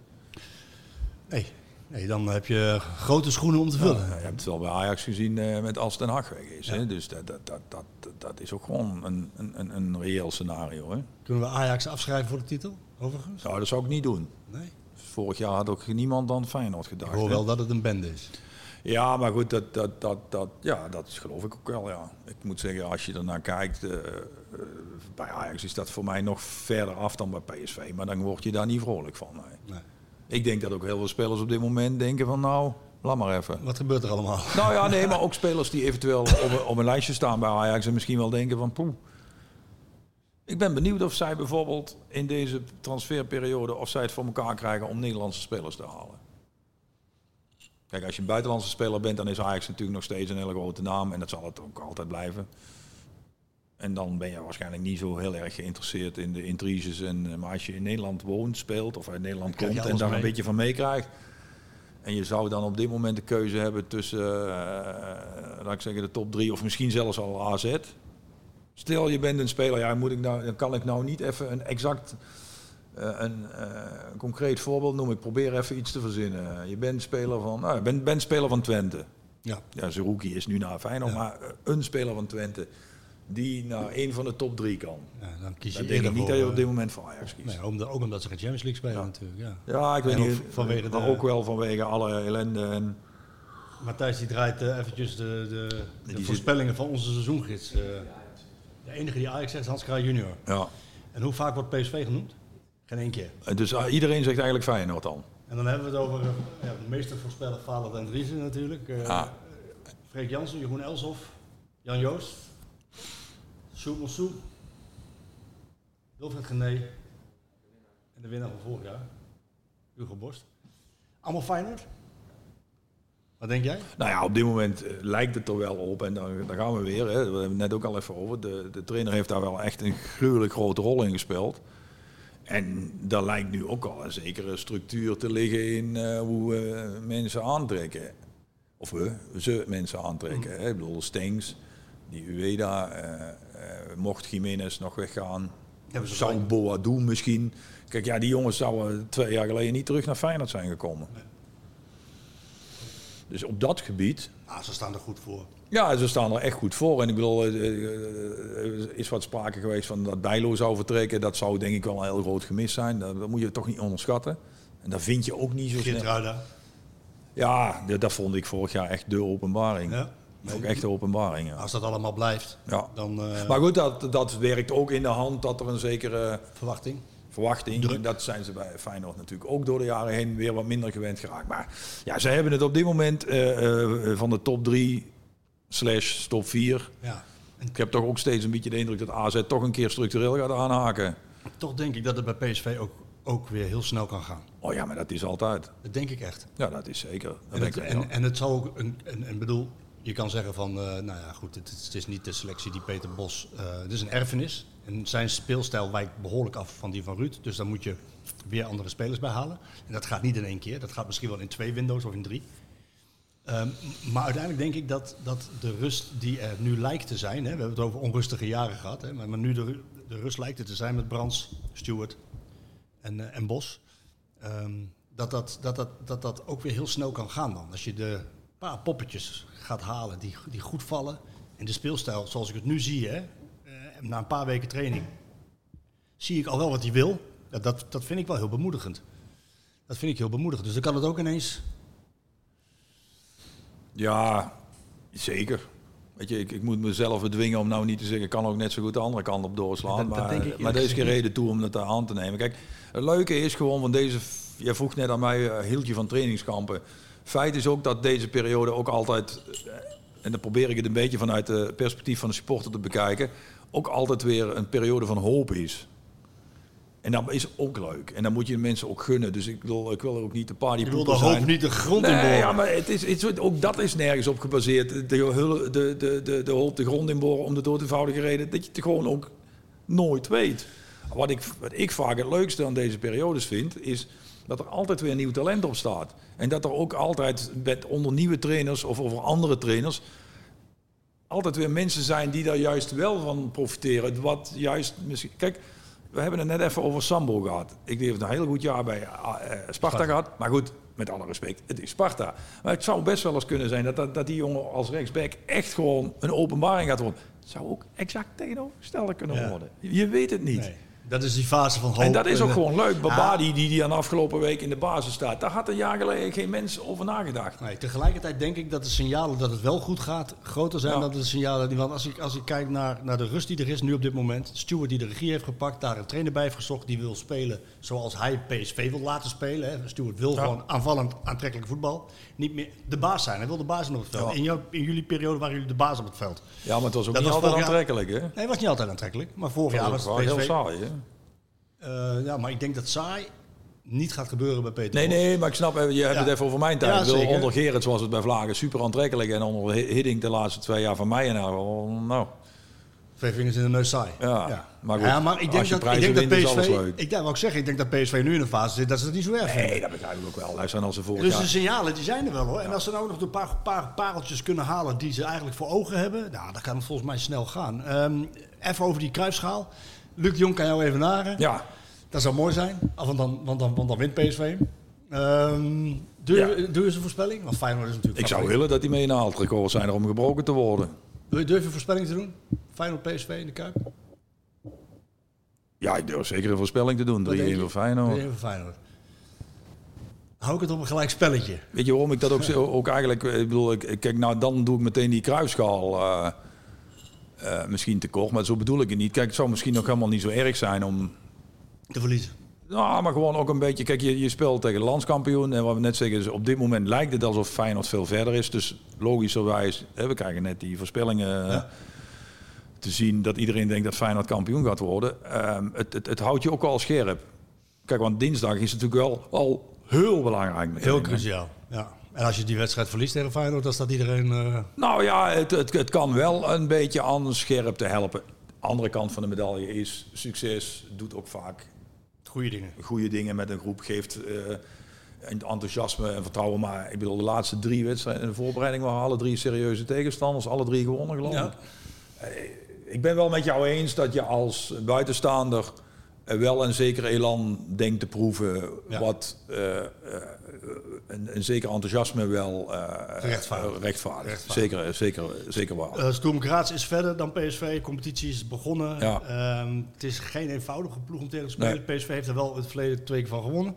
Nee, dan heb je grote schoenen om te vullen. Ja, je hebt het wel bij Ajax gezien met als Den Haag weg is. Ja. Hè? Dus dat is ook gewoon een reëel scenario. Hè? Kunnen we Ajax afschrijven voor de titel, overigens? Nou, dat zou ik niet doen. Nee. Vorig jaar had ook niemand aan Feyenoord gedacht. Ik hoor wel dat het een bende is. Ja, maar goed, dat geloof ik ook wel, ja. Ik moet zeggen, als je ernaar kijkt... bij Ajax is dat voor mij nog verder af dan bij PSV. Maar dan word je daar niet vrolijk van. Nee. Ik denk dat ook heel veel spelers op dit moment denken van... nou, laat maar even. Wat gebeurt er allemaal? Nou ja, nee, maar ook spelers die eventueel op een lijstje staan bij Ajax... en misschien wel denken van... poeh. Ik ben benieuwd of zij bijvoorbeeld in deze transferperiode... of zij het voor elkaar krijgen om Nederlandse spelers te halen. Kijk, als je een buitenlandse speler bent... dan is Ajax natuurlijk nog steeds een hele grote naam... en dat zal het ook altijd blijven. En dan ben je waarschijnlijk niet zo heel erg geïnteresseerd in de intriges. Maar als je in Nederland woont, speelt of uit Nederland komt en daar een beetje van meekrijgt. En je zou dan op dit moment de keuze hebben tussen, laat ik zeggen, de top 3 of misschien zelfs al AZ. Stel, je bent een speler, dan kan ik nou niet even een exact, een concreet voorbeeld noemen. Ik probeer even iets te verzinnen. Je bent speler van, bent speler van Twente. Ja, Zerouki is nu naar Feyenoord, maar een speler van Twente. Die naar een van de top 3 kan. Ja, dan kies je denk ik niet dat je op dit moment voor Ajax kiest. Nee, ook omdat ze geen Champions League spelen natuurlijk. Ja, ik weet niet. Maar ook wel vanwege alle ellende. En... Matthijs die draait eventjes de voorspellingen van onze seizoengids. De enige die Ajax zegt is Hans Kraaij junior. Ja. En hoe vaak wordt PSV genoemd? Geen één keer. Dus iedereen zegt eigenlijk Feyenoord dan. En dan hebben we het over de meeste voorspellers Valert en Driessen natuurlijk. Freek Jansen, Jeroen Elshoff, Jan Joost. Sjoerd Mossou, Wilfred Gené en de winnaar van vorig jaar, Hugo Borst. Allemaal Feyenoord? Wat denk jij? Nou ja, op dit moment lijkt het er wel op en dan gaan we weer. Hè. We hebben het net ook al even over. De trainer heeft daar wel echt een gruwelijk grote rol in gespeeld. En daar lijkt nu ook al een zekere structuur te liggen in hoe mensen aantrekken. Of ze mensen aantrekken. Hè. Ik bedoel, Stengs, die Ueda, mocht Jiménez nog weggaan. Zou Boadou misschien. Kijk, ja, die jongens zouden 2 jaar geleden niet terug naar Feyenoord zijn gekomen. Nee. Dus op dat gebied... ze staan er goed voor. Ja, ze staan er echt goed voor. En ik bedoel, er is wat sprake geweest van dat Bijlo zou vertrekken. Dat zou denk ik wel een heel groot gemis zijn. Dat moet je toch niet onderschatten. En dat vind je ook niet zo snel. Ja, dat vond ik vorig jaar echt de openbaring. Ja. Ook echt de openbaring. Ja. Als dat allemaal blijft, dan... Maar goed, dat werkt ook in de hand dat er een zekere... Verwachting. En dat zijn ze bij Feyenoord natuurlijk ook door de jaren heen weer wat minder gewend geraakt. Maar ja, ze hebben het op dit moment van de top 3/top 4. Ja. Ik heb toch ook steeds een beetje de indruk dat AZ toch een keer structureel gaat aanhaken. Toch denk ik dat het bij PSV ook weer heel snel kan gaan. Oh ja, maar dat is altijd. Dat denk ik echt. Ja, dat is zeker. En het zal ook een bedoel... Je kan zeggen van, nou ja, goed, het is niet de selectie die Peter Bos... het is een erfenis. En zijn speelstijl wijkt behoorlijk af van die van Ruud. Dus daar moet je weer andere spelers bij halen. En dat gaat niet in 1 keer. Dat gaat misschien wel in 2 windows of in 3. Maar uiteindelijk denk ik dat de rust die er nu lijkt te zijn... Hè, we hebben het over onrustige jaren gehad. Hè, maar nu de rust lijkt er te zijn met Brands, Stuart en Bos. Dat ook weer heel snel kan gaan dan. Als je de paar poppetjes gaat halen die goed vallen. En de speelstijl zoals ik het nu zie, hè, na een paar weken training, zie ik al wel wat hij wil. Dat vind ik wel heel bemoedigend. Dat vind ik heel bemoedigend. Dus dan kan het ook ineens... Ja, zeker. Weet je, ik moet mezelf bedwingen om nou niet te zeggen... ik kan ook net zo goed de andere kant op doorslaan. Maar er is geen reden toe om dat aan te nemen. Kijk, het leuke is gewoon van deze... Jij vroeg net aan mij, hield je van trainingskampen... Feit is ook dat deze periode ook altijd, en dan probeer ik het een beetje vanuit het perspectief van de supporter te bekijken, ook altijd weer een periode van hoop is. En dat is ook leuk. En dan moet je de mensen ook gunnen. Dus ik wil ook niet de partypoeper zijn. Je wil de hoop niet de grond inboren. Ja, maar ook dat is nergens op gebaseerd. De hoop de grond inboren om de dood eenvoudige reden dat je het gewoon ook nooit weet. Wat ik vaak het leukste aan deze periodes vind, is dat er altijd weer nieuw talent op staat. En dat er ook altijd onder nieuwe trainers of over andere trainers altijd weer mensen zijn die daar juist wel van profiteren. Wat juist misschien... Kijk, we hebben het net even over Sambo gehad. Ik heb een heel goed jaar bij Sparta gehad. Maar goed, met alle respect, het is Sparta. Maar het zou best wel eens kunnen zijn dat die jongen als rechtsback echt gewoon een openbaring gaat worden. Het zou ook exact tegenovergesteld kunnen worden. Je weet het niet. Nee. Dat is die fase van hoop. En dat is ook gewoon leuk. Babadi, die aan de afgelopen week in de basis staat. Daar had een jaar geleden geen mens over nagedacht. Nee, tegelijkertijd denk ik dat de signalen dat het wel goed gaat groter zijn dan de signalen. Want als ik kijk naar de rust die er is nu op dit moment. Stuart die de regie heeft gepakt, daar een trainer bij heeft gezocht. Die wil spelen zoals hij PSV wil laten spelen. Hè. Stuart wil gewoon aanvallend aantrekkelijk voetbal. Niet meer de baas zijn. Hij wil de baas zijn op het veld. Ja. In jullie periode waren jullie de baas op het veld. Ja, maar het was ook niet altijd aantrekkelijk, hè? Nee, het was niet altijd aantrekkelijk. Maar vorig jaar was het PSV... heel saai, hè? Ja, maar ik denk dat saai niet gaat gebeuren bij Peter. Nee, maar ik snap, je hebt het even over mijn tijd. Ja, onder Gerrits was het bij Vlagen super aantrekkelijk. En onder Hiddink de laatste 2 jaar van mij. En nou... 2 vingers in de neus saai. Ja. Maar goed, maar ik denk dat PSV... Ik denk dat PSV nu in een fase zit dat ze het niet zo erg vinden. Nee, dat begrijp ik ook wel. Luister als ze vorig dus jaar... de signalen die zijn er wel hoor. En als ze nou nog een paar pareltjes kunnen halen die ze eigenlijk voor ogen hebben, nou, dan kan het volgens mij snel gaan. Even over die Cruijffschaal. Luc de Jong kan jou even naren. Ja. Dat zou mooi zijn, want dan wint PSV. Doe je een voorspelling? Want Feyenoord is natuurlijk... Ik zou willen dat die mee inhaalt. Records zijn er om gebroken te worden. Durf je een voorspelling te doen? Feyenoord PSV in de Kuip? Ja, ik durf zeker een voorspelling te doen. 3-1 voor Feyenoord. 3-1 voor Feyenoord. Hou ik het op een gelijk spelletje. Weet je waarom ik dat ook eigenlijk... Ik bedoel, kijk, nou dan doe ik meteen die Cruijffschaal... misschien te kort, maar zo bedoel ik het niet. Kijk, het zou misschien nog helemaal niet zo erg zijn om... te verliezen. Nou, maar gewoon ook een beetje... Kijk, je speelt tegen de landskampioen. En wat we net zeggen, is op dit moment lijkt het alsof Feyenoord veel verder is. Dus logischerwijs, we krijgen net die voorspellingen te zien... dat iedereen denkt dat Feyenoord kampioen gaat worden. Het houdt je ook al scherp. Kijk, want dinsdag is natuurlijk wel al heel belangrijk. Heel cruciaal, ja. En als je die wedstrijd verliest tegen Feyenoord, dan staat iedereen... Nou ja, het kan wel een beetje aan scherp te helpen. Andere kant van de medaille is... succes doet ook vaak... Goede dingen met een groep. Geeft enthousiasme en vertrouwen. Maar ik bedoel, de laatste 3 wedstrijden in de voorbereiding... waren alle 3 serieuze tegenstanders. Alle 3 gewonnen, geloof ik. Ik ben wel met jou eens dat je als buitenstaander... wel een zeker elan denkt te proeven... wat... een zeker enthousiasme wel rechtvaardig. Zeker waar. Sturm Graz is verder dan PSV. Competitie is begonnen. Ja. Het is geen eenvoudige ploeg om tegen te spelen. Nee. PSV heeft er wel het verleden 2 keer van gewonnen.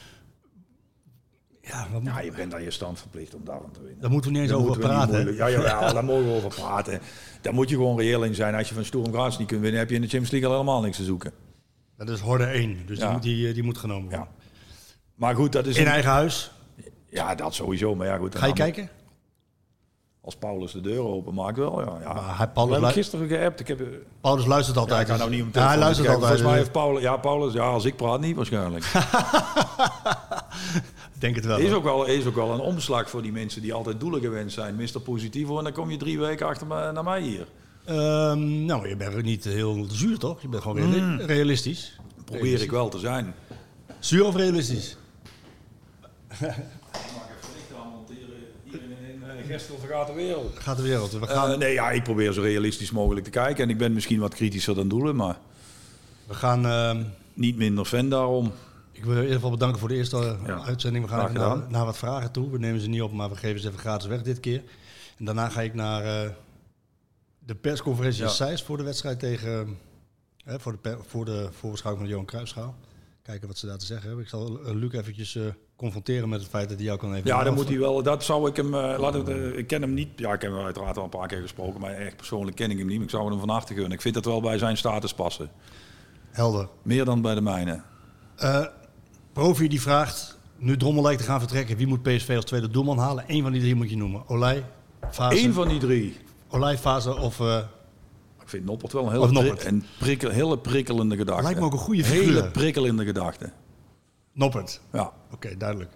Ja, je bent aan je stand verplicht om daarvan te winnen. Daar moeten we niet eens over praten. Daar mogen we over praten. Daar moet je gewoon reëel in zijn. Als je van Sturm Graz niet kunt winnen, heb je in de Champions League al helemaal niks te zoeken. Dat is horde 1. Dus die moet genomen worden. Ja. Maar goed, dat is... In eigen huis? Ja, dat sowieso. Maar ja, goed. Ga je kijken? Als Paulus de deur openmaakt wel, ja. Maar Paulus heb gisteren geappt. Paulus luistert altijd. Ik ga nou niet om hij luistert altijd. Volgens mij heeft Paulus... als ik praat niet waarschijnlijk. Denk het wel. Is ook wel een omslag voor die mensen die altijd doelen gewend zijn. Mr. Positivo en dan kom je 3 weken achter naar mij hier. Nou, je bent niet heel zuur, toch? Je bent gewoon realistisch. Probeer ik wel te zijn. Zuur of realistisch? Ik maak even licht aan monteren hier in Gestel vergaat de wereld. Gaat de wereld. We gaan... ik probeer zo realistisch mogelijk te kijken. En ik ben misschien wat kritischer dan doelen, maar... We gaan... niet minder fan daarom. Ik wil in ieder geval bedanken voor de eerste uitzending. We gaan even naar wat vragen toe. We nemen ze niet op, maar we geven ze even gratis weg dit keer. En daarna ga ik naar de persconferentie in Zeist voor de wedstrijd tegen... voor de voorbeschouwing van de Johan Cruijffschaal. Kijken wat ze daar te zeggen hebben. Ik zal Luc eventjes confronteren met het feit dat hij jou kan even... Ja, dan moet hij wel... Dat zou ik hem... ik ken hem niet... Ja, ik heb hem uiteraard al een paar keer gesproken. Maar echt persoonlijk ken ik hem niet. Maar ik zou hem van harte gunnen. Ik vind dat wel bij zijn status passen. Helder. Meer dan bij de mijne. Profi die vraagt... Nu Drommel lijkt te gaan vertrekken. Wie moet PSV als tweede doelman halen? 1 van die 3 moet je noemen. Olij, Fase... 1 van die 3? Olij, Fase of... Ik vind Noppert wel een hele prikkelende gedachte. Lijkt me ook een goede figuur. Hele prikkelende gedachte. Noppert. Ja. Oké, duidelijk.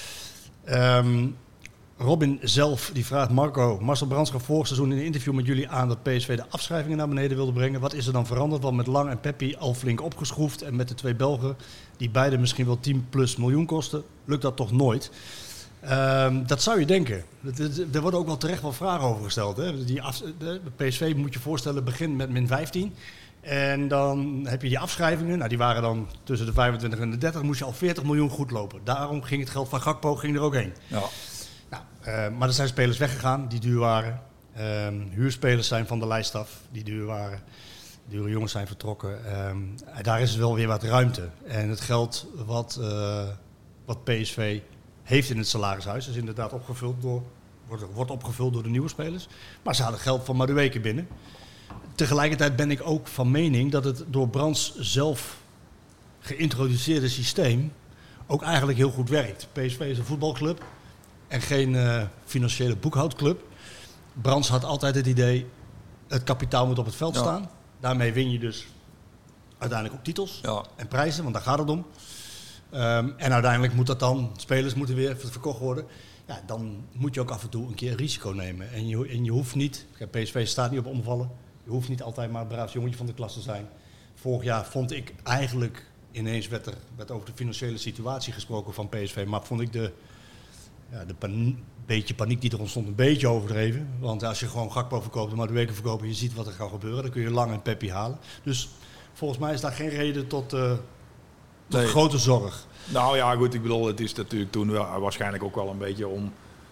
Robin zelf die vraagt Marcel Brands gaf vorig seizoen in een interview met jullie aan dat PSV de afschrijvingen naar beneden wilde brengen. Wat is er dan veranderd? Want met Lang en Peppi al flink opgeschroefd en met de 2 Belgen die beide misschien wel 10+ miljoen kosten, lukt dat toch nooit? Dat zou je denken. Er worden ook wel terecht wel vragen over gesteld. Hè? De PSV moet je voorstellen begint met -15. En dan heb je die afschrijvingen. Nou, die waren dan tussen de 25 en de 30. Moest je al 40 miljoen goed lopen. Daarom ging het geld van Gakpo er ook heen. Ja. Nou, maar er zijn spelers weggegaan die duur waren. Huurspelers zijn van de lijst af die duur waren. Dure jongens zijn vertrokken. Daar is wel weer wat ruimte. En het geld wat PSV heeft in het salarishuis is inderdaad wordt opgevuld door de nieuwe spelers. Maar ze hadden geld van Madueke binnen. Tegelijkertijd ben ik ook van mening dat het door Brands zelf geïntroduceerde systeem ook eigenlijk heel goed werkt. PSV is een voetbalclub en geen financiële boekhoudclub. Brands had altijd het idee, het kapitaal moet op het veld staan. Daarmee win je dus uiteindelijk ook titels en prijzen, want daar gaat het om. En uiteindelijk moet dat dan, spelers moeten weer verkocht worden. Ja, dan moet je ook af en toe een keer een risico nemen. En je hoeft niet, PSV staat niet op omvallen. Je hoeft niet altijd maar het braafste jongetje van de klas te zijn. Vorig jaar vond ik eigenlijk, ineens werd over de financiële situatie gesproken van PSV. Maar vond ik de beetje paniek die er ontstond een beetje overdreven. Want als je gewoon Gakpo verkoopt en Madueke verkoopt en je ziet wat er gaat gebeuren, dan kun je Lang en Peppi halen. Dus volgens mij is daar geen reden tot grote zorg. Nou ja, goed, ik bedoel, het is natuurlijk toen waarschijnlijk ook wel een beetje om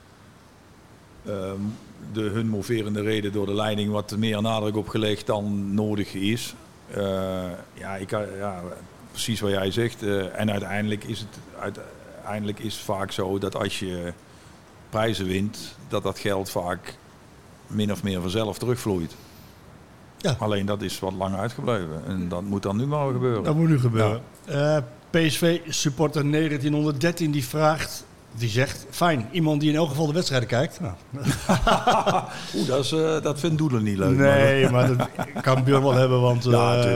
hun moverende reden door de leiding wat meer nadruk op gelegd dan nodig is. Precies wat jij zegt. En uiteindelijk is het vaak zo dat als je prijzen wint, dat geld vaak min of meer vanzelf terugvloeit. Ja. Alleen dat is wat lang uitgebleven. En dat moet dan nu maar gebeuren. Dat moet nu gebeuren. Ja. PSV-supporter 1913 die zegt, fijn, iemand die in elk geval de wedstrijden kijkt. Nou. Dat vindt Doelen niet leuk. Nee, maar dat kan Björn wel hebben, want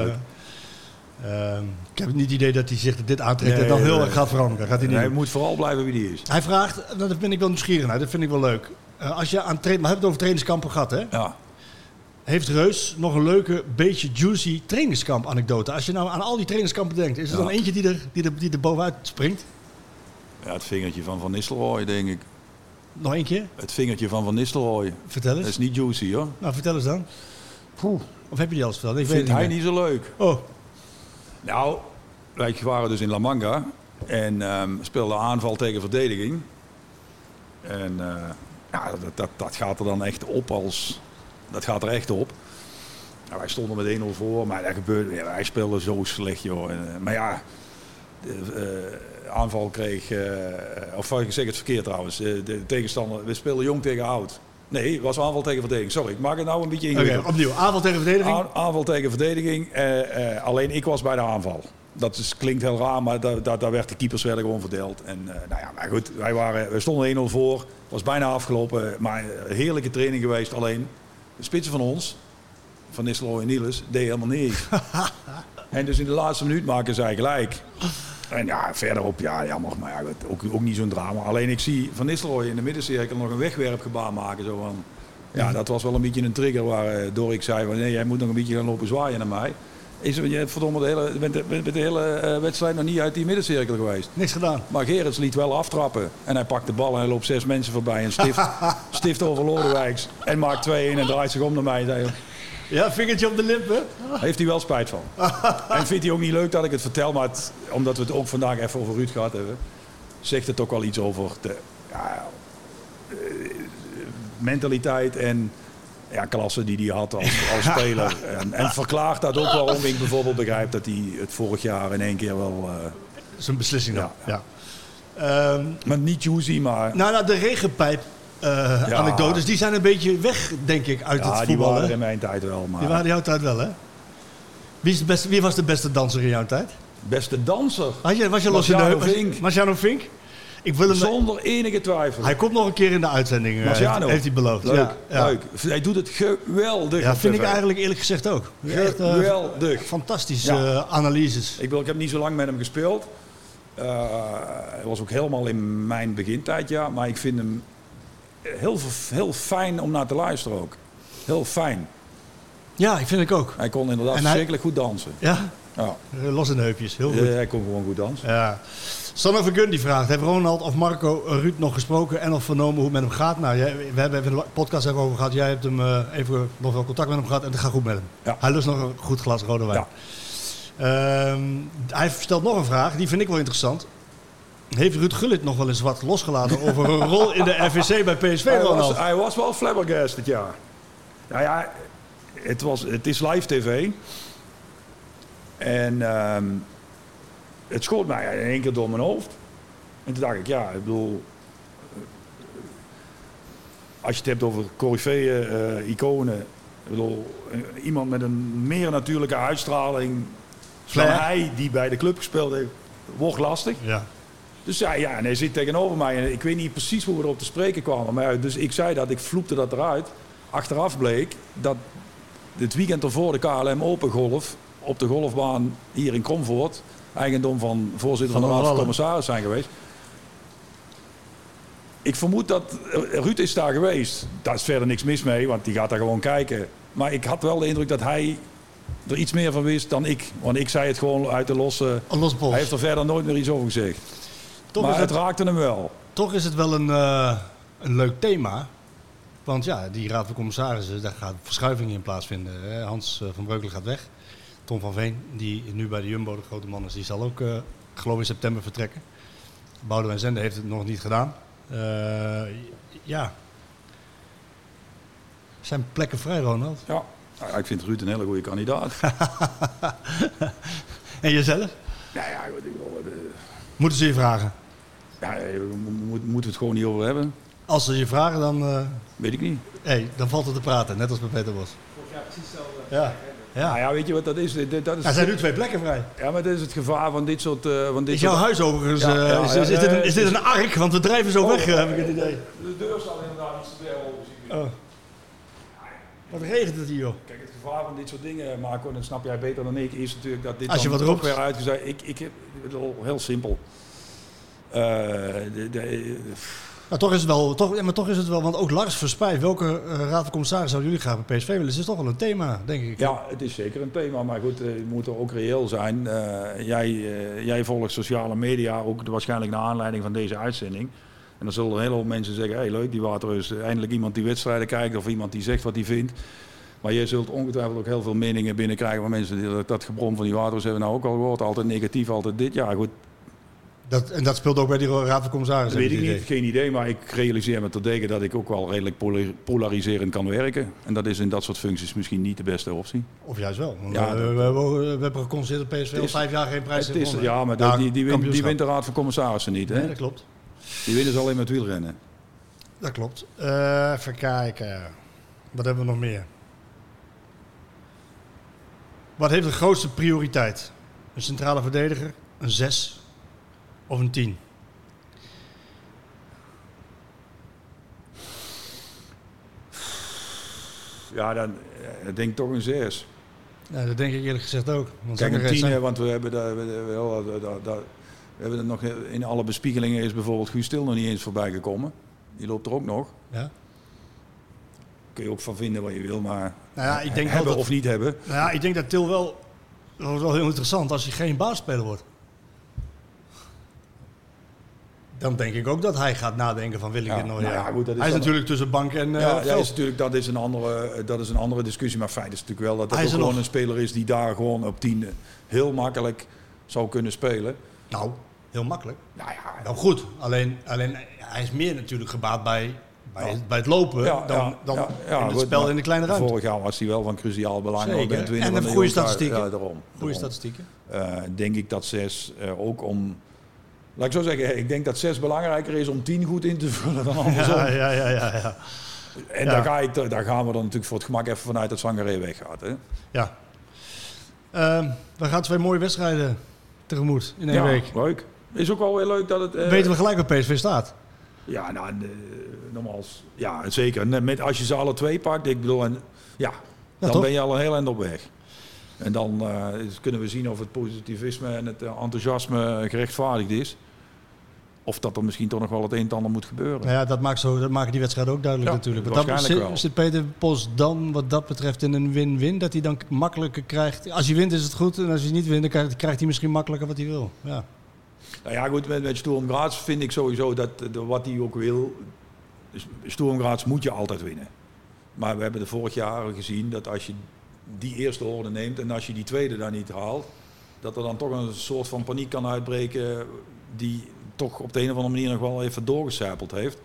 ik heb niet het idee dat hij zich dit aantrekt en dan heel erg gaat veranderen. Hij moet vooral blijven wie die is. Hij vraagt, dat ben ik wel nieuwsgierig naar, dat vind ik wel leuk. Als je maar hebben het over trainingskampen gehad, hè? Ja. Heeft Reus nog een leuke, beetje juicy trainingskamp-anekdote? Als je nou aan al die trainingskampen denkt, is er dan eentje die er bovenuit springt? Ja, het vingertje van Van Nistelrooy, denk ik. Nog één keer? Het vingertje van Nistelrooy. Vertel eens. Dat is niet juicy, hoor. Nou, vertel eens dan. Of heb je die al eens verteld? Ik vind hij niet zo leuk. Oh. Nou, wij waren dus in La Manga en speelden aanval tegen verdediging. En dat gaat er dan echt op Dat gaat er echt op. Nou, wij stonden met 1-0 voor, maar dat gebeurde. Ja, wij speelden zo slecht, joh. Maar ja, de aanval kreeg. Of ik zeg het verkeerd trouwens. De tegenstander. We speelden jong tegen oud. Nee, het was aanval tegen verdediging. Sorry, ik maak het nou een beetje ingewikkeld. Oké, opnieuw. Aanval tegen verdediging? Aanval tegen verdediging. Alleen ik was bij de aanval. Dat klinkt heel raar, maar daar werd de keepers gewoon verdeeld. En maar goed, we stonden 1-0 voor. Het was bijna afgelopen, maar een heerlijke training geweest. Alleen de spitsen van ons, Van Nistelrooy en Niels, deed helemaal niks. En dus in de laatste minuut maken zij gelijk. En ja, verderop, ja, jammer, maar ja, ook niet zo'n drama. Alleen ik zie Van Nistelrooy in de middencirkel nog een wegwerpgebaar maken. Zo van, ja, dat was wel een beetje een trigger waardoor ik zei, nee, jij moet nog een beetje gaan lopen zwaaien naar mij. Je bent de hele wedstrijd nog niet uit die middencirkel geweest. Niks gedaan. Maar Gerrits liet wel aftrappen. En hij pakt de bal en hij loopt 6 mensen voorbij. En stift over Lodewijks. En maakt 2-1 en draait zich om naar mij. En zei, ja, vingertje op de lippen. Heeft hij wel spijt van. En vindt hij ook niet leuk dat ik het vertel. Maar omdat we het ook vandaag even over Ruud gehad hebben. Zegt het ook wel iets over de mentaliteit en klasse die hij had als speler. En verklaart dat ook waarom ik bijvoorbeeld begrijp dat hij het vorig jaar in één keer wel... Zijn beslissing dan. Ja. Maar niet juicy, maar... Nou, de regenpijp anekdotes, die zijn een beetje weg, denk ik, uit het voetbal. Ja, die waren er in mijn tijd wel. Maar... Die waren in jouw tijd wel, hè? Wie was de beste danser in jouw tijd? Beste danser? Was je Marciano Vink? Ik wil hem... Zonder enige twijfel. Hij komt nog een keer in de uitzending, heeft hij beloofd. Leuk, ja. leuk. Hij doet het geweldig. Ja, vind ik eigenlijk eerlijk gezegd ook. Geweldig. Fantastische analyses. Ik heb niet zo lang met hem gespeeld. Hij was ook helemaal in mijn begintijd, ja. Maar ik vind hem heel fijn om naar te luisteren ook. Heel fijn. Ja, ik vind ik ook. Hij kon inderdaad verschrikkelijk goed dansen. Ja? Ja. Los in de heupjes, heel goed. Hij kon gewoon goed dansen. Ja. Sanne Vergun die vraagt, heeft Ronald of Marco Ruud nog gesproken en of vernomen hoe het met hem gaat? Nou, we hebben even een podcast over gehad. Jij hebt hem even nog wel contact met hem gehad en het gaat goed met hem. Ja. Hij lust nog een goed glas rode wijn. Ja. Hij stelt nog een vraag, die vind ik wel interessant. Heeft Ruud Gullit nog wel eens wat losgelaten over een rol in de RVC bij PSV, Ronald? Hij was wel flabbergast dit jaar. Nou ja, het is live tv. En het schoot mij in één keer door mijn hoofd. En toen dacht ik, ja, ik bedoel... Als je het hebt over coryfeeën, iconen... Ik bedoel, iemand met een meer natuurlijke uitstraling... dan hij die bij de club gespeeld heeft, wordt lastig. Ja. Dus ja, en hij zit tegenover mij. En ik weet niet precies hoe we erop te spreken kwamen. Maar dus ik zei dat, ik vloepte dat eruit. Achteraf bleek dat het weekend ervoor de KLM Open Golf... op de golfbaan hier in Kromvoort... eigendom van voorzitter van de Raad van Commissaris zijn geweest. Ik vermoed dat Ruud is daar geweest. Daar is verder niks mis mee, want die gaat daar gewoon kijken. Maar ik had wel de indruk dat hij er iets meer van wist dan ik. Want ik zei het gewoon uit de losse... Hij heeft er verder nooit meer iets over gezegd. Maar het raakte hem wel. Toch is het wel een leuk thema. Want ja, die Raad van Commissarissen, daar gaat verschuiving in plaatsvinden. Hans van Breukelen gaat weg. Tom van Veen, die nu bij de Jumbo de grote man is, die zal ook, geloof in september vertrekken. Boudewijn Zender heeft het nog niet gedaan. Ja. Zijn plekken vrij, Ronald? Ja, ik vind Ruud een hele goede kandidaat. En jezelf? Nou ja, moeten ze je vragen? Ja, moeten we het gewoon niet over hebben. Als ze je vragen, dan... Weet ik niet. Dan valt het te praten, net als bij Peter Bos. Vorig jaar precies hetzelfde. Ja. Ja. Nou ja, weet je wat dat is? Er zijn nu 2 plekken vrij. Ja, maar dat is het gevaar van dit soort... is jouw huis overigens... is dit een ark? Want we drijven zo weg, heb ik het idee. De deur zal inderdaad iets te ver open. Oh. Wat regent het hier, joh? Kijk, het gevaar van dit soort dingen, Marco, en dat snap jij beter dan ik, is natuurlijk dat dit als je dan wat toch weer uitgezegd... Ik heb het al heel simpel. Maar toch is het wel, want ook Lars Verspijt, welke Raad van Commissarissen zouden jullie graag bij PSV willen? Het is toch wel een thema, denk ik. Ja, het is zeker een thema, maar goed, we moeten ook reëel zijn. Jij volgt sociale media, ook waarschijnlijk naar aanleiding van deze uitzending. En dan zullen een hele hoop mensen zeggen, hey, leuk, die Waterreus, eindelijk iemand die wedstrijden kijkt of iemand die zegt wat hij vindt. Maar je zult ongetwijfeld ook heel veel meningen binnenkrijgen van mensen die dat gebrom van die Waterreus hebben nou ook al gehoord. Altijd negatief, altijd dit. Ja, goed. En dat speelt ook bij die Raad van Commissarissen? Dat weet ik niet, geen idee, maar ik realiseer me terdege dat ik ook wel redelijk polariserend kan werken. En dat is in dat soort functies misschien niet de beste optie. Of juist wel. Ja, we hebben geconstateerd dat PSV al 5 jaar geen prijs heeft gewonnen. Ja, maar die wint de Raad van Commissarissen niet. Hè? Nee, dat klopt. Die winnen ze alleen met wielrennen. Dat klopt. Even kijken. Wat hebben we nog meer? Wat heeft de grootste prioriteit? Een centrale verdediger, een 6 of een 10? Ja, dan denk ik toch een 6. Ja, dat denk ik eerlijk gezegd ook. Want kijk, een 10, want we hebben er nog in alle bespiegelingen is bijvoorbeeld Guus Til nog niet eens voorbij gekomen. Die loopt er ook nog. Ja. Kun je ook van vinden wat je wil, maar nou ja, ik denk hebben dat, of niet hebben. Nou ja, ik denk dat Til wel... Dat is wel heel interessant als hij geen baasspeler wordt. Dan denk ik ook dat hij gaat nadenken van wil ik dit nou? Nou ja, goed, hij is natuurlijk tussen bank en dat is een andere discussie. Maar feit is natuurlijk wel dat hij gewoon een speler is die daar gewoon op 10 heel makkelijk zou kunnen spelen. Nou, heel makkelijk. Nou ja, nou goed. Alleen hij is meer natuurlijk gebaat bij het lopen dan in het spel in de kleine ruimte. Vorig jaar was hij wel van cruciaal belang. En een goede statistieken. Ja, goede statistieken. Denk ik dat 6 ook om... Laat ik zo zeggen, ik denk dat 6 belangrijker is om 10 goed in te vullen dan andersom. Ja. En daar gaan we dan natuurlijk voor het gemak even vanuit dat Sangaré weggaat. Hè? Ja. We gaan 2 mooie wedstrijden tegemoet in 1 week. Leuk. Is ook wel weer leuk dat het... Weten we gelijk waar PSV staat? Ja, nou, nogmaals. Ja, zeker. Met, als je ze alle twee pakt, ik bedoel... dan toch? ben je al een heel eind op weg. En dan kunnen we zien of het positivisme en het enthousiasme gerechtvaardigd is. Of dat er misschien toch nog wel het een en ander moet gebeuren. Nou ja, dat maken die wedstrijden ook duidelijk natuurlijk. Waarschijnlijk Zit Peter Bos dan wat dat betreft in een win-win? Dat hij dan makkelijker krijgt... Als hij wint is het goed en als hij niet wint dan krijgt hij misschien makkelijker wat hij wil. Ja. Nou ja, goed, met Sturm Graz vind ik sowieso dat wat hij ook wil... Sturm Graz moet je altijd winnen. Maar we hebben de vorig jaar gezien dat als je die eerste orde neemt... en als je die tweede dan niet haalt... dat er dan toch een soort van paniek kan uitbreken... die toch op de een of andere manier nog wel even doorgecijpeld heeft.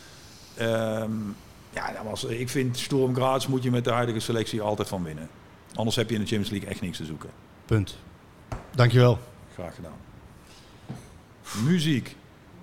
Ik vind Sturm Graz moet je met de huidige selectie altijd van winnen. Anders heb je in de Champions League echt niks te zoeken. Punt. Dankjewel. Graag gedaan. Muziek.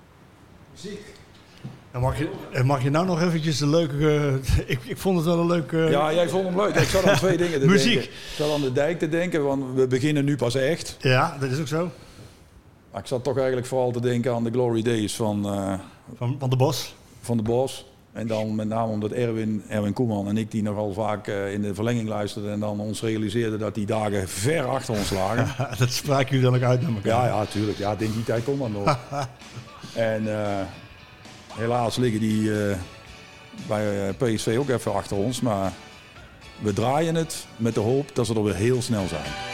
En mag je nou nog eventjes een leuke... Ik vond het wel een leuke... Ja, jij vond hem leuk. Ik zat aan twee dingen te Muziek. denken. Ik zat aan de dijk te denken, want we beginnen nu pas echt. Ja, dat is ook zo. Maar ik zat toch eigenlijk vooral te denken aan de Glory Days van de Bos. Van de Bos. En dan met name omdat Erwin Koeman en ik die nogal vaak in de verlenging luisterden en dan ons realiseerden dat die dagen ver achter ons lagen. Dat spraken jullie dan ook uit naar elkaar. Ja, tuurlijk. Ja, in die tijd kon dat nog. En helaas liggen die bij PSV ook even achter ons. Maar we draaien het met de hoop dat ze er weer heel snel zijn.